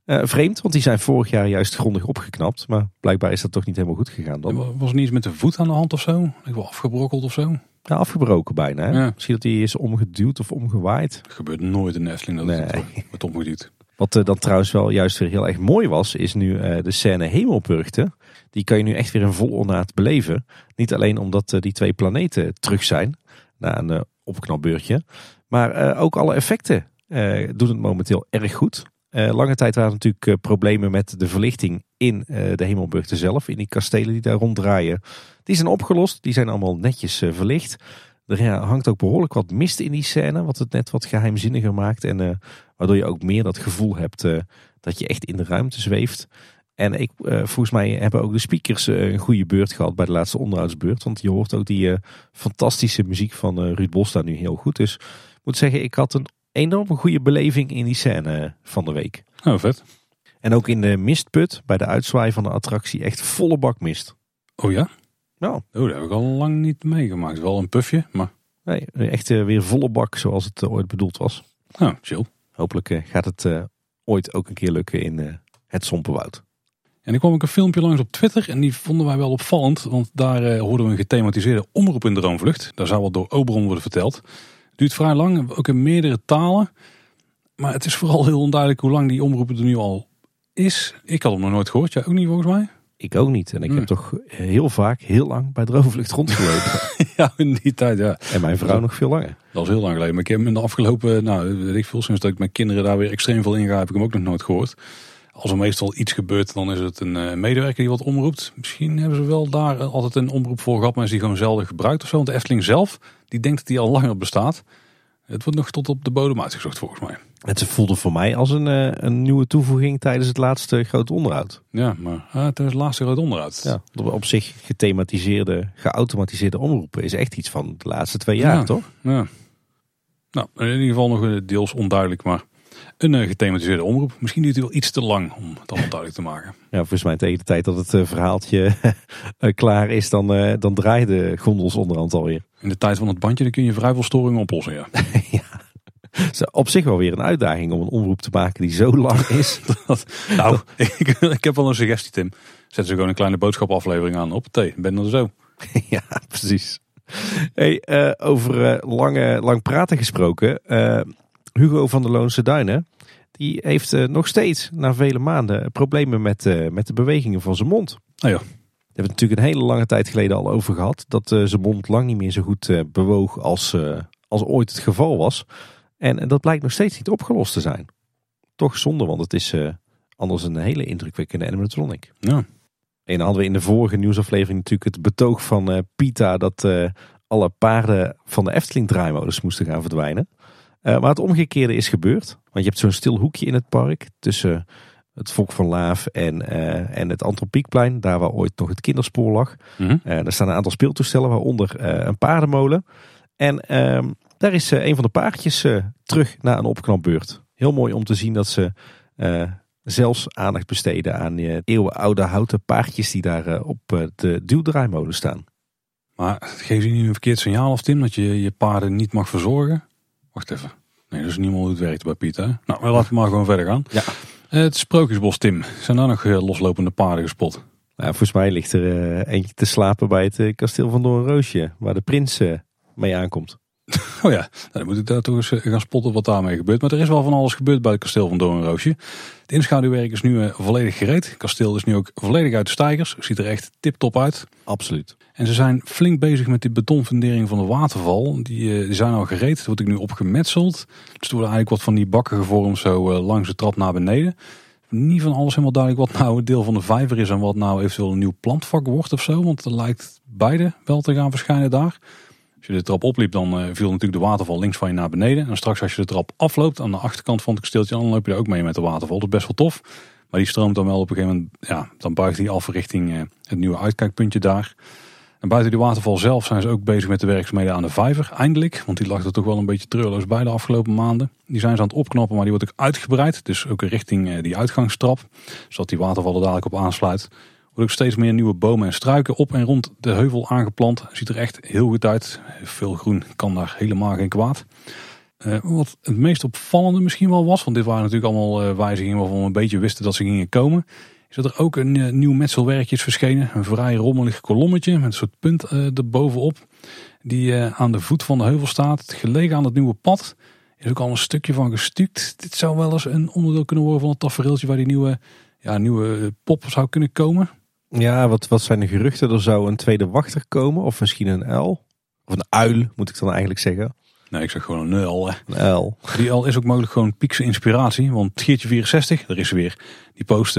Speaker 2: Vreemd, want die zijn vorig jaar juist grondig opgeknapt. Maar blijkbaar is dat toch niet helemaal goed gegaan dan.
Speaker 1: Was er niet iets met de voet aan de hand of zo? Ik wel afgebrokkeld of zo?
Speaker 2: Ja, afgebroken bijna. Hè? Ja. Misschien dat hij is omgeduwd of omgewaaid.
Speaker 1: Het gebeurt nooit in de Efteling dat het wordt omgeduwd.
Speaker 2: Wat dan trouwens wel juist weer heel erg mooi was, is nu de scène Hemelburgten. Die kan je nu echt weer in vol ornaat beleven. Niet alleen omdat die 2 planeten terug zijn na een opknapbeurtje. Maar ook alle effecten doen het momenteel erg goed. Lange tijd waren er natuurlijk problemen met de verlichting in de Hemelburgten zelf. In die kastelen die daar ronddraaien. Die zijn opgelost. Die zijn allemaal netjes verlicht. Er hangt ook behoorlijk wat mist in die scène. Wat het net wat geheimzinniger maakt. En waardoor je ook meer dat gevoel hebt dat je echt in de ruimte zweeft. En volgens mij hebben ook de speakers een goede beurt gehad bij de laatste onderhoudsbeurt. Want je hoort ook die fantastische muziek van Ruud Bos daar nu heel goed. Dus ik moet zeggen, ik had een enorm goede beleving in die scène van de week.
Speaker 1: Oh, vet.
Speaker 2: En ook in de mistput bij de uitzwaai van de attractie echt volle bak mist.
Speaker 1: Oh ja?
Speaker 2: Ja.
Speaker 1: Oh, dat heb ik al lang niet meegemaakt. Wel een puffje, maar...
Speaker 2: Nee, echt weer volle bak zoals het ooit bedoeld was.
Speaker 1: Oh, chill.
Speaker 2: Hopelijk gaat het ooit ook een keer lukken in het Sompenwoud.
Speaker 1: En ik kwam ook een filmpje langs op Twitter en die vonden wij wel opvallend. Want daar hoorden we een gethematiseerde omroep in Droomvlucht. Daar zou wat door Oberon worden verteld. Het duurt vrij lang, ook in meerdere talen. Maar het is vooral heel onduidelijk hoe lang die omroep er nu al is. Ik had hem nog nooit gehoord, jij ook niet volgens mij?
Speaker 2: Ik ook niet. En ik heb toch heel vaak, heel lang bij Droomvlucht rondgelopen.
Speaker 1: Ja, in die tijd, ja.
Speaker 2: En mijn vrouw nog veel langer.
Speaker 1: Dat was heel lang geleden. Maar ik heb hem in de afgelopen, weet ik veel, sinds dat ik mijn kinderen daar weer extreem veel in ga, heb ik hem ook nog nooit gehoord. Als er meestal iets gebeurt, dan is het een medewerker die wat omroept. Misschien hebben ze wel daar altijd een omroep voor gehad, maar is die gewoon zelden gebruikt of zo. Want de Efteling zelf, die denkt dat die al langer bestaat. Het wordt nog tot op de bodem uitgezocht volgens mij.
Speaker 2: Het voelde voor mij als een nieuwe toevoeging tijdens het laatste grote onderhoud.
Speaker 1: Ja, maar tijdens het laatste grote onderhoud.
Speaker 2: Ja, op zich geautomatiseerde omroepen is echt iets van de laatste 2 jaar, toch?
Speaker 1: Ja. Nou, in ieder geval nog deels onduidelijk, maar een gethematiseerde omroep. Misschien duurt het wel iets te lang om het allemaal duidelijk te maken.
Speaker 2: Ja, volgens mij tegen de tijd dat het verhaaltje klaar is, dan draaien de gondels onderhand alweer.
Speaker 1: In de tijd van het bandje dan kun je vrij veel storingen oplossen, ja.
Speaker 2: Ja. Het is op zich wel weer een uitdaging om een omroep te maken die zo lang is.
Speaker 1: Nou, ik heb wel een suggestie, Tim. Zet ze gewoon een kleine boodschapaflevering aan. Op thee, ben er zo.
Speaker 2: Ja, precies. Hey, over lang praten gesproken. Hugo van der Loonse Duinen, die heeft nog steeds na vele maanden problemen met de bewegingen van zijn mond.
Speaker 1: Oh ja.
Speaker 2: Daar hebben we het natuurlijk een hele lange tijd geleden al over gehad. Dat zijn mond lang niet meer zo goed bewoog als ooit het geval was. En dat blijkt nog steeds niet opgelost te zijn. Toch zonde, want het is anders een hele indrukwekkende animatronic.
Speaker 1: Ja.
Speaker 2: En dan hadden we in de vorige nieuwsaflevering natuurlijk het betoog van Pita dat alle paarden van de Efteling draaimodus moesten gaan verdwijnen. Maar het omgekeerde is gebeurd. Want je hebt zo'n stil hoekje in het park tussen het Fok van Laaf en het Antropiekplein. Daar waar ooit nog het kinderspoor lag.
Speaker 1: Mm-hmm.
Speaker 2: Daar staan een aantal speeltoestellen, waaronder een paardenmolen. En daar is een van de paardjes terug na een opknapbeurt. Heel mooi om te zien dat ze zelfs aandacht besteden aan eeuwenoude houten paardjes die daar op de duwdraaimolen staan.
Speaker 1: Maar geef je niet een verkeerd signaal of Tim dat je paarden niet mag verzorgen? Wacht even. Nee, dat is niet meer hoe het werkt bij Piet, hè? Nou, laten we maar gewoon verder gaan. Ja. Het Sprookjesbos, Tim. Zijn daar nog loslopende paarden gespot?
Speaker 2: Nou, volgens mij ligt er eentje te slapen bij het kasteel van Doornroosje, waar de prins mee aankomt.
Speaker 1: Oh ja, nou, dan moet ik daar toch eens gaan spotten wat daarmee gebeurt. Maar er is wel van alles gebeurd bij het kasteel van Doornroosje. Het inschaduwwerk is nu volledig gereed. Het kasteel is nu ook volledig uit de steigers. Ziet er echt tip-top uit.
Speaker 2: Absoluut.
Speaker 1: En ze zijn flink bezig met die betonfundering van de waterval. Die zijn al gereed. Er wordt ook nu opgemetseld. Dus er worden eigenlijk wat van die bakken gevormd zo langs de trap naar beneden. Niet van alles helemaal duidelijk wat nou het deel van de vijver is en wat nou eventueel een nieuw plantvak wordt of zo. Want er lijkt beide wel te gaan verschijnen daar. Als je de trap opliep, dan viel natuurlijk de waterval links van je naar beneden. En straks als je de trap afloopt aan de achterkant van het kasteeltje, dan loop je er ook mee met de waterval. Dat is best wel tof. Maar die stroomt dan wel op een gegeven moment, ja, dan buigt die af richting het nieuwe uitkijkpuntje daar. En buiten die waterval zelf zijn ze ook bezig met de werkzaamheden aan de vijver. Eindelijk, want die lag er toch wel een beetje treurloos bij de afgelopen maanden. Die zijn ze aan het opknappen, maar die wordt ook uitgebreid. Dus ook richting die uitgangstrap, zodat die waterval er dadelijk op aansluit. Er worden ook steeds meer nieuwe bomen en struiken op en rond de heuvel aangeplant. Ziet er echt heel goed uit. Veel groen kan daar helemaal geen kwaad. Wat het meest opvallende misschien wel was, want dit waren natuurlijk allemaal wijzigingen waarvan we een beetje wisten dat ze gingen komen, is dat er ook een nieuw metselwerkje is verschenen. Een vrij rommelig kolommetje met een soort punt erbovenop. Die aan de voet van de heuvel staat, gelegen aan het nieuwe pad. Is ook al een stukje van gestuukt. Dit zou wel eens een onderdeel kunnen worden van het tafereeltje waar die nieuwe pop zou kunnen komen.
Speaker 2: Ja, wat zijn de geruchten? Er zou een tweede wachter komen of misschien een uil. Of een uil moet ik dan eigenlijk zeggen.
Speaker 1: Nee, ik zeg gewoon een uil.
Speaker 2: Een uil.
Speaker 1: Die uil is ook mogelijk gewoon Piekse inspiratie. Want Giertje 64, daar is ze weer. Die postte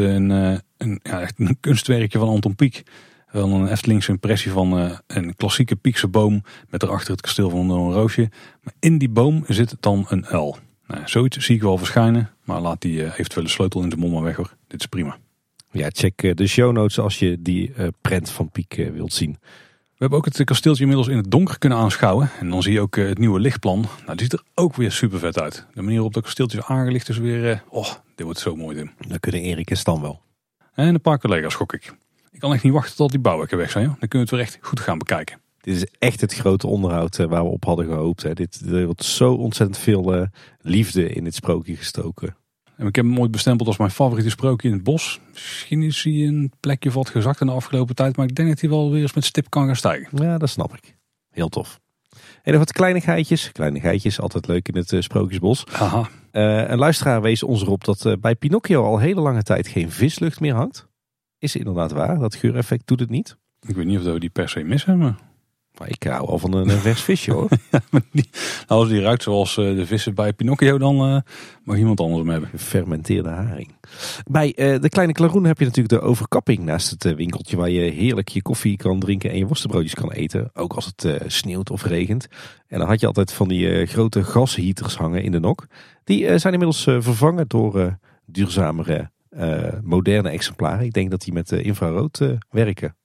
Speaker 1: een kunstwerkje van Anton Pieck. Wel een Eftelingse impressie van een klassieke Piekse boom met erachter het kasteel van Doornroosje. Maar in die boom zit dan een uil. Nou, zoiets zie ik wel verschijnen. Maar laat die eventuele sleutel in zijn mond maar weg hoor. Dit is prima.
Speaker 2: Ja, check de show notes als je die prent van Pieck wilt zien.
Speaker 1: We hebben ook het kasteeltje inmiddels in het donker kunnen aanschouwen. En dan zie je ook het nieuwe lichtplan. Nou, die ziet er ook weer super vet uit. De manier waarop dat kasteeltje is aangelicht is weer... dit wordt zo mooi, Tim.
Speaker 2: Dan kunnen Erik en Stan wel.
Speaker 1: En een paar collega's gok ik. Ik kan echt niet wachten tot die bouwwerken weg zijn. Joh. Dan kunnen we het weer echt goed gaan bekijken.
Speaker 2: Dit is echt het grote onderhoud waar we op hadden gehoopt. Hè. Er wordt zo ontzettend veel liefde in dit sprookje gestoken.
Speaker 1: En ik heb hem ooit bestempeld als mijn favoriete sprookje in het bos. Misschien is hij een plekje wat gezakt in de afgelopen tijd. Maar ik denk dat hij wel weer eens met stip kan gaan stijgen.
Speaker 2: Ja, dat snap ik. Heel tof. En nog wat kleinigheidjes. Kleinigheidjes, altijd leuk in het Sprookjesbos.
Speaker 1: Aha.
Speaker 2: Een luisteraar wees ons erop dat bij Pinocchio al hele lange tijd geen vislucht meer hangt. Is inderdaad waar. Dat geureffect doet het niet.
Speaker 1: Ik weet niet of we die per se missen. Maar
Speaker 2: ik hou al van een vers visje hoor.
Speaker 1: Ja, maar als die ruikt zoals de vissen bij Pinocchio, dan mag iemand anders hem hebben.
Speaker 2: Gefermenteerde haring. Bij de Kleine Klaroen heb je natuurlijk de overkapping naast het winkeltje waar je heerlijk je koffie kan drinken en je worstenbroodjes kan eten. Ook als het sneeuwt of regent. En dan had je altijd van die grote gasheaters hangen in de nok. Die zijn inmiddels vervangen door duurzamere, moderne exemplaren. Ik denk dat die met infrarood werken.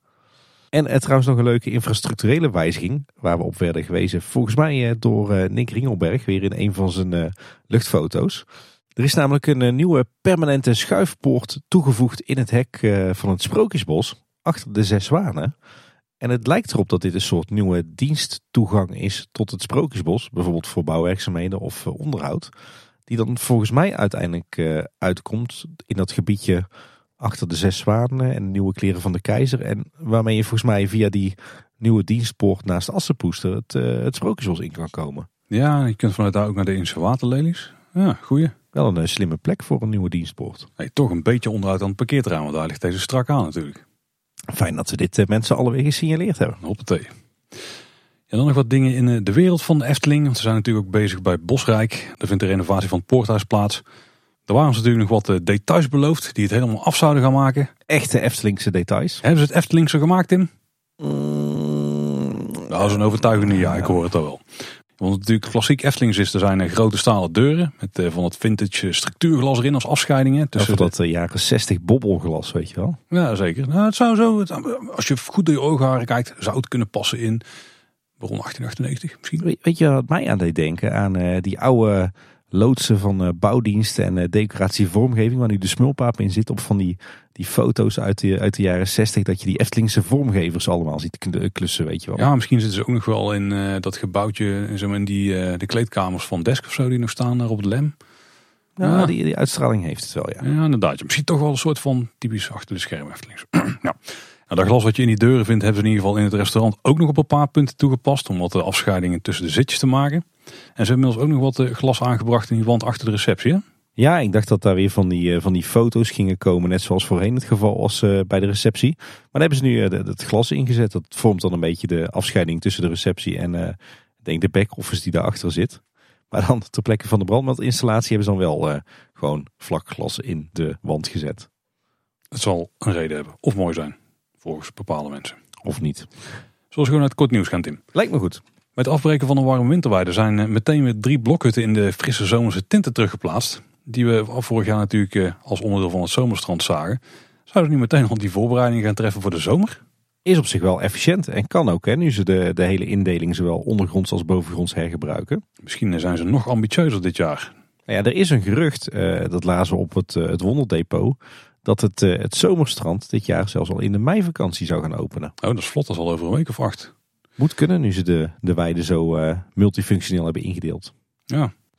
Speaker 2: En trouwens nog een leuke infrastructurele wijziging waar we op werden gewezen. Volgens mij door Nick Ringelberg weer in een van zijn luchtfoto's. Er is namelijk een nieuwe permanente schuifpoort toegevoegd in het hek van het Sprookjesbos. Achter de 6 zwanen. En het lijkt erop dat dit een soort nieuwe diensttoegang is tot het Sprookjesbos. Bijvoorbeeld voor bouwwerkzaamheden of onderhoud. Die dan volgens mij uiteindelijk uitkomt in dat gebiedje achter de 6 zwanen en de nieuwe kleren van de keizer. En waarmee je volgens mij via die nieuwe dienstpoort naast Assepoester het Sprookjesbos in kan komen.
Speaker 1: Ja, je kunt vanuit daar ook naar de Indische waterlelies. Ja, goeie.
Speaker 2: Wel een slimme plek voor een nieuwe dienstpoort.
Speaker 1: Hey, toch een beetje onderuit aan het parkeerterrein, want daar ligt deze strak aan natuurlijk.
Speaker 2: Fijn dat we dit mensen alweer gesignaleerd hebben.
Speaker 1: Hoppatee. En dan nog wat dingen in de wereld van de Efteling. Want ze zijn natuurlijk ook bezig bij Bosrijk. Daar vindt de renovatie van het Poorthuis plaats. Er waren ze natuurlijk nog wat details beloofd die het helemaal af zouden gaan maken.
Speaker 2: Echte Eftelingse details.
Speaker 1: Hebben ze het Eftelingse gemaakt, Tim? Dat is een overtuigende ja, ik hoor het al wel. Want het natuurlijk klassiek Eftelings is, er zijn grote stalen deuren met van het vintage structuurglas erin als afscheidingen.
Speaker 2: Tussen dat jaren 60 bobbelglas, weet je wel.
Speaker 1: Ja, zeker. Nou, het zou zo, als je goed door je oogharen kijkt, zou het kunnen passen in rond 1898 misschien.
Speaker 2: Weet je wat mij aan deed denken? Aan die oude loodsen van bouwdiensten en decoratievormgeving, waar nu de smulpaap in zit, op van die foto's uit de jaren 60, dat je die Eftelingse vormgevers allemaal ziet klussen, weet je wel.
Speaker 1: Ja, misschien zitten ze ook nog wel in dat gebouwtje, in de kleedkamers van Desk of zo, die nog staan daar op het Lem.
Speaker 2: Ja, die uitstraling heeft het wel, ja.
Speaker 1: Ja, inderdaad. Misschien toch wel een soort van typisch achter de scherm Eftelings. Ja. Nou, dat glas wat je in die deuren vindt, hebben ze in ieder geval in het restaurant ook nog op een paar punten toegepast, om wat afscheidingen tussen de zitjes te maken. En ze hebben inmiddels ook nog wat glas aangebracht in die wand achter de receptie, hè?
Speaker 2: Ja, ik dacht dat daar weer van die foto's gingen komen, net zoals voorheen het geval was bij de receptie. Maar daar hebben ze nu het glas ingezet. Dat vormt dan een beetje de afscheiding tussen de receptie en ik denk de back-office die daarachter zit. Maar dan ter plekke van de brandmeldinstallatie hebben ze dan wel gewoon vlak glas in de wand gezet.
Speaker 1: Het zal een reden hebben. Of mooi zijn. Volgens bepaalde mensen.
Speaker 2: Of niet.
Speaker 1: Zoals gewoon uit het kort nieuws gaan, Tim.
Speaker 2: Lijkt me goed.
Speaker 1: Met het afbreken van een warme winterweide zijn meteen weer 3 blokhutten in de frisse zomerse tinten teruggeplaatst. Die we vorig jaar natuurlijk als onderdeel van het zomerstrand zagen. Zouden ze nu meteen al die voorbereidingen gaan treffen voor de zomer?
Speaker 2: Is op zich wel efficiënt en kan ook, hè, nu ze de hele indeling zowel ondergronds als bovengronds hergebruiken.
Speaker 1: Misschien zijn ze nog ambitieuzer dit jaar.
Speaker 2: Nou ja, er is een gerucht, dat lazen we op het Wonderdepot, dat het zomerstrand dit jaar zelfs al in de meivakantie zou gaan openen.
Speaker 1: Oh, dat is vlot, dat is al over een week of 8.
Speaker 2: Moet kunnen, nu ze de weide zo multifunctioneel hebben ingedeeld.
Speaker 1: Ja.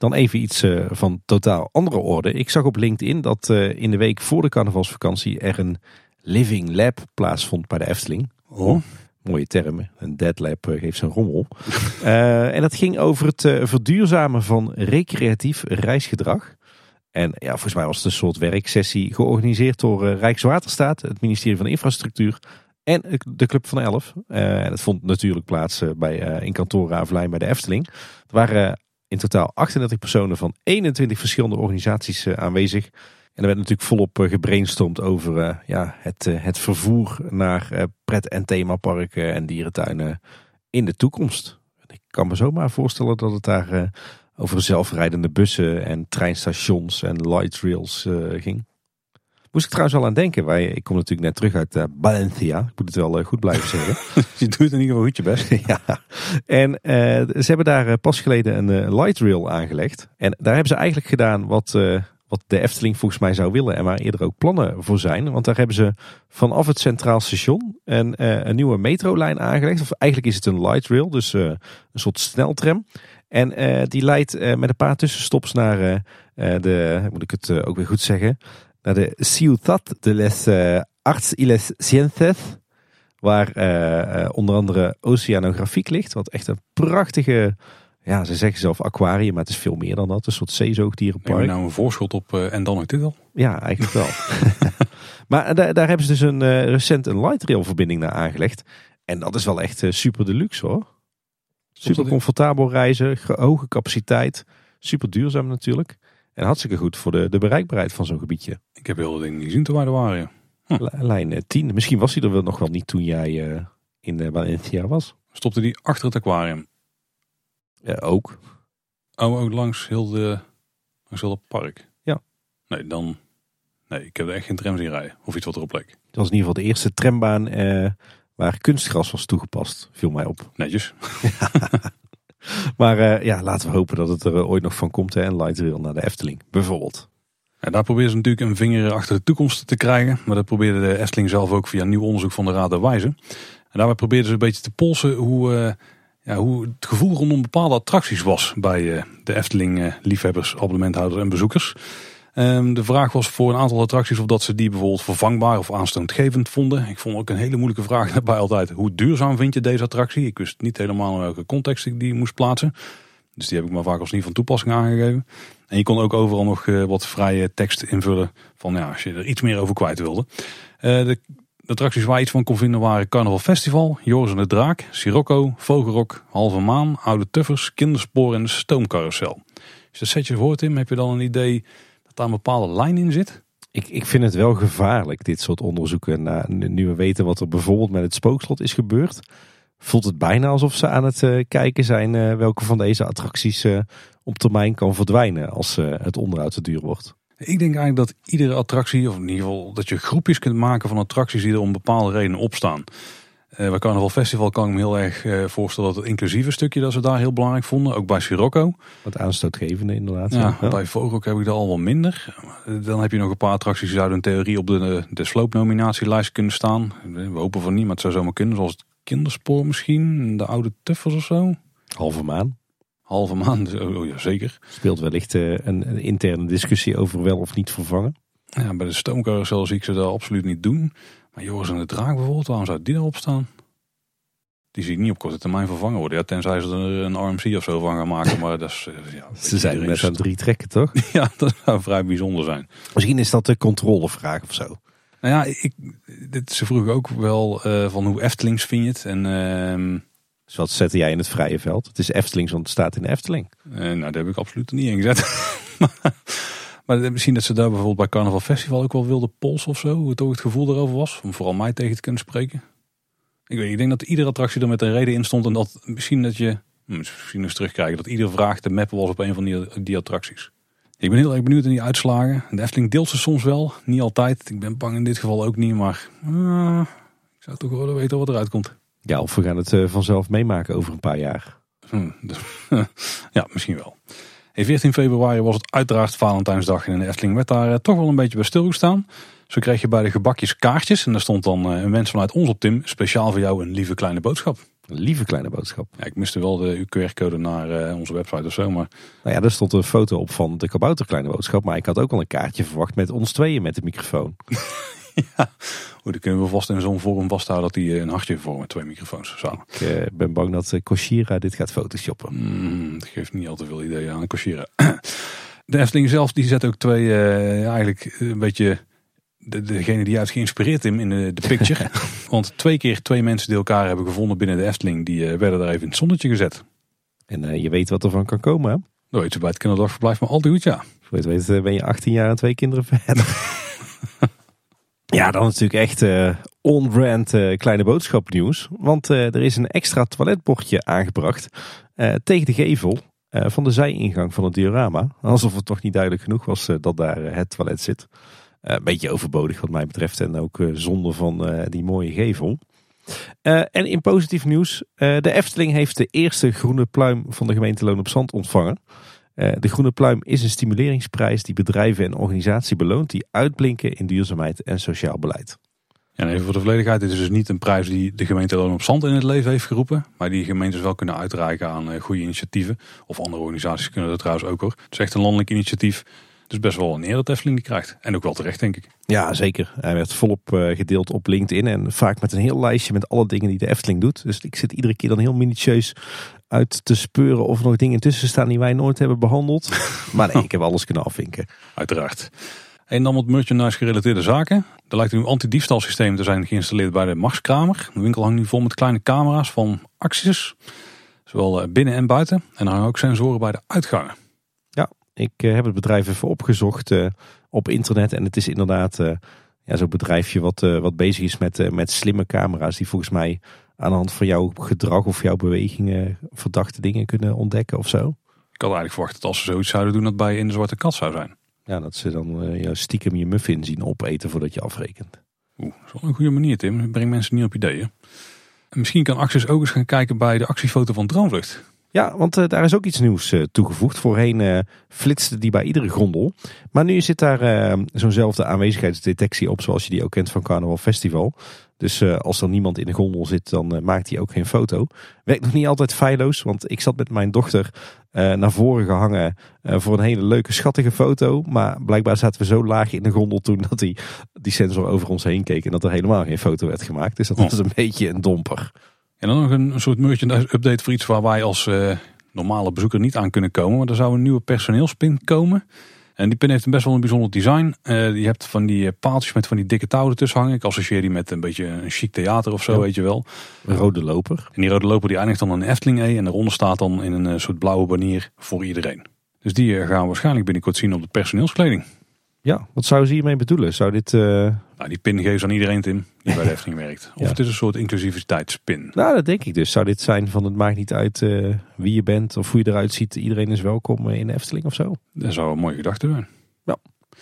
Speaker 2: Dan even iets van totaal andere orde. Ik zag op LinkedIn dat in de week voor de carnavalsvakantie er een Living Lab plaatsvond bij de Efteling.
Speaker 1: Oh.
Speaker 2: Mooie term, een dead lab geeft zijn rommel. En dat ging over het verduurzamen van recreatief reisgedrag. En ja, volgens mij was het een soort werksessie georganiseerd door Rijkswaterstaat, het ministerie van Infrastructuur en de Club van 11. En dat vond natuurlijk plaats in kantoor Ravelijn bij de Efteling. Er waren in totaal 38 personen van 21 verschillende organisaties aanwezig. En er werd natuurlijk volop gebrainstormd over het vervoer naar pret- en themaparken en dierentuinen in de toekomst. Ik kan me zomaar voorstellen dat het daar over zelfrijdende bussen en treinstations en light rails ging. Moest ik trouwens al aan denken. Ik kom natuurlijk net terug uit Valencia. Ik moet het wel goed blijven zeggen.
Speaker 1: Je doet in ieder geval goed je best.
Speaker 2: Ja. En ze hebben daar pas geleden een light rail aangelegd. En daar hebben ze eigenlijk gedaan wat de Efteling volgens mij zou willen. En waar eerder ook plannen voor zijn. Want daar hebben ze vanaf het Centraal Station een nieuwe metrolijn aangelegd. Of eigenlijk is het een light rail. Dus een soort sneltram. En die leidt met een paar tussenstops naar moet ik het ook weer goed zeggen, naar de Ciutat de les Arts y les Ciencias, waar onder andere oceanografiek ligt, wat echt een prachtige, ja, ze zeggen zelf aquarium, maar het is veel meer dan dat, een soort zeezoogdierenpark.
Speaker 1: Neem je nou een voorschot op en dan ook dit al?
Speaker 2: Ja, eigenlijk wel. Maar daar hebben ze dus recent een light rail verbinding naar aangelegd. En dat is wel echt super deluxe hoor. Super comfortabel reizen, hoge capaciteit, super duurzaam natuurlijk. En hartstikke goed voor de bereikbaarheid van zo'n gebiedje.
Speaker 1: Ik heb heel veel dingen niet gezien toen wij er waren.
Speaker 2: Lijn 10, misschien was hij er wel nog wel niet toen jij in Valencia was.
Speaker 1: Stopte die achter het aquarium?
Speaker 2: Ook.
Speaker 1: Oh, ook langs heel het park?
Speaker 2: Ja.
Speaker 1: Nee, ik heb er echt geen tram zien rijden. Of iets wat erop leek.
Speaker 2: Het was in ieder geval de eerste trambaan waar kunstgras was toegepast, viel mij op.
Speaker 1: Netjes.
Speaker 2: Maar laten we hopen dat het er ooit nog van komt. Een light rail naar de Efteling, bijvoorbeeld.
Speaker 1: Ja, daar proberen ze natuurlijk een vinger achter de toekomst te krijgen. Maar dat probeerde de Efteling zelf ook via nieuw onderzoek van de Raad der Wijzen. En daarbij probeerden ze een beetje te polsen hoe het gevoel rondom bepaalde attracties was bij de Efteling liefhebbers, abonnementhouders en bezoekers. De vraag was voor een aantal attracties of dat ze die bijvoorbeeld vervangbaar of aanstootgevend vonden. Ik vond ook een hele moeilijke vraag daarbij altijd. Hoe duurzaam vind je deze attractie? Ik wist niet helemaal in welke context ik die moest plaatsen. Dus die heb ik maar vaak als niet van toepassing aangegeven. En je kon ook overal nog wat vrije tekst invullen van als je er iets meer over kwijt wilde. De attracties waar je iets van kon vinden waren Carnaval Festival, Joris en de Draak, Sirocco, Vogelrok, Halve Maan, Oude Tuffers, Kinderspoor en de Stoomcarousel. Als je dat setje hoort, Tim, heb je dan een idee dat daar een bepaalde lijn in zit?
Speaker 2: Ik vind het wel gevaarlijk, dit soort onderzoeken. Nu we weten wat er bijvoorbeeld met het Spookslot is gebeurd, voelt het bijna alsof ze aan het kijken zijn welke van deze attracties op termijn kan verdwijnen als het onderhoud te duur wordt.
Speaker 1: Ik denk eigenlijk dat iedere attractie, of in ieder geval dat je groepjes kunt maken van attracties die er om bepaalde redenen opstaan. Bij Carnaval Festival kan ik me heel erg voorstellen dat het inclusieve stukje dat ze daar heel belangrijk vonden. Ook bij Sirocco.
Speaker 2: Wat aanstootgevende inderdaad.
Speaker 1: Ja. Bij Vogelrok heb ik dat al wel minder. Dan heb je nog een paar attracties die zouden in theorie op de sloopnominatielijst kunnen staan. We hopen van niet, maar het zou zomaar kunnen. Zoals het Kinderspoor misschien, de Oude Tuffers of zo.
Speaker 2: Halve Maan.
Speaker 1: Halve Maan, oh ja zeker.
Speaker 2: Speelt wellicht een interne discussie over wel of niet vervangen.
Speaker 1: Ja, bij de Stoomcarousel zie ik ze dat absoluut niet doen. Maar Joris en de Draak bijvoorbeeld, waarom zou die erop staan? Die zie ik niet op korte termijn vervangen worden. Ja, tenzij ze er een RMC of zo van gaan maken. Maar dat is,
Speaker 2: ze zijn net aan 3 trekken, toch?
Speaker 1: Ja, dat zou vrij bijzonder zijn.
Speaker 2: Misschien is dat de controlevraag of zo.
Speaker 1: Nou ja, ze vroegen ook wel van hoe Eftelings vind je het. En,
Speaker 2: dus wat zette jij in het vrije veld? Het is Eftelings, want het staat in de Efteling.
Speaker 1: Nou, daar heb ik absoluut niet in gezet. Maar misschien dat ze daar bijvoorbeeld bij Carnaval Festival ook wel wilde polsen of zo. Hoe het ook het gevoel erover was. Om vooral mij tegen te kunnen spreken. Ik denk dat iedere attractie er met een reden in stond. En dat misschien eens terugkrijgen. Dat iedere vraag te mappen was op een van die attracties. Ik ben heel erg benieuwd naar die uitslagen. De Efteling deelt ze soms wel. Niet altijd. Ik ben bang in dit geval ook niet. Maar ik zou toch wel willen weten wat eruit komt.
Speaker 2: Ja, of we gaan het vanzelf meemaken over een paar jaar.
Speaker 1: Ja, misschien wel. 14 februari was het uiteraard Valentijnsdag. En in de Efteling werd daar toch wel een beetje bij stilgestaan. Zo kreeg je bij de gebakjes kaartjes. En daar stond dan een wens vanuit ons op Tim. Speciaal voor jou een lieve kleine boodschap.
Speaker 2: Een lieve kleine boodschap.
Speaker 1: Ja, ik miste wel de QR-code naar onze website of zo. Maar...
Speaker 2: Nou ja, er stond een foto op van de kabouter kleine boodschap. Maar ik had ook al een kaartje verwacht met ons tweeën met de microfoon.
Speaker 1: Ja, die kunnen we vast in zo'n vorm vasthouden dat die een hartje vormen met 2 microfoons samen.
Speaker 2: Ik ben bang dat Koshira dit gaat photoshoppen.
Speaker 1: Dat geeft niet al te veel ideeën aan Koshira. De Efteling zelf die zet ook 2 eigenlijk een beetje degene die uit geïnspireerd in de picture. Want 2 keer 2 mensen die elkaar hebben gevonden binnen de Efteling, die werden daar even in het zonnetje gezet.
Speaker 2: En je weet wat er van kan komen, hè?
Speaker 1: Dat weet je bij het kinderdagverblijf maar altijd goed, ja.
Speaker 2: Voor je het weet ben je 18 jaar en 2 kinderen verder. Ja, dan natuurlijk echt on-brand kleine boodschap nieuws. Want er is een extra toiletbordje aangebracht tegen de gevel van de zijingang van het diorama. Alsof het toch niet duidelijk genoeg was dat daar het toilet zit. Een beetje overbodig wat mij betreft en ook zonde van die mooie gevel. En in positief nieuws, de Efteling heeft de eerste groene pluim van de gemeente Loon op Zand ontvangen. De groene pluim is een stimuleringsprijs die bedrijven en organisaties beloont die uitblinken in duurzaamheid en sociaal beleid.
Speaker 1: Ja, en even voor de volledigheid, dit is dus niet een prijs die de gemeente Loon op Zand in het leven heeft geroepen, maar die gemeentes wel kunnen uitreiken aan goede initiatieven. Of andere organisaties kunnen dat trouwens ook hoor. Het is echt een landelijk initiatief. Dus best wel een eer dat Efteling die krijgt. En ook wel terecht, denk ik.
Speaker 2: Ja, zeker. Hij werd volop gedeeld op LinkedIn. En vaak met een heel lijstje met alle dingen die de Efteling doet. Dus ik zit iedere keer dan heel minutieus uit te speuren of er nog dingen tussen staan die wij nooit hebben behandeld. Maar nee, ik heb alles kunnen afvinken.
Speaker 1: Uiteraard. En dan wat merchandise gerelateerde zaken. Er lijkt een nieuw antidiefstalsysteem te zijn geïnstalleerd bij de Marskramer. De winkel hangt nu vol met kleine camera's van Axis. Zowel binnen en buiten. En er hangen ook sensoren bij de uitgangen.
Speaker 2: Ik heb het bedrijf even opgezocht op internet. En het is inderdaad zo'n bedrijfje wat bezig is met slimme camera's. Die volgens mij aan de hand van jouw gedrag of jouw bewegingen verdachte dingen kunnen ontdekken of zo.
Speaker 1: Ik had eigenlijk verwacht dat als ze zoiets zouden doen dat bij in de Zwarte Kat zou zijn.
Speaker 2: Ja, dat ze dan stiekem je muffin zien opeten voordat je afrekent.
Speaker 1: Dat is wel een goede manier, Tim. Breng mensen niet op ideeën. En misschien kan Axis ook eens gaan kijken bij de actiefoto van Droomvlucht.
Speaker 2: Ja, want daar is ook iets nieuws toegevoegd. Voorheen flitste die bij iedere gondel. Maar nu zit daar zo'nzelfde aanwezigheidsdetectie op zoals je die ook kent van Carnaval Festival. Dus als er niemand in de gondel zit, dan maakt hij ook geen foto. Werkt nog niet altijd feilloos, want ik zat met mijn dochter naar voren gehangen voor een hele leuke, schattige foto. Maar blijkbaar zaten we zo laag in de gondel toen dat die sensor over ons heen keek en dat er helemaal geen foto werd gemaakt. Dus dat was een beetje een domper.
Speaker 1: En dan nog een soort merchandise update voor iets waar wij als normale bezoeker niet aan kunnen komen. Maar er zou een nieuwe personeelspin komen. En die pin heeft best wel een bijzonder design. Je hebt van die paaltjes met van die dikke touwen ertussen hangen. Ik associeer die met een beetje een chic theater of zo, weet je wel.
Speaker 2: Een rode loper.
Speaker 1: En die rode loper die eindigt dan in een Efteling E. En daaronder staat dan in een soort blauwe banier voor iedereen. Dus die gaan we waarschijnlijk binnenkort zien op de personeelskleding.
Speaker 2: Ja, wat zou ze hiermee bedoelen? Zou dit...
Speaker 1: Nou, die pin geven ze aan iedereen, Tim, die bij de Efteling werkt. Of het is een soort inclusiviteitspin.
Speaker 2: Nou, dat denk ik dus. Zou dit zijn van het maakt niet uit wie je bent of hoe je eruit ziet. Iedereen is welkom in de Efteling of zo?
Speaker 1: Dat zou een mooie gedachte zijn.
Speaker 2: Ja.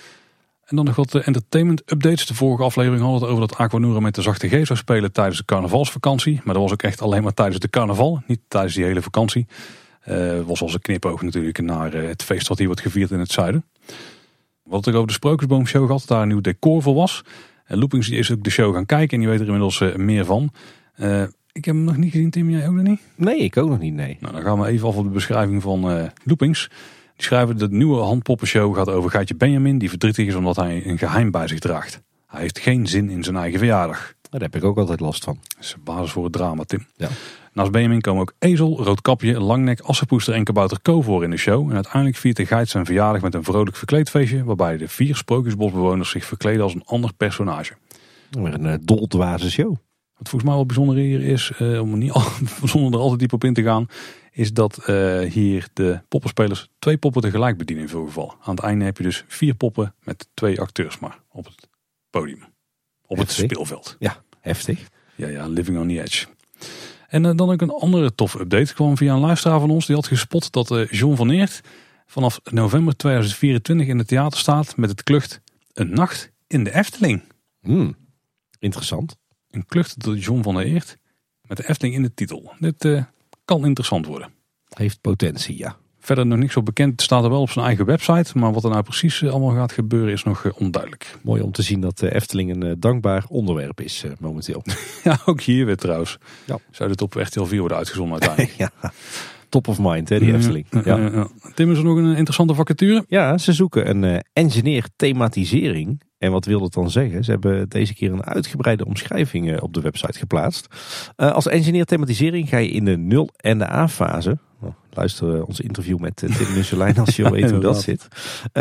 Speaker 1: En dan nog wat entertainment updates. De vorige aflevering hadden we het over dat Aquanura met de Zachte G zou spelen tijdens de carnavalsvakantie. Maar dat was ook echt alleen maar tijdens de carnaval, niet tijdens die hele vakantie. Was als een knipoog natuurlijk naar het feest wat hier wordt gevierd in het zuiden. We hadden het over de Sprookjesboomshow gehad, dat daar een nieuw decor voor was. Loopings die is ook de show gaan kijken en die weet er inmiddels meer van. Ik heb hem nog niet gezien, Tim, jij ook nog niet?
Speaker 2: Nee, ik ook nog niet, nee.
Speaker 1: Nou, dan gaan we even af op de beschrijving van Loopings. Die schrijven dat de nieuwe handpoppenshow gaat over Gaatje Benjamin, die verdrietig is omdat hij een geheim bij zich draagt. Hij heeft geen zin in zijn eigen verjaardag.
Speaker 2: Daar heb ik ook altijd last van.
Speaker 1: Dat is de basis voor het drama, Tim.
Speaker 2: Ja.
Speaker 1: Naast Benjamin komen ook Ezel, Roodkapje, Langnek, Assepoester en Kabouter Ko voor in de show. En uiteindelijk viert de geit zijn verjaardag met een vrolijk verkleedfeestje, waarbij de 4 Sprookjesbosbewoners zich verkleden als een ander personage.
Speaker 2: Weer een doldwaze show.
Speaker 1: Wat volgens mij wel bijzonder hier is, om er niet zonder er altijd diep op in te gaan, is dat hier de poppenspelers 2 poppen tegelijk bedienen in veel gevallen. Aan het einde heb je dus 4 poppen met 2 acteurs maar op het podium. Op heftig. Het speelveld.
Speaker 2: Ja, heftig.
Speaker 1: Ja, living on the edge. En dan ook een andere toffe update. Kwam via een luisteraar van ons. Die had gespot dat John van Eert vanaf november 2024 in het theater staat met het klucht Een Nacht in de Efteling.
Speaker 2: Interessant.
Speaker 1: Een klucht door John van der Eert met de Efteling in de titel. Dit kan interessant worden.
Speaker 2: Heeft potentie, ja.
Speaker 1: Verder nog niks op bekend. Het staat er wel op zijn eigen website. Maar wat er nou precies allemaal gaat gebeuren is nog onduidelijk.
Speaker 2: Mooi om te zien dat de Efteling een dankbaar onderwerp is momenteel.
Speaker 1: Ja, ook hier weer trouwens.
Speaker 2: Ja.
Speaker 1: Zou dit op RTL 4 worden uitgezonden uiteindelijk?
Speaker 2: Ja, top of mind, hè, die Efteling. Ja.
Speaker 1: Tim, is er nog een interessante vacature?
Speaker 2: Ja, ze zoeken een engineer thematisering. En wat wil dat dan zeggen? Ze hebben deze keer een uitgebreide omschrijving op de website geplaatst. Als engineer thematisering ga je in de 0 en de A-fase. Luister ons interview met Tim Musselijn als je wil weten hoe dat zit.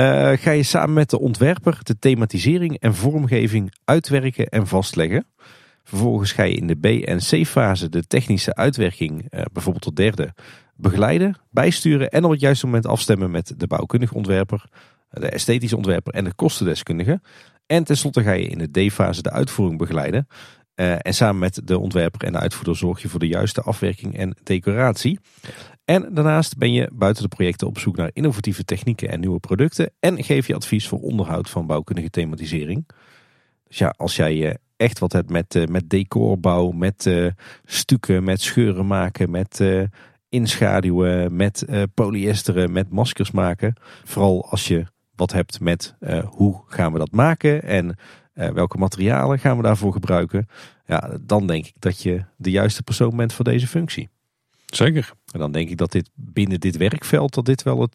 Speaker 2: Ga je samen met de ontwerper de thematisering en vormgeving uitwerken en vastleggen. Vervolgens ga je in de B- en C-fase de technische uitwerking, bijvoorbeeld tot derde, begeleiden, bijsturen en op het juiste moment afstemmen met de bouwkundige ontwerper, de esthetische ontwerper en de kostendeskundige. En tenslotte ga je in de D-fase de uitvoering begeleiden. En samen met de ontwerper en de uitvoerder zorg je voor de juiste afwerking en decoratie. En daarnaast ben je buiten de projecten op zoek naar innovatieve technieken en nieuwe producten. En geef je advies voor onderhoud van bouwkundige thematisering. Dus ja, als jij echt wat hebt met decorbouw, met stukken, met scheuren maken, met inschaduwen, met polyesteren, met maskers maken. Vooral als je wat hebt met hoe gaan we dat maken en welke materialen gaan we daarvoor gebruiken. Ja, dan denk ik dat je de juiste persoon bent voor deze functie.
Speaker 1: Zeker.
Speaker 2: En dan denk ik dat dit binnen dit werkveld dat dit wel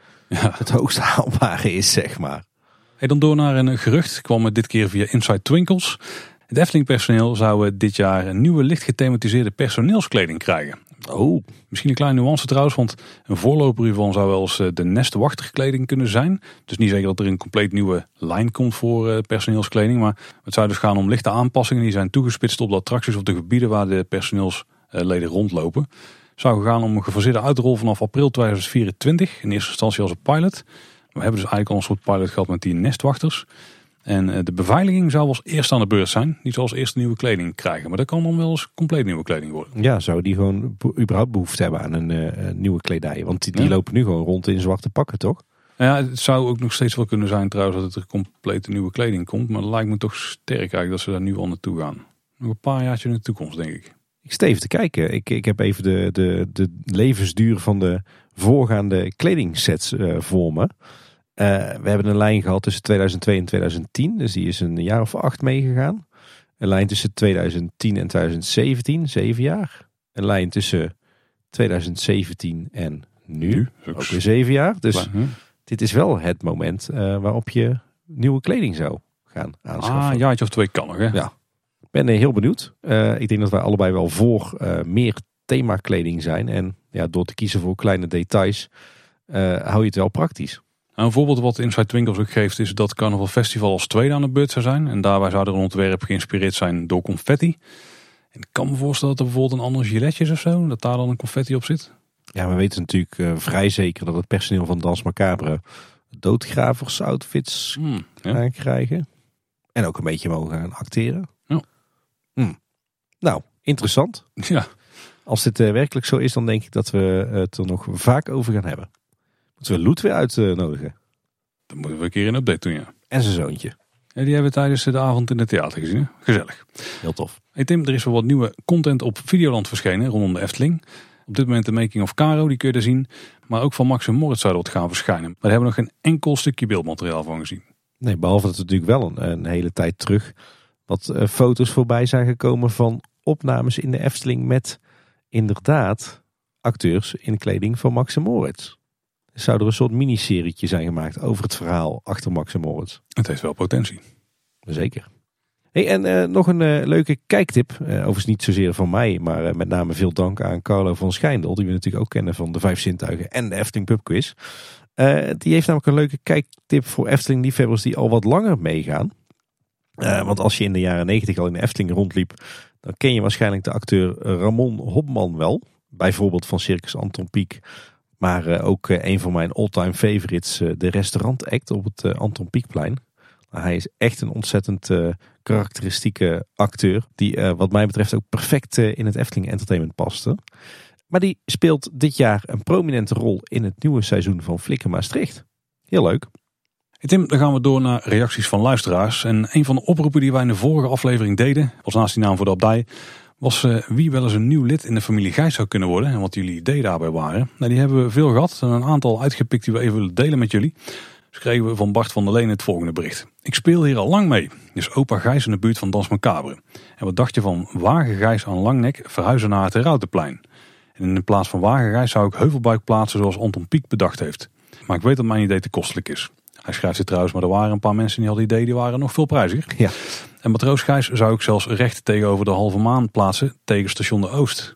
Speaker 2: het hoogst haalbare is, zeg maar.
Speaker 1: Hey, dan door naar een gerucht. Kwam het dit keer via Inside Twinkles. Het Efteling personeel zou dit jaar een nieuwe licht gethematiseerde personeelskleding krijgen.
Speaker 2: Oh.
Speaker 1: Misschien een kleine nuance trouwens, want een voorloper hiervan zou wel eens de nestwachterkleding kunnen zijn. Dus niet zeker dat er een compleet nieuwe lijn komt voor personeelskleding. Maar het zou dus gaan om lichte aanpassingen die zijn toegespitst op de attracties of de gebieden waar de personeelsleden rondlopen. Het zou gaan om een gefaseerde uitrol vanaf april 2024. In eerste instantie als een pilot. We hebben dus eigenlijk al een soort pilot gehad met die nestwachters. En de beveiliging zou als eerst aan de beurt zijn. Die zal als eerste nieuwe kleding krijgen. Maar dat kan dan wel eens compleet nieuwe kleding worden.
Speaker 2: Ja, zou die gewoon überhaupt behoefte hebben aan een nieuwe kledij? Want die lopen nu gewoon rond in zwarte pakken, toch?
Speaker 1: Ja, het zou ook nog steeds wel kunnen zijn trouwens dat er complete nieuwe kleding komt. Maar dat lijkt me toch sterk eigenlijk dat ze daar nu al naartoe gaan. Nog een paar jaartjes in de toekomst, denk ik.
Speaker 2: Ik zit even te kijken. Ik heb even de levensduur van de voorgaande kledingsets voor me. We hebben een lijn gehad tussen 2002 en 2010. Dus die is een jaar of 8 meegegaan. Een lijn tussen 2010 en 2017, 7 jaar. Een lijn tussen 2017 en nu ook weer 7 jaar. Dus dit is wel het moment waarop je nieuwe kleding zou gaan aanschaffen.
Speaker 1: Een jaartje of 2 kan nog, hè?
Speaker 2: Ja. Ik ben heel benieuwd. Ik denk dat wij allebei wel voor meer themakleding zijn. En ja, door te kiezen voor kleine details hou je het wel praktisch.
Speaker 1: Nou, een voorbeeld wat Inside Twinkles ook geeft is dat Carnaval Festival als tweede aan de beurt zou zijn. En daarbij zou er een ontwerp geïnspireerd zijn door confetti. En ik kan me voorstellen dat er bijvoorbeeld een ander giletje is of zo, dat daar dan een confetti op zit.
Speaker 2: Ja, we weten natuurlijk vrij zeker dat het personeel van Dans Macabre doodgravers outfits gaan krijgen. En ook een beetje mogen gaan acteren.
Speaker 1: Ja.
Speaker 2: Nou, interessant.
Speaker 1: Ja.
Speaker 2: Als dit werkelijk zo is, dan denk ik dat we het er nog vaak over gaan hebben. Moeten we Loet weer uitnodigen?
Speaker 1: Dan moeten we een keer een update doen, ja.
Speaker 2: En zijn zoontje.
Speaker 1: Ja, die hebben we tijdens de avond in het theater gezien, hè? Gezellig.
Speaker 2: Heel tof.
Speaker 1: Hey Tim, er is wel wat nieuwe content op Videoland verschenen rondom de Efteling. Op dit moment de Making of Caro, die kun je er zien. Maar ook van Max en Moritz zou dat gaan verschijnen. Maar daar hebben we nog geen enkel stukje beeldmateriaal van gezien.
Speaker 2: Nee, behalve dat er natuurlijk wel een hele tijd terug wat foto's voorbij zijn gekomen van opnames in de Efteling met inderdaad acteurs in kleding van Max en Moritz. Zou er een soort miniserietje zijn gemaakt over het verhaal achter Max en Moritz?
Speaker 1: Het heeft wel potentie.
Speaker 2: Zeker. Hey, en nog een leuke kijktip. Overigens niet zozeer van mij, maar met name veel dank aan Carlo van Schijndel. Die we natuurlijk ook kennen van de 5 Zintuigen en de Efteling Pub Quiz. Die heeft namelijk een leuke kijktip voor Efteling liefhebbers die al wat langer meegaan. Want als je in de jaren 90 al in de Efteling rondliep, dan ken je waarschijnlijk de acteur Ramon Hopman wel. Bijvoorbeeld van Circus Anton Pieck. Maar ook een van mijn all-time favorites, de restaurantact op het Anton Pieckplein. Hij is echt een ontzettend karakteristieke acteur. Die wat mij betreft ook perfect in het Efteling Entertainment paste. Maar die speelt dit jaar een prominente rol in het nieuwe seizoen van Flikken Maastricht. Heel leuk.
Speaker 1: Hey Tim, dan gaan we door naar reacties van luisteraars. En een van de oproepen die wij in de vorige aflevering deden, was naast die naam voor de abdij, was wie wel eens een nieuw lid in de familie Gijs zou kunnen worden. En wat jullie ideeën daarbij waren. Nou, die hebben we veel gehad. En een aantal uitgepikt die we even willen delen met jullie. Dus kregen we van Bart van der Leen het volgende bericht. Ik speel hier al lang mee. Dus opa Gijs in de buurt van Dans Macabre. En wat dacht je van Wagen Gijs aan Langnek verhuizen naar het Herautenplein? En in plaats van Wagen Gijs zou ik Heuvelbuik plaatsen zoals Anton Pieck bedacht heeft. Maar ik weet dat mijn idee te kostelijk is. Hij schrijft het trouwens, maar er waren een paar mensen die hadden idee, die waren nog veel prijziger.
Speaker 2: Ja.
Speaker 1: En Matroos Gijs zou ik zelfs recht tegenover de Halve Maan plaatsen tegen station de Oost.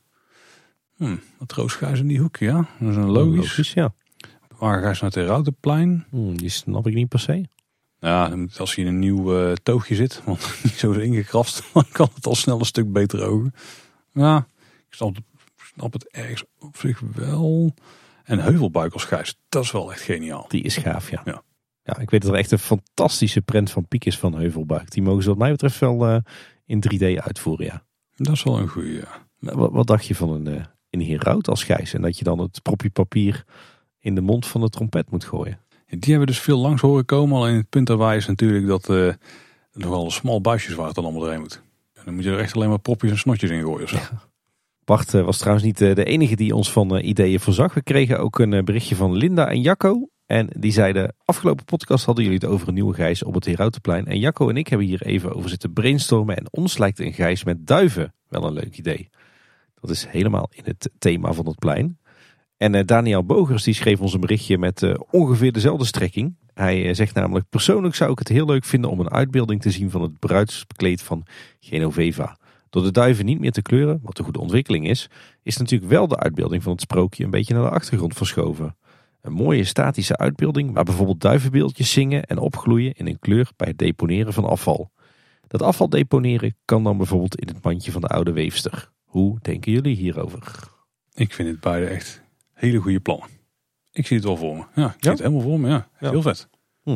Speaker 1: Matroos Gijs in die hoek, ja. Dat is een logisch.
Speaker 2: Ja.
Speaker 1: Wagen Gijs naar het Herautenplein.
Speaker 2: Die snap ik niet per se.
Speaker 1: Ja, als je in een nieuw toogje zit, want niet zo is ingekrast, dan kan het al snel een stuk beter ogen. Ja, ik snap het ergens op zich wel. En Heuvelbuik als Gijs, dat is wel echt geniaal.
Speaker 2: Die is gaaf, ja.
Speaker 1: Ja,
Speaker 2: Ik weet dat er echt een fantastische prent van Pieck is van Heuvelbuik. Die mogen ze wat mij betreft wel in 3D uitvoeren, ja.
Speaker 1: Dat is wel een goeie, ja.
Speaker 2: Wat dacht je van een heraut als Gijs? En dat je dan het propje papier in de mond van de trompet moet gooien.
Speaker 1: Die hebben we dus veel langs horen komen. Alleen het punt daarbij is natuurlijk dat er nogal een smal buisjes waar het dan allemaal doorheen moet. En dan moet je er echt alleen maar propjes en snotjes in gooien. Of zo.
Speaker 2: Ja. Bart was trouwens niet de enige die ons van ideeën voorzag. We kregen ook een berichtje van Linda en Jacco. En die zeiden, afgelopen podcast hadden jullie het over een nieuwe Gijs op het Herautenplein. En Jacco en ik hebben hier even over zitten brainstormen. En ons lijkt een Gijs met duiven wel een leuk idee. Dat is helemaal in het thema van het plein. En Daniel Bogers die schreef ons een berichtje met ongeveer dezelfde strekking. Hij zegt namelijk, persoonlijk zou ik het heel leuk vinden om een uitbeelding te zien van het bruidskleed van Genoveva. Door de duiven niet meer te kleuren, wat een goede ontwikkeling is natuurlijk wel de uitbeelding van het sprookje een beetje naar de achtergrond verschoven. Een mooie statische uitbeelding waar bijvoorbeeld duivenbeeldjes zingen en opgloeien in een kleur bij het deponeren van afval. Dat afval deponeren kan dan bijvoorbeeld in het mandje van de oude weefster. Hoe denken jullie hierover?
Speaker 1: Ik vind het beide echt hele goede plannen. Ik zie het wel voor me. Ja, ik zie het helemaal voor me. Ja, heel vet.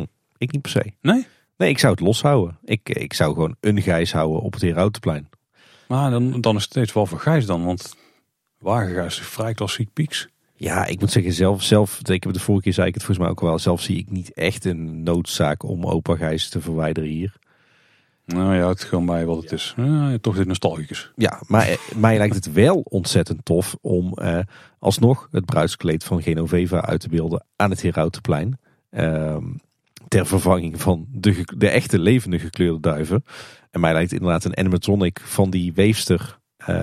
Speaker 2: Ik niet per se.
Speaker 1: Nee?
Speaker 2: Nee, ik zou het loshouden. Ik zou gewoon een Gijs houden op het Herautenplein.
Speaker 1: Maar dan is het steeds wel voor Gijs dan. Want Wagen Gijs is vrij klassiek Pieks.
Speaker 2: Ja, ik moet zeggen, zelf, ik heb de vorige keer zei ik het volgens mij ook al wel. Zelf zie ik niet echt een noodzaak om opa Gijs te verwijderen hier.
Speaker 1: Nou ja, het gewoon bij wat het is. Ja, toch dit nostalgisch.
Speaker 2: Ja, maar mij lijkt het wel ontzettend tof om alsnog het bruidskleed van Genoveva uit te beelden aan het Herautenplein. Ter vervanging van de echte levende gekleurde duiven. En mij lijkt inderdaad een animatronic van die weefster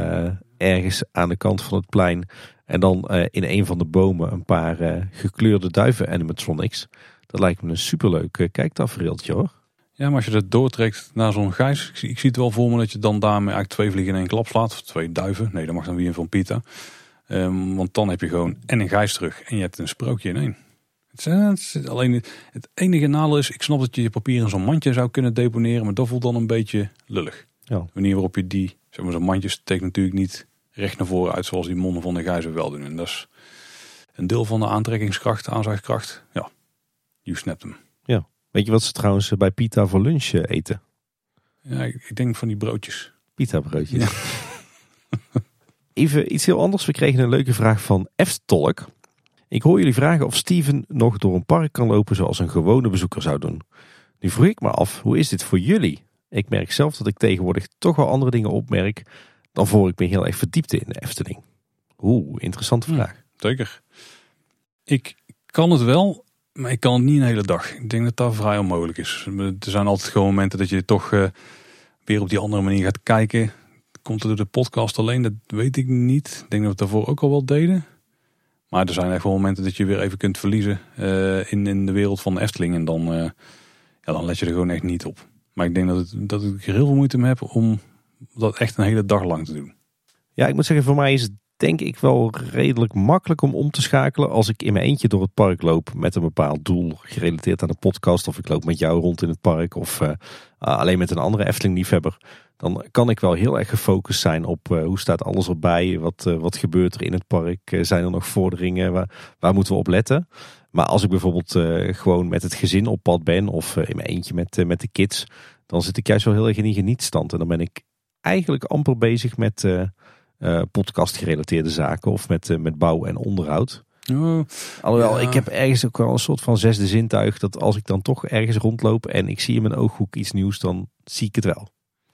Speaker 2: ergens aan de kant van het plein. En dan in een van de bomen een paar gekleurde duiven animatronics. Dat lijkt me een superleuk kijktafereeltje hoor.
Speaker 1: Ja, maar als je dat doortrekt naar zo'n Gijs. Ik zie het wel voor me dat je dan daarmee eigenlijk 2 vliegen in één klap slaat. Of 2 duiven. Nee, dat mag dan weer van Pieter. Want dan heb je gewoon en een Gijs terug. En je hebt een sprookje in één. Alleen het enige nadeel is, ik snap dat je papier in zo'n mandje zou kunnen deponeren. Maar dat voelt dan een beetje lullig.
Speaker 2: Ja.
Speaker 1: De manier waarop je die, zeg maar zo'n mandje steekt natuurlijk niet recht naar voren uit zoals die monden van de Gijzen wel doen. En dat is een deel van de aantrekkingskracht, aanzuigkracht. Ja, je snapt hem.
Speaker 2: Ja. Weet je wat ze trouwens bij Pita voor lunch eten?
Speaker 1: Ja, ik denk van die broodjes.
Speaker 2: Pita broodjes.
Speaker 1: Ja.
Speaker 2: Even iets heel anders. We kregen een leuke vraag van F-Tolk. Ik hoor jullie vragen of Steven nog door een park kan lopen zoals een gewone bezoeker zou doen. Nu vroeg ik me af, hoe is dit voor jullie? Ik merk zelf dat ik tegenwoordig toch wel andere dingen opmerk dan voor ik me heel erg verdiepte in de Efteling. Interessante vraag.
Speaker 1: Zeker. Ik kan het wel, maar ik kan het niet een hele dag. Ik denk dat dat vrij onmogelijk is. Er zijn altijd gewoon momenten dat je toch weer op die andere manier gaat kijken. Komt het door de podcast alleen? Dat weet ik niet. Ik denk dat we het daarvoor ook al wel deden. Maar er zijn echt wel momenten dat je weer even kunt verliezen in de wereld van de Efteling. En dan let je er gewoon echt niet op. Maar ik denk dat ik er heel veel moeite mee heb om dat echt een hele dag lang te doen.
Speaker 2: Ja, ik moet zeggen, voor mij is het denk ik wel redelijk makkelijk om te schakelen. Als ik in mijn eentje door het park loop met een bepaald doel gerelateerd aan de podcast. Of ik loop met jou rond in het park. Of alleen met een andere Efteling-liefhebber. Dan kan ik wel heel erg gefocust zijn op hoe staat alles erbij. Wat gebeurt er in het park? Zijn er nog vorderingen? Waar moeten we op letten? Maar als ik bijvoorbeeld gewoon met het gezin op pad ben. Of in mijn eentje met de kids. Dan zit ik juist wel heel erg in die genietstand. En dan ben ik eigenlijk amper bezig met podcast gerelateerde zaken. Of met bouw en onderhoud.
Speaker 1: Oh,
Speaker 2: Alhoewel, ik heb ergens ook wel een soort van zesde zintuig. Dat als ik dan toch ergens rondloop en ik zie in mijn ooghoek iets nieuws, dan zie ik het wel.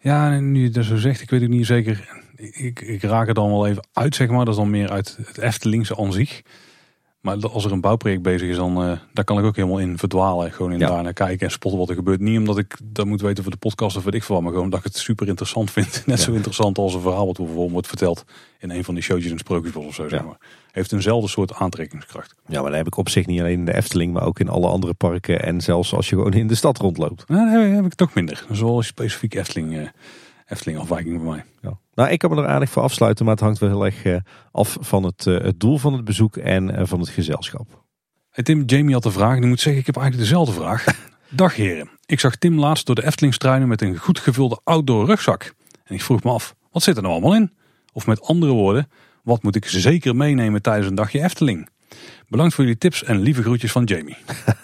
Speaker 1: Ja, en nu je dat zo zegt, ik weet het niet zeker. Ik raak er dan wel even uit, zeg maar. Dat is dan meer uit het Eftelingse aan zich. Maar als er een bouwproject bezig is, dan daar kan ik ook helemaal in verdwalen. Gewoon daar naar kijken en spotten wat er gebeurt. Niet omdat ik dat moet weten voor de podcast of weet ik veel wat, maar gewoon omdat ik het super interessant vind. Net zo interessant als een verhaal wat bijvoorbeeld wordt verteld in een van die showtjes in Sprookjesbos of zo. Zeg maar. Heeft eenzelfde soort aantrekkingskracht.
Speaker 2: Ja, maar dat heb ik op zich niet alleen in de Efteling, maar ook in alle andere parken. En zelfs als je gewoon in de stad rondloopt.
Speaker 1: Nou, dan heb ik toch minder. Dat is wel specifiek Efteling afwijking voor mij.
Speaker 2: Ja. Nou, ik kan me er aardig voor afsluiten, maar het hangt wel heel erg af van het doel van het bezoek en van het gezelschap.
Speaker 1: Hey Tim, Jamie had de vraag. Die moet zeggen, ik heb eigenlijk dezelfde vraag. Dag heren. Ik zag Tim laatst door de Efteling struinen met een goed gevulde outdoor rugzak. En ik vroeg me af, wat zit er nou allemaal in? Of met andere woorden, wat moet ik zeker meenemen tijdens een dagje Efteling? Bedankt voor jullie tips en lieve groetjes van Jamie.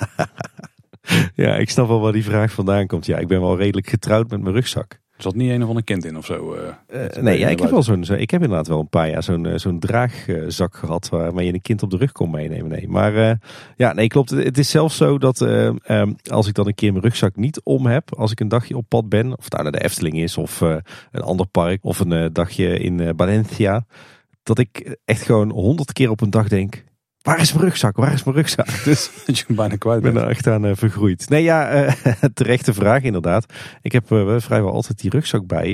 Speaker 2: Ja, ik snap wel waar die vraag vandaan komt. Ja, ik ben wel redelijk getrouwd met mijn rugzak.
Speaker 1: Er zat niet een of ander kind in of zo?
Speaker 2: Nee, ja, ik heb inderdaad wel een paar jaar zo'n draagzak gehad waarmee je een kind op de rug kon meenemen. Nee. Maar klopt. Het is zelfs zo dat als ik dan een keer mijn rugzak niet om heb, als ik een dagje op pad ben, of het nou naar de Efteling is of een ander park of een dagje in Valencia, dat ik echt gewoon 100 keer op een dag denk, waar is mijn rugzak? Waar is mijn rugzak? Dus
Speaker 1: dat je hem bijna kwijt bent.
Speaker 2: Ik ben er echt aan vergroeid. Nee, ja, terechte vraag inderdaad. Ik heb vrijwel altijd die rugzak bij.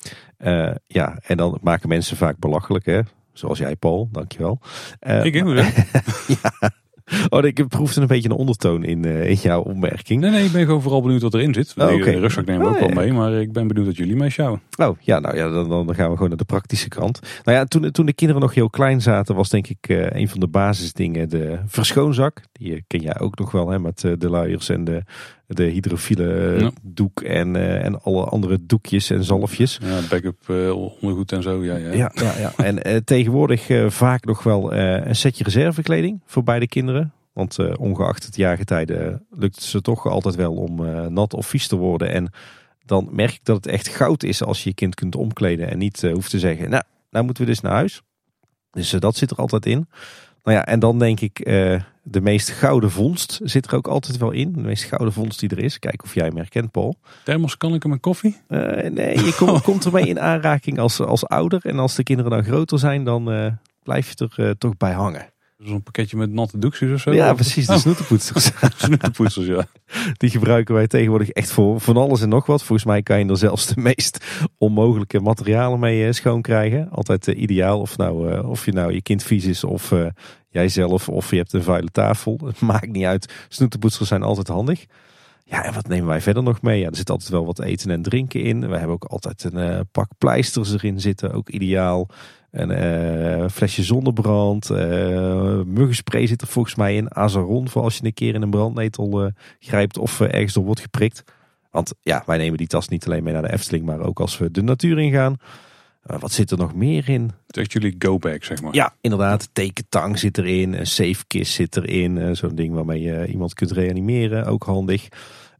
Speaker 2: En dan maken mensen vaak belachelijk, hè? Zoals jij, Paul. Dankjewel.
Speaker 1: Ik inderdaad.
Speaker 2: Ja. Oh, ik proefde een beetje een ondertoon in jouw opmerking.
Speaker 1: Nee, ik ben gewoon vooral benieuwd wat erin zit. De rugzak nemen we ook wel mee, maar ik ben benieuwd dat jullie meeschouwen.
Speaker 2: Oh, ja, dan gaan we gewoon naar de praktische kant. Nou ja, toen de kinderen nog heel klein zaten, was denk ik een van de basisdingen de verschoonzak. Die ken jij ook nog wel, hè, met de luiers en de hydrofiele doek en alle andere doekjes en zalfjes.
Speaker 1: Ja, backup ondergoed en zo. Ja.
Speaker 2: En tegenwoordig vaak nog wel een setje reservekleding voor beide kinderen. Want ongeacht het jaargetijde lukt het ze toch altijd wel om nat of vies te worden. En dan merk ik dat het echt goud is als je je kind kunt omkleden en niet hoeft te zeggen, nou moeten we dus naar huis. Dus dat zit er altijd in. Nou ja, en dan denk ik, de meest gouden vondst zit er ook altijd wel in. De meest gouden vondst die er is. Kijk of jij hem herkent, Paul.
Speaker 1: Thermos, kan ik hem met koffie?
Speaker 2: Nee, je komt ermee in aanraking als ouder. En als de kinderen dan groter zijn, dan blijf je er toch bij hangen.
Speaker 1: Zo'n pakketje met natte doekjes of zo?
Speaker 2: Ja, precies. De snoetenpoetsers.
Speaker 1: Snoetenpoetsers, ja.
Speaker 2: Die gebruiken wij tegenwoordig echt voor van alles en nog wat. Volgens mij kan je er zelfs de meest onmogelijke materialen mee schoon krijgen. Altijd ideaal. Of je nou je kind vies is of jijzelf of je hebt een vuile tafel. Het maakt niet uit. Snoetenpoetsers zijn altijd handig. Ja, en wat nemen wij verder nog mee? Ja, er zit altijd wel wat eten en drinken in. We hebben ook altijd een pak pleisters erin zitten. Ook ideaal. Een flesje zonnebrand. Muggenspray zit er volgens mij in. Azaron voor als je een keer in een brandnetel grijpt of ergens door wordt geprikt. Want ja, wij nemen die tas niet alleen mee naar de Efteling, maar ook als we de natuur ingaan. Wat zit er nog meer in?
Speaker 1: Het is echt jullie go-bag, zeg maar.
Speaker 2: Ja, inderdaad. Tekentang zit erin. Een safekist zit erin. Zo'n ding waarmee je iemand kunt reanimeren. Ook handig.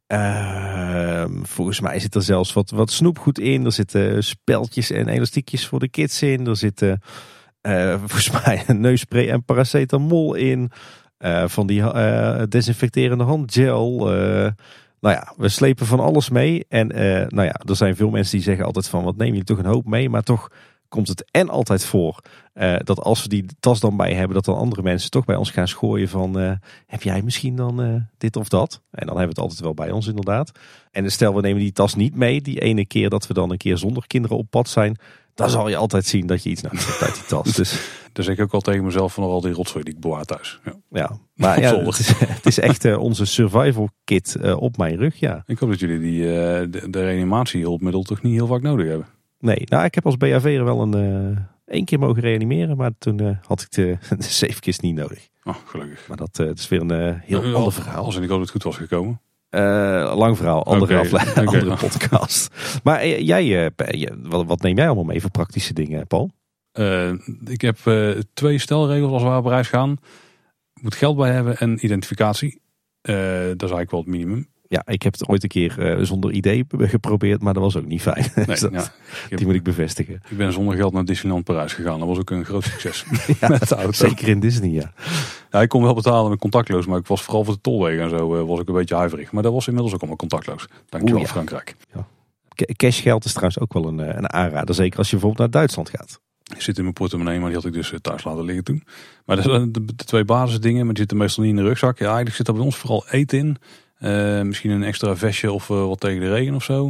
Speaker 2: Volgens mij zit er zelfs wat snoepgoed in. Er zitten speldjes en elastiekjes voor de kids in. Er zitten volgens mij een neusspray en paracetamol in. Van die desinfecterende handgel. Nou ja, we slepen van alles mee. En er zijn veel mensen die zeggen altijd van, wat neem je toch een hoop mee? Maar toch komt het altijd voor dat als we die tas dan bij hebben, dat dan andere mensen toch bij ons gaan schooien van, heb jij misschien dan dit of dat? En dan hebben we het altijd wel bij ons inderdaad. En stel we nemen die tas niet mee, die ene keer dat we dan een keer zonder kinderen op pad zijn, dan zal je altijd zien dat je iets nodig hebt uit die tas. Dus
Speaker 1: dan zeg ik ook al tegen mezelf van al die rotzooi die ik bewaar thuis.
Speaker 2: Ja, maar ja, het is echt onze survival kit op mijn rug, ja.
Speaker 1: Ik hoop dat jullie de reanimatiehulpmiddel toch niet heel vaak nodig hebben.
Speaker 2: Nee, nou ik heb als BHV'er wel één keer mogen reanimeren, maar toen had ik de safekist niet nodig.
Speaker 1: Oh, gelukkig.
Speaker 2: Maar dat is weer een heel ander verhaal.
Speaker 1: Als ik hoop dat het goed was gekomen.
Speaker 2: Lang verhaal, andere podcast. Maar wat neem jij allemaal mee voor praktische dingen, Paul?
Speaker 1: Ik heb 2 stelregels als we op reis gaan. Je moet geld bij hebben en identificatie. Dat is eigenlijk wel het minimum.
Speaker 2: Ja, ik heb het ooit een keer zonder idee geprobeerd, maar dat was ook niet fijn. Die moet ik bevestigen.
Speaker 1: Ik ben zonder geld naar Disneyland Parijs gegaan. Dat was ook een groot succes. Met de auto.
Speaker 2: Zeker in Disney, ja.
Speaker 1: Ja, ik kon wel betalen met contactloos, maar ik was vooral voor de tolwegen en zo was ik een beetje huiverig. Maar dat was inmiddels ook allemaal contactloos. Dankjewel Frankrijk.
Speaker 2: Ja. Cashgeld is trouwens ook wel een aanrader. Zeker als je bijvoorbeeld naar Duitsland gaat.
Speaker 1: Die zit in mijn portemonnee, maar die had ik dus thuis laten liggen toen. Maar dat zijn de twee basisdingen, maar die zitten meestal niet in de rugzak. Ja, eigenlijk zit daar bij ons vooral eten in. Misschien een extra vestje of wat tegen de regen of zo.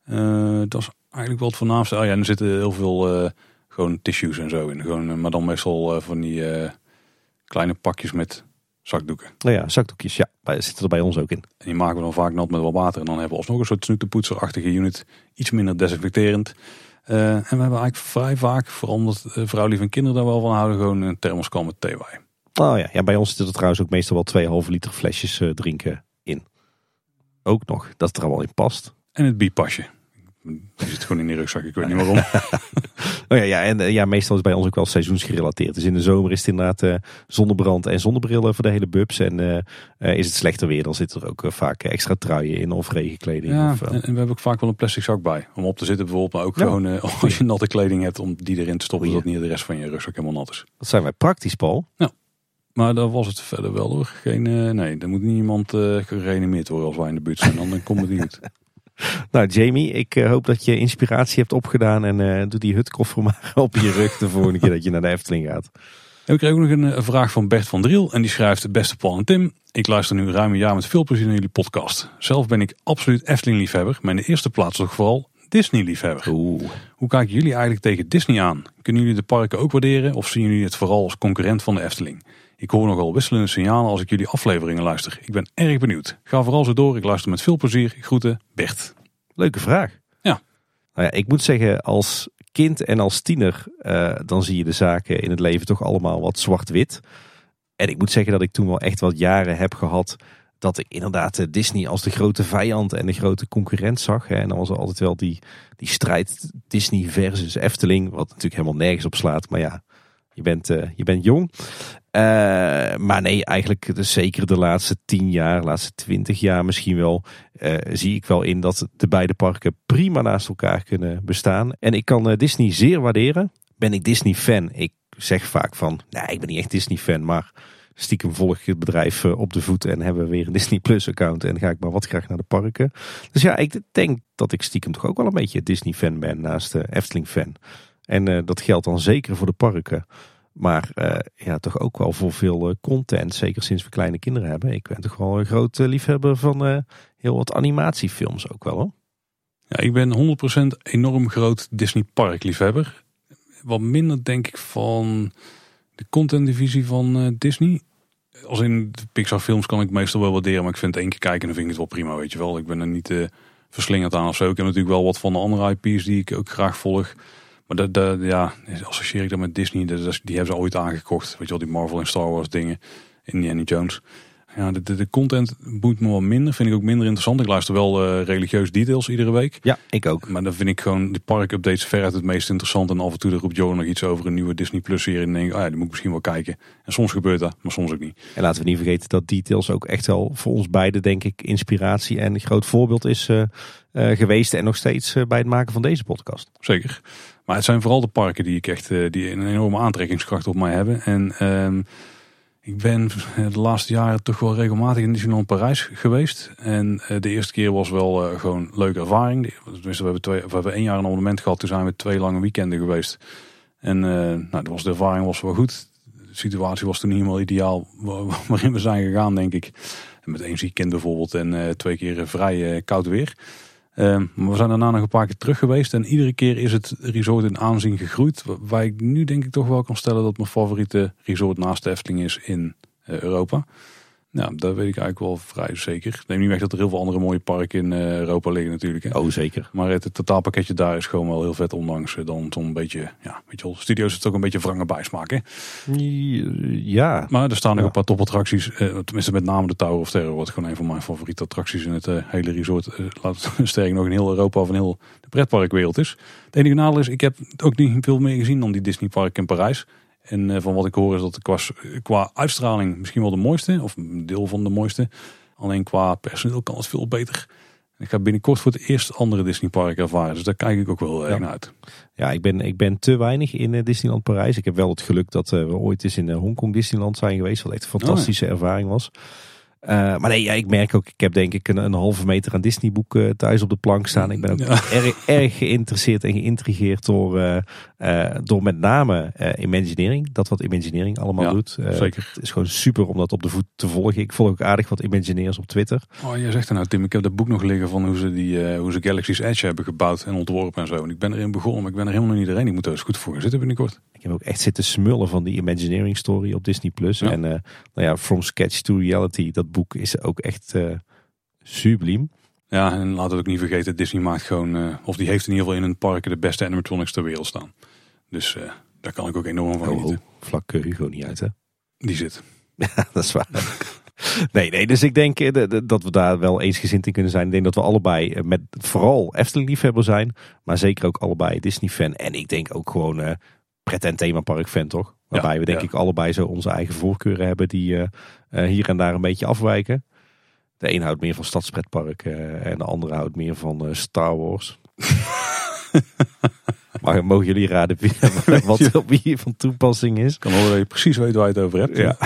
Speaker 1: Dat is eigenlijk wel het voornaamste. Ja, en er zitten heel veel gewoon tissues en zo in. Gewoon, maar dan meestal van die kleine pakjes met zakdoeken.
Speaker 2: Nou ja, zakdoekjes, ja. Zitten er bij ons ook in.
Speaker 1: En die maken we dan vaak nat met wat water. En dan hebben we alsnog een soort snoetenpoetserachtige unit. Iets minder desinfecterend. En we hebben eigenlijk vrij vaak, vooral omdat vrouw, lief en kinderen daar wel van houden, gewoon een thermoskan met thee bij.
Speaker 2: Oh ja, bij ons zitten er trouwens ook meestal wel 2,5 liter flesjes drinken in. Ook nog, dat het er allemaal in past.
Speaker 1: En het biepasje. Die zit gewoon in die rugzak, ik weet niet waarom.
Speaker 2: Oh ja, en meestal is bij ons ook wel seizoensgerelateerd. Dus in de zomer is het inderdaad zonnebrand en zonnebrillen voor de hele bubs. En is het slechter weer, dan zitten er ook vaak extra truien in of regenkleding.
Speaker 1: Ja, en we hebben ook vaak wel een plastic zak bij. Om op te zitten bijvoorbeeld, maar ook gewoon als je natte kleding hebt om die erin te stoppen. Zodat niet de rest van je rugzak helemaal nat is.
Speaker 2: Dat zijn wij praktisch, Paul.
Speaker 1: Ja, maar daar was het verder wel hoor. Nee, er moet niet iemand gereanimeerd worden als wij in de buurt zijn. Dan komt het niet goed.
Speaker 2: Nou Jamie, ik hoop dat je inspiratie hebt opgedaan en doe die hutkoffer maar op je rug de volgende keer dat je naar de Efteling gaat.
Speaker 1: En we kregen ook nog een vraag van Bert van Driel en die schrijft: beste Paul en Tim, ik luister nu ruim een jaar met veel plezier naar jullie podcast. Zelf ben ik absoluut Efteling-liefhebber, maar in de eerste plaats toch vooral Disney-liefhebber. Hoe kijken jullie eigenlijk tegen Disney aan? Kunnen jullie de parken ook waarderen of zien jullie het vooral als concurrent van de Efteling? Ik hoor nogal wisselende signalen als ik jullie afleveringen luister. Ik ben erg benieuwd. Ga vooral zo door. Ik luister met veel plezier. Groeten, Bert.
Speaker 2: Leuke vraag.
Speaker 1: Ja.
Speaker 2: Nou ja, ik moet zeggen, als kind en als tiener, dan zie je de zaken in het leven toch allemaal wat zwart-wit. En ik moet zeggen dat ik toen wel echt wat jaren heb gehad dat ik inderdaad Disney als de grote vijand en de grote concurrent zag. En dan was er altijd wel die strijd Disney versus Efteling, wat natuurlijk helemaal nergens op slaat. Maar ja, je bent jong. Maar nee, eigenlijk zeker de laatste 10 jaar, laatste 20 jaar misschien wel, zie ik wel in dat de beide parken prima naast elkaar kunnen bestaan. En ik kan Disney zeer waarderen. Ben ik Disney fan? Ik zeg vaak van, nee, ik ben niet echt Disney fan, maar stiekem volg ik het bedrijf op de voet en hebben we weer een Disney Plus account en ga ik maar wat graag naar de parken. Dus ja, ik denk dat ik stiekem toch ook wel een beetje Disney fan ben naast Efteling fan. En dat geldt dan zeker voor de parken. Maar toch ook wel voor veel content. Zeker sinds we kleine kinderen hebben. Ik ben toch wel een groot liefhebber van heel wat animatiefilms ook wel hoor.
Speaker 1: Ja, ik ben 100% enorm groot Disney park liefhebber. Wat minder denk ik van de contentdivisie van Disney. Als in de Pixar films kan ik meestal wel waarderen. Maar ik vind het 1 keer kijken en dan vind ik het wel prima, weet je wel. Ik ben er niet verslingerd aan of zo. Ik heb natuurlijk wel wat van de andere IP's die ik ook graag volg. Maar associeer ik dat met Disney. Die hebben ze ooit aangekocht. Weet je wel, die Marvel en Star Wars dingen. Indiana Jones. Ja, de content boeit me wel minder. Vind ik ook minder interessant. Ik luister wel religieus details iedere week.
Speaker 2: Ja, ik ook.
Speaker 1: Maar dan vind ik gewoon de parkupdates veruit het meest interessant. En af en toe roept Joe nog iets over een nieuwe Disney Plus serie. En denk ik, die moet ik misschien wel kijken. En soms gebeurt dat, maar soms ook niet.
Speaker 2: En laten we niet vergeten dat details ook echt wel voor ons beiden, denk ik, inspiratie en een groot voorbeeld is geweest. En nog steeds bij het maken van deze podcast.
Speaker 1: Zeker. Maar het zijn vooral de parken die ik echt die een enorme aantrekkingskracht op mij hebben. En ik ben de laatste jaren toch wel regelmatig in Disneyland Parijs geweest. En de eerste keer was wel gewoon een leuke ervaring. Tenminste, we hebben 1 jaar een abonnement gehad. Toen zijn we 2 lange weekenden geweest. En de ervaring was wel goed. De situatie was toen niet helemaal ideaal waarin we zijn gegaan, denk ik. En met 1 ziek kind bijvoorbeeld en 2 keer vrij koud weer. Maar we zijn daarna nog een paar keer terug geweest. En iedere keer is het resort in aanzien gegroeid. Waar ik nu denk ik toch wel kan stellen dat mijn favoriete resort naast de Efteling is in Europa. Ja, dat weet ik eigenlijk wel vrij zeker. Neem niet weg dat er heel veel andere mooie parken in Europa liggen natuurlijk. Hè.
Speaker 2: Oh, zeker.
Speaker 1: Maar het totaalpakketje daar is gewoon wel heel vet. Ondanks dan zo'n beetje, ja, weet je wel, studio's het ook een beetje wrange bijsmaak. Hè?
Speaker 2: Ja.
Speaker 1: Maar er staan nog een paar topattracties. Tenminste met name de Tower of Terror. Wat gewoon een van mijn favoriete attracties in het hele resort. Sterk nog in heel Europa of in heel de pretparkwereld is. Het enige nadeel is, ik heb ook niet veel meer gezien dan die Disney park in Parijs. En van wat ik hoor is dat het qua uitstraling misschien wel de mooiste. Of een deel van de mooiste. Alleen qua personeel kan het veel beter. Ik ga binnenkort voor het eerst andere Disney park ervaren. Dus daar kijk ik ook wel erg naar uit.
Speaker 2: Ja, ik ben te weinig in Disneyland Parijs. Ik heb wel het geluk dat we ooit eens in Hongkong Disneyland zijn geweest. Wat echt een fantastische ervaring was. Maar nee, ja, ik merk ook, ik heb denk ik een halve meter aan Disney boek thuis op de plank staan. Ik ben ook erg geïnteresseerd en geïntrigeerd door met name Imagineering. Dat wat Imagineering allemaal doet.
Speaker 1: Zeker.
Speaker 2: Het is gewoon super om dat op de voet te volgen. Ik volg ook aardig wat Imagineers op Twitter.
Speaker 1: Oh, jij zegt er nou, Tim, ik heb dat boek nog liggen van hoe ze Galaxy's Edge hebben gebouwd en ontworpen en zo. En ik ben erin begonnen, maar ik ben er helemaal nog niet doorheen. Ik moet er eens goed voor gaan zitten binnenkort.
Speaker 2: Ik heb ook echt zitten smullen van die Imagineering story op Disney+.
Speaker 1: Ja.
Speaker 2: En From Sketch to Reality, dat boek is ook echt subliem.
Speaker 1: Ja, en laten we het ook niet vergeten, Disney maakt gewoon, of die heeft in ieder geval in hun parken de beste animatronics ter wereld staan. Dus daar kan ik ook enorm van genieten.
Speaker 2: Vlak Hugo niet uit, hè?
Speaker 1: Die zit.
Speaker 2: Ja, dat is waar. Nee, dus ik denk dat we daar wel eensgezind in kunnen zijn. Ik denk dat we allebei met vooral Efteling-liefhebber zijn, maar zeker ook allebei Disney-fan. En ik denk ook gewoon pret- en themapark-fan, toch? Waarbij we denk ik allebei zo onze eigen voorkeuren hebben die hier en daar een beetje afwijken. De een houdt meer van stadspretpark en de andere houdt meer van Star Wars. Maar mogen jullie raden wat op wie van toepassing is?
Speaker 1: Ik kan horen dat je precies weet waar je het over hebt.
Speaker 2: Ja.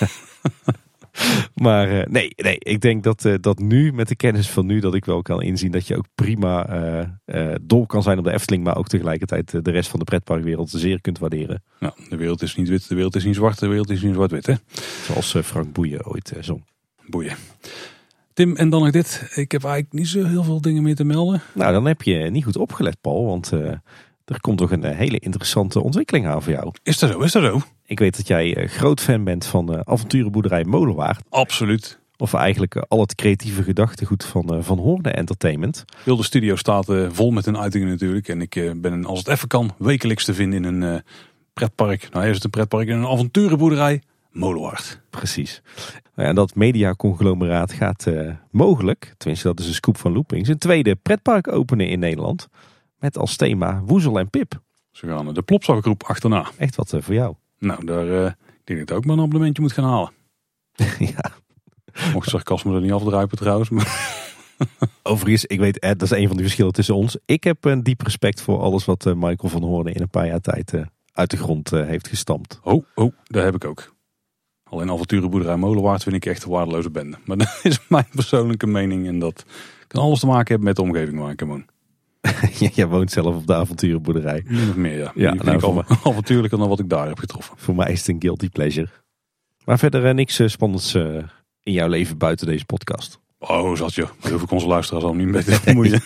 Speaker 2: Maar nee, ik denk dat nu met de kennis van nu dat ik wel kan inzien dat je ook prima dol kan zijn op de Efteling, maar ook tegelijkertijd de rest van de pretparkwereld zeer kunt waarderen.
Speaker 1: Ja, de wereld is niet wit, de wereld is niet zwart, de wereld is niet zwart-wit, hè?
Speaker 2: Zoals Frank Boeien ooit zong.
Speaker 1: Boeien. Tim, en dan nog dit. Ik heb eigenlijk niet zo heel veel dingen meer te melden.
Speaker 2: Nou, dan heb je niet goed opgelet, Paul, want er komt toch een hele interessante ontwikkeling aan voor jou.
Speaker 1: Is dat zo? Is dat zo?
Speaker 2: Ik weet dat jij groot fan bent van avonturenboerderij Molenwaard.
Speaker 1: Absoluut.
Speaker 2: Of eigenlijk al het creatieve gedachtegoed van Hoorne Entertainment.
Speaker 1: Heel de studio staat vol met hun uitingen natuurlijk. En ik ben, als het even kan, wekelijks te vinden in een pretpark. Nou, is het een pretpark in een avonturenboerderij Molenwaard.
Speaker 2: Precies. Nou ja, dat mediaconglomeraat gaat mogelijk, tenminste dat is een scoop van Loopings, een tweede pretpark openen in Nederland. Met als thema Woezel en Pip.
Speaker 1: Ze gaan de Plopsagroep achterna.
Speaker 2: Echt wat voor jou.
Speaker 1: Nou, daar ik denk dat ik ook maar een abonnementje moet gaan halen.
Speaker 2: Ja.
Speaker 1: Mocht sarcasme er niet afdruipen trouwens. Maar...
Speaker 2: Overigens, ik weet, dat is een van de verschillen tussen ons. Ik heb een diep respect voor alles wat Michael van Hoorne in een paar jaar tijd uit de grond heeft gestampt.
Speaker 1: Oh, daar heb ik ook. Alleen avonturenboerderij Molenwaard vind ik echt een waardeloze bende. Maar dat is mijn persoonlijke mening. En dat kan alles te maken hebben met de omgeving waar ik in woon.
Speaker 2: Jij woont zelf op de avonturenboerderij.
Speaker 1: Min of meer, ja.
Speaker 2: Ja,
Speaker 1: Die vind ik avontuurlijker dan wat ik daar heb getroffen.
Speaker 2: Voor mij is het een guilty pleasure. Maar verder niks spannends in jouw leven buiten deze podcast.
Speaker 1: Oh, zat je. Daar hoef ik onze luisteraars al niet mee te bemoeien.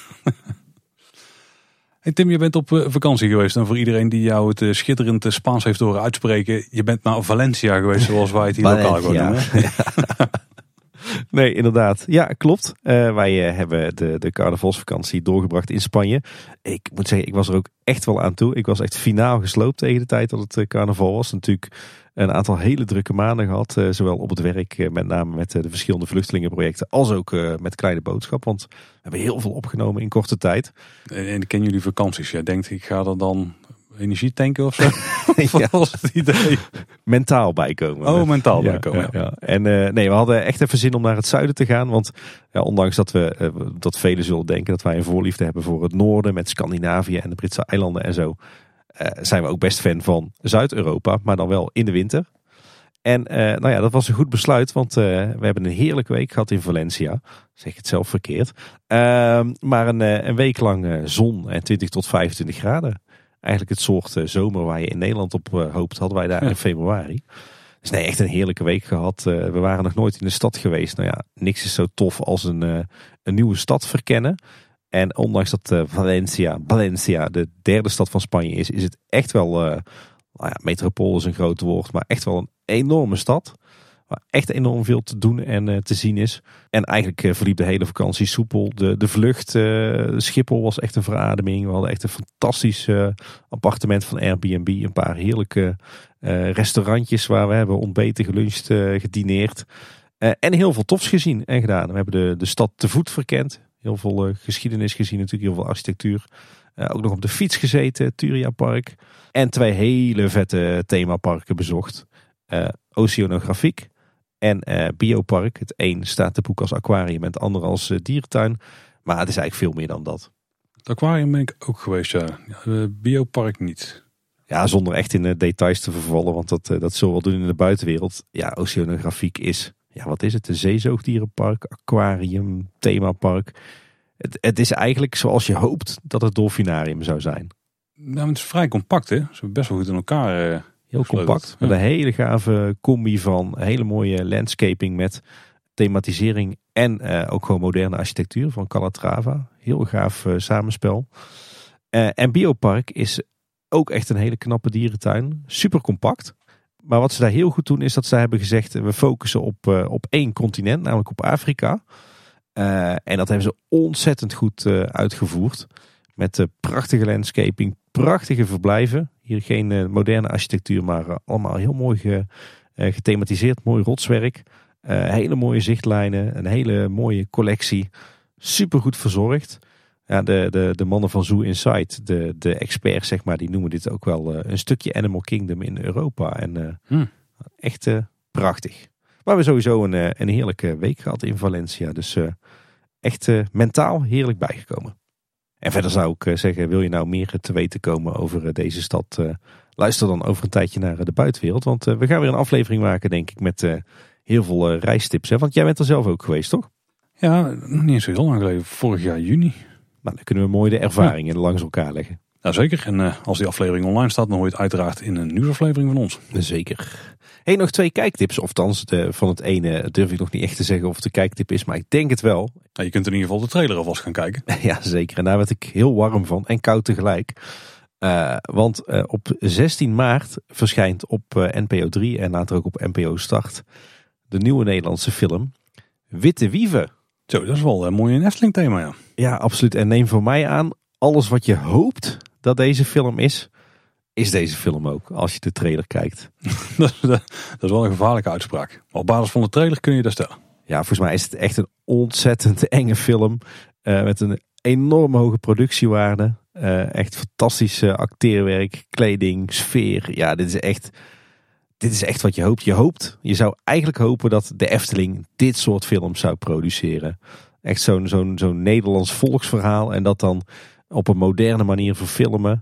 Speaker 1: Hey Tim, je bent op vakantie geweest. En voor iedereen die jou het schitterend Spaans heeft horen uitspreken. Je bent naar Valencia geweest, zoals wij het hier lokaal gewoon noemen.
Speaker 2: Nee, inderdaad. Ja, klopt. Wij hebben de carnavalsvakantie doorgebracht in Spanje. Ik moet zeggen, ik was er ook echt wel aan toe. Ik was echt finaal gesloopt tegen de tijd dat het carnaval was. Natuurlijk een aantal hele drukke maanden gehad. Zowel op het werk, met name met de verschillende vluchtelingenprojecten. Als ook met Kleine Boodschap. Want we hebben heel veel opgenomen in korte tijd.
Speaker 1: En kennen jullie vakanties? Jij denkt, ik ga er dan energie tanken of zo?
Speaker 2: Ja.
Speaker 1: Wat was het idee?
Speaker 2: Mentaal bijkomen.
Speaker 1: Oh, mentaal bijkomen.
Speaker 2: Ja. En nee, we hadden echt even zin om naar het zuiden te gaan. Want ja, ondanks dat we dat velen zullen denken dat wij een voorliefde hebben voor het noorden. Met Scandinavië en de Britse eilanden en zo. Zijn we ook best fan van Zuid-Europa. Maar dan wel in de winter. En nou ja, dat was een goed besluit. Want we hebben een heerlijke week gehad in Valencia. Zeg het zelf verkeerd. Maar een week lang zon en 20 tot 25 graden. Eigenlijk het soort zomer waar je in Nederland op hoopt, hadden wij daar in februari. Dus nee, echt een heerlijke week gehad. We waren nog nooit in de stad geweest. Nou ja, niks is zo tof als een nieuwe stad verkennen. En ondanks dat Valencia de derde stad van Spanje is het echt wel, nou ja, metropool is een groot woord, maar echt wel een enorme stad. Waar echt enorm veel te doen en te zien is. En eigenlijk verliep de hele vakantie soepel. De vlucht Schiphol was echt een verademing. We hadden echt een fantastisch appartement van Airbnb. Een paar heerlijke restaurantjes waar we hebben ontbeten, geluncht, gedineerd. En heel veel tofs gezien en gedaan. We hebben de stad te voet verkend. Heel veel geschiedenis gezien natuurlijk, heel veel architectuur. Ook nog op de fiets gezeten, Turia Park. En 2 hele vette themaparken bezocht. Oceanografiek en Biopark. Het een staat te boek als aquarium en het andere als dierentuin. Maar het is eigenlijk veel meer dan dat.
Speaker 1: Het aquarium ben ik ook geweest, ja. Biopark niet.
Speaker 2: Ja, zonder echt in details te vervallen, want dat zullen we wel doen in de buitenwereld. Ja, oceanografiek is wat is het? Een zeezoogdierenpark, aquarium, themapark. Het is eigenlijk zoals je hoopt dat het dolfinarium zou zijn.
Speaker 1: Nou, het is vrij compact, hè? Ze hebben best wel goed in elkaar
Speaker 2: Heel compact. Met een hele gave combi van hele mooie landscaping met thematisering en ook gewoon moderne architectuur van Calatrava. Heel gaaf samenspel. En Biopark is ook echt een hele knappe dierentuin. Super compact. Maar wat ze daar heel goed doen is dat ze hebben gezegd, we focussen op 1 continent, namelijk op Afrika. En dat hebben ze ontzettend goed uitgevoerd. Met prachtige landscaping, prachtige verblijven. Hier geen moderne architectuur, maar allemaal heel mooi gethematiseerd. Mooi rotswerk. Hele mooie zichtlijnen. Een hele mooie collectie. Super goed verzorgd. Ja, de mannen van Zoo Insight, de experts zeg maar, die noemen dit ook wel een stukje Animal Kingdom in Europa. En echt prachtig. Maar we hebben sowieso een heerlijke week gehad in Valencia. Dus echt mentaal heerlijk bijgekomen. En verder zou ik zeggen, wil je nou meer te weten komen over deze stad? Luister dan over een tijdje naar de buitenwereld. Want we gaan weer een aflevering maken, denk ik, met heel veel reistips. Hè? Want jij bent er zelf ook geweest, toch?
Speaker 1: Ja, niet eens zo heel lang geleden. Vorig jaar juni.
Speaker 2: Nou, dan kunnen we mooi de ervaringen langs elkaar leggen.
Speaker 1: Nou, zeker. En als die aflevering online staat, dan hoor je het uiteraard in een nieuwsaflevering van ons.
Speaker 2: Zeker. Hey, nog 2 kijktips. Of althans, van het ene durf ik nog niet echt te zeggen of het de kijktip is. Maar ik denk het wel.
Speaker 1: Nou, je kunt in ieder geval de trailer alvast gaan kijken.
Speaker 2: Ja, zeker. En daar werd ik heel warm van. En koud tegelijk. Want op 16 maart verschijnt op NPO 3 en later ook op NPO Start de nieuwe Nederlandse film Witte Wieven.
Speaker 1: Zo, dat is wel een mooi Efteling thema, ja.
Speaker 2: Ja, absoluut. En neem voor mij aan, alles wat je hoopt dat deze film is deze film ook. Als je de trailer kijkt.
Speaker 1: dat is wel een gevaarlijke uitspraak. Maar op basis van de trailer kun je dat stellen.
Speaker 2: Ja, volgens mij is het echt een ontzettend enge film. Met een enorm hoge productiewaarde. Echt fantastisch acteerwerk, kleding, sfeer. Ja, dit is echt wat je hoopt. Je zou eigenlijk hopen dat de Efteling dit soort films zou produceren. Echt zo'n Nederlands volksverhaal. En dat dan op een moderne manier verfilmen.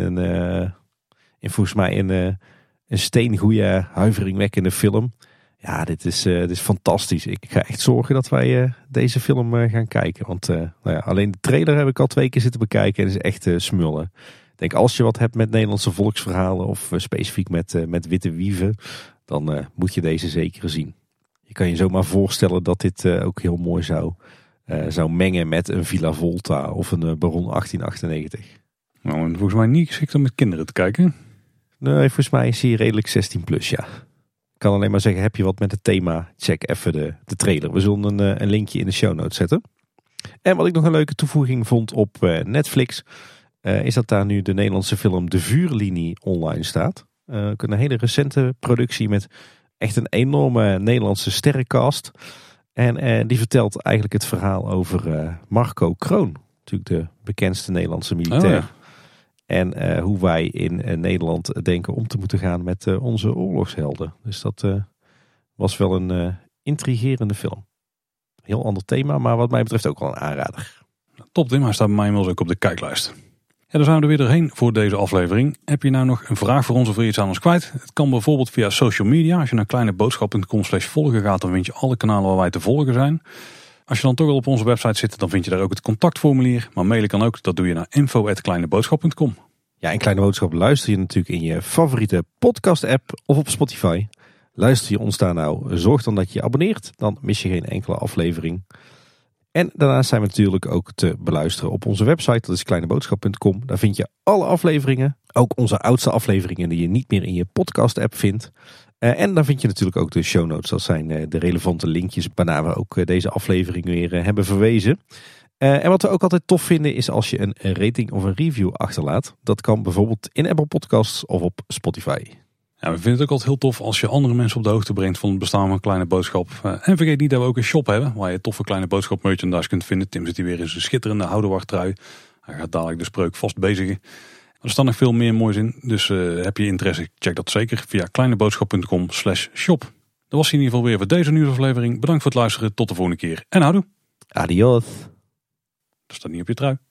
Speaker 2: Volgens mij een steengoeie, huiveringwekkende film. Ja, dit is fantastisch. Ik ga echt zorgen dat wij deze film gaan kijken. Want alleen de trailer heb ik al 2 keer zitten bekijken. En het is echt smullen. Ik denk, als je wat hebt met Nederlandse volksverhalen of specifiek met Witte Wieven, dan moet je deze zeker zien. Je kan je zomaar voorstellen dat dit ook heel mooi zou mengen met een Villa Volta of een Baron 1898.
Speaker 1: Nou, volgens mij niet geschikt om met kinderen te kijken.
Speaker 2: Nee, volgens mij is hij redelijk 16 plus, ja. Ik kan alleen maar zeggen, heb je wat met het thema, check even de trailer. We zullen een linkje in de show notes zetten. En wat ik nog een leuke toevoeging vond op Netflix, is dat daar nu de Nederlandse film De Vuurlinie online staat. Ook een hele recente productie met echt een enorme Nederlandse sterrencast. En die vertelt eigenlijk het verhaal over Marco Kroon. Natuurlijk de bekendste Nederlandse militair.
Speaker 1: Oh, ja.
Speaker 2: En hoe wij in Nederland denken om te moeten gaan met onze oorlogshelden. Dus dat was wel een intrigerende film. Heel ander thema, maar wat mij betreft ook wel een aanrader.
Speaker 1: Top Tim, hij staat bij mij inmiddels ook op de kijklijst. Ja, dan zijn we er weer doorheen voor deze aflevering. Heb je nou nog een vraag voor ons of wil je iets aan ons kwijt? Het kan bijvoorbeeld via social media. Als je naar kleineboodschap.com/volgen gaat, dan vind je alle kanalen waar wij te volgen zijn. Als je dan toch al op onze website zit, dan vind je daar ook het contactformulier. Maar mailen kan ook, dat doe je naar info@kleineboodschap.com.
Speaker 2: Ja, en Kleine Boodschap luister je natuurlijk in je favoriete podcast app of op Spotify. Luister je ons daar nou, zorg dan dat je je abonneert. Dan mis je geen enkele aflevering. En daarnaast zijn we natuurlijk ook te beluisteren op onze website. Dat is kleineboodschap.com. Daar vind je alle afleveringen. Ook onze oudste afleveringen die je niet meer in je podcast app vindt. En dan vind je natuurlijk ook de show notes. Dat zijn de relevante linkjes waarna we ook deze aflevering weer hebben verwezen. En wat we ook altijd tof vinden is als je een rating of een review achterlaat. Dat kan bijvoorbeeld in Apple Podcasts of op Spotify.
Speaker 1: Ja, we vinden het ook altijd heel tof als je andere mensen op de hoogte brengt van het bestaan van Kleine Boodschap. En vergeet niet dat we ook een shop hebben waar je toffe Kleine Boodschap merchandise kunt vinden. Tim zit hier weer in zijn schitterende Houdewacht-trui. Hij gaat dadelijk de spreuk vast bezigen. Er staan nog veel meer moois in, dus heb je interesse, check dat zeker via kleineboodschap.com/shop. Dat was in ieder geval weer voor deze nieuwsaflevering. Bedankt voor het luisteren, tot de volgende keer en houdoe.
Speaker 2: Adios.
Speaker 1: Dat staat niet op je trui.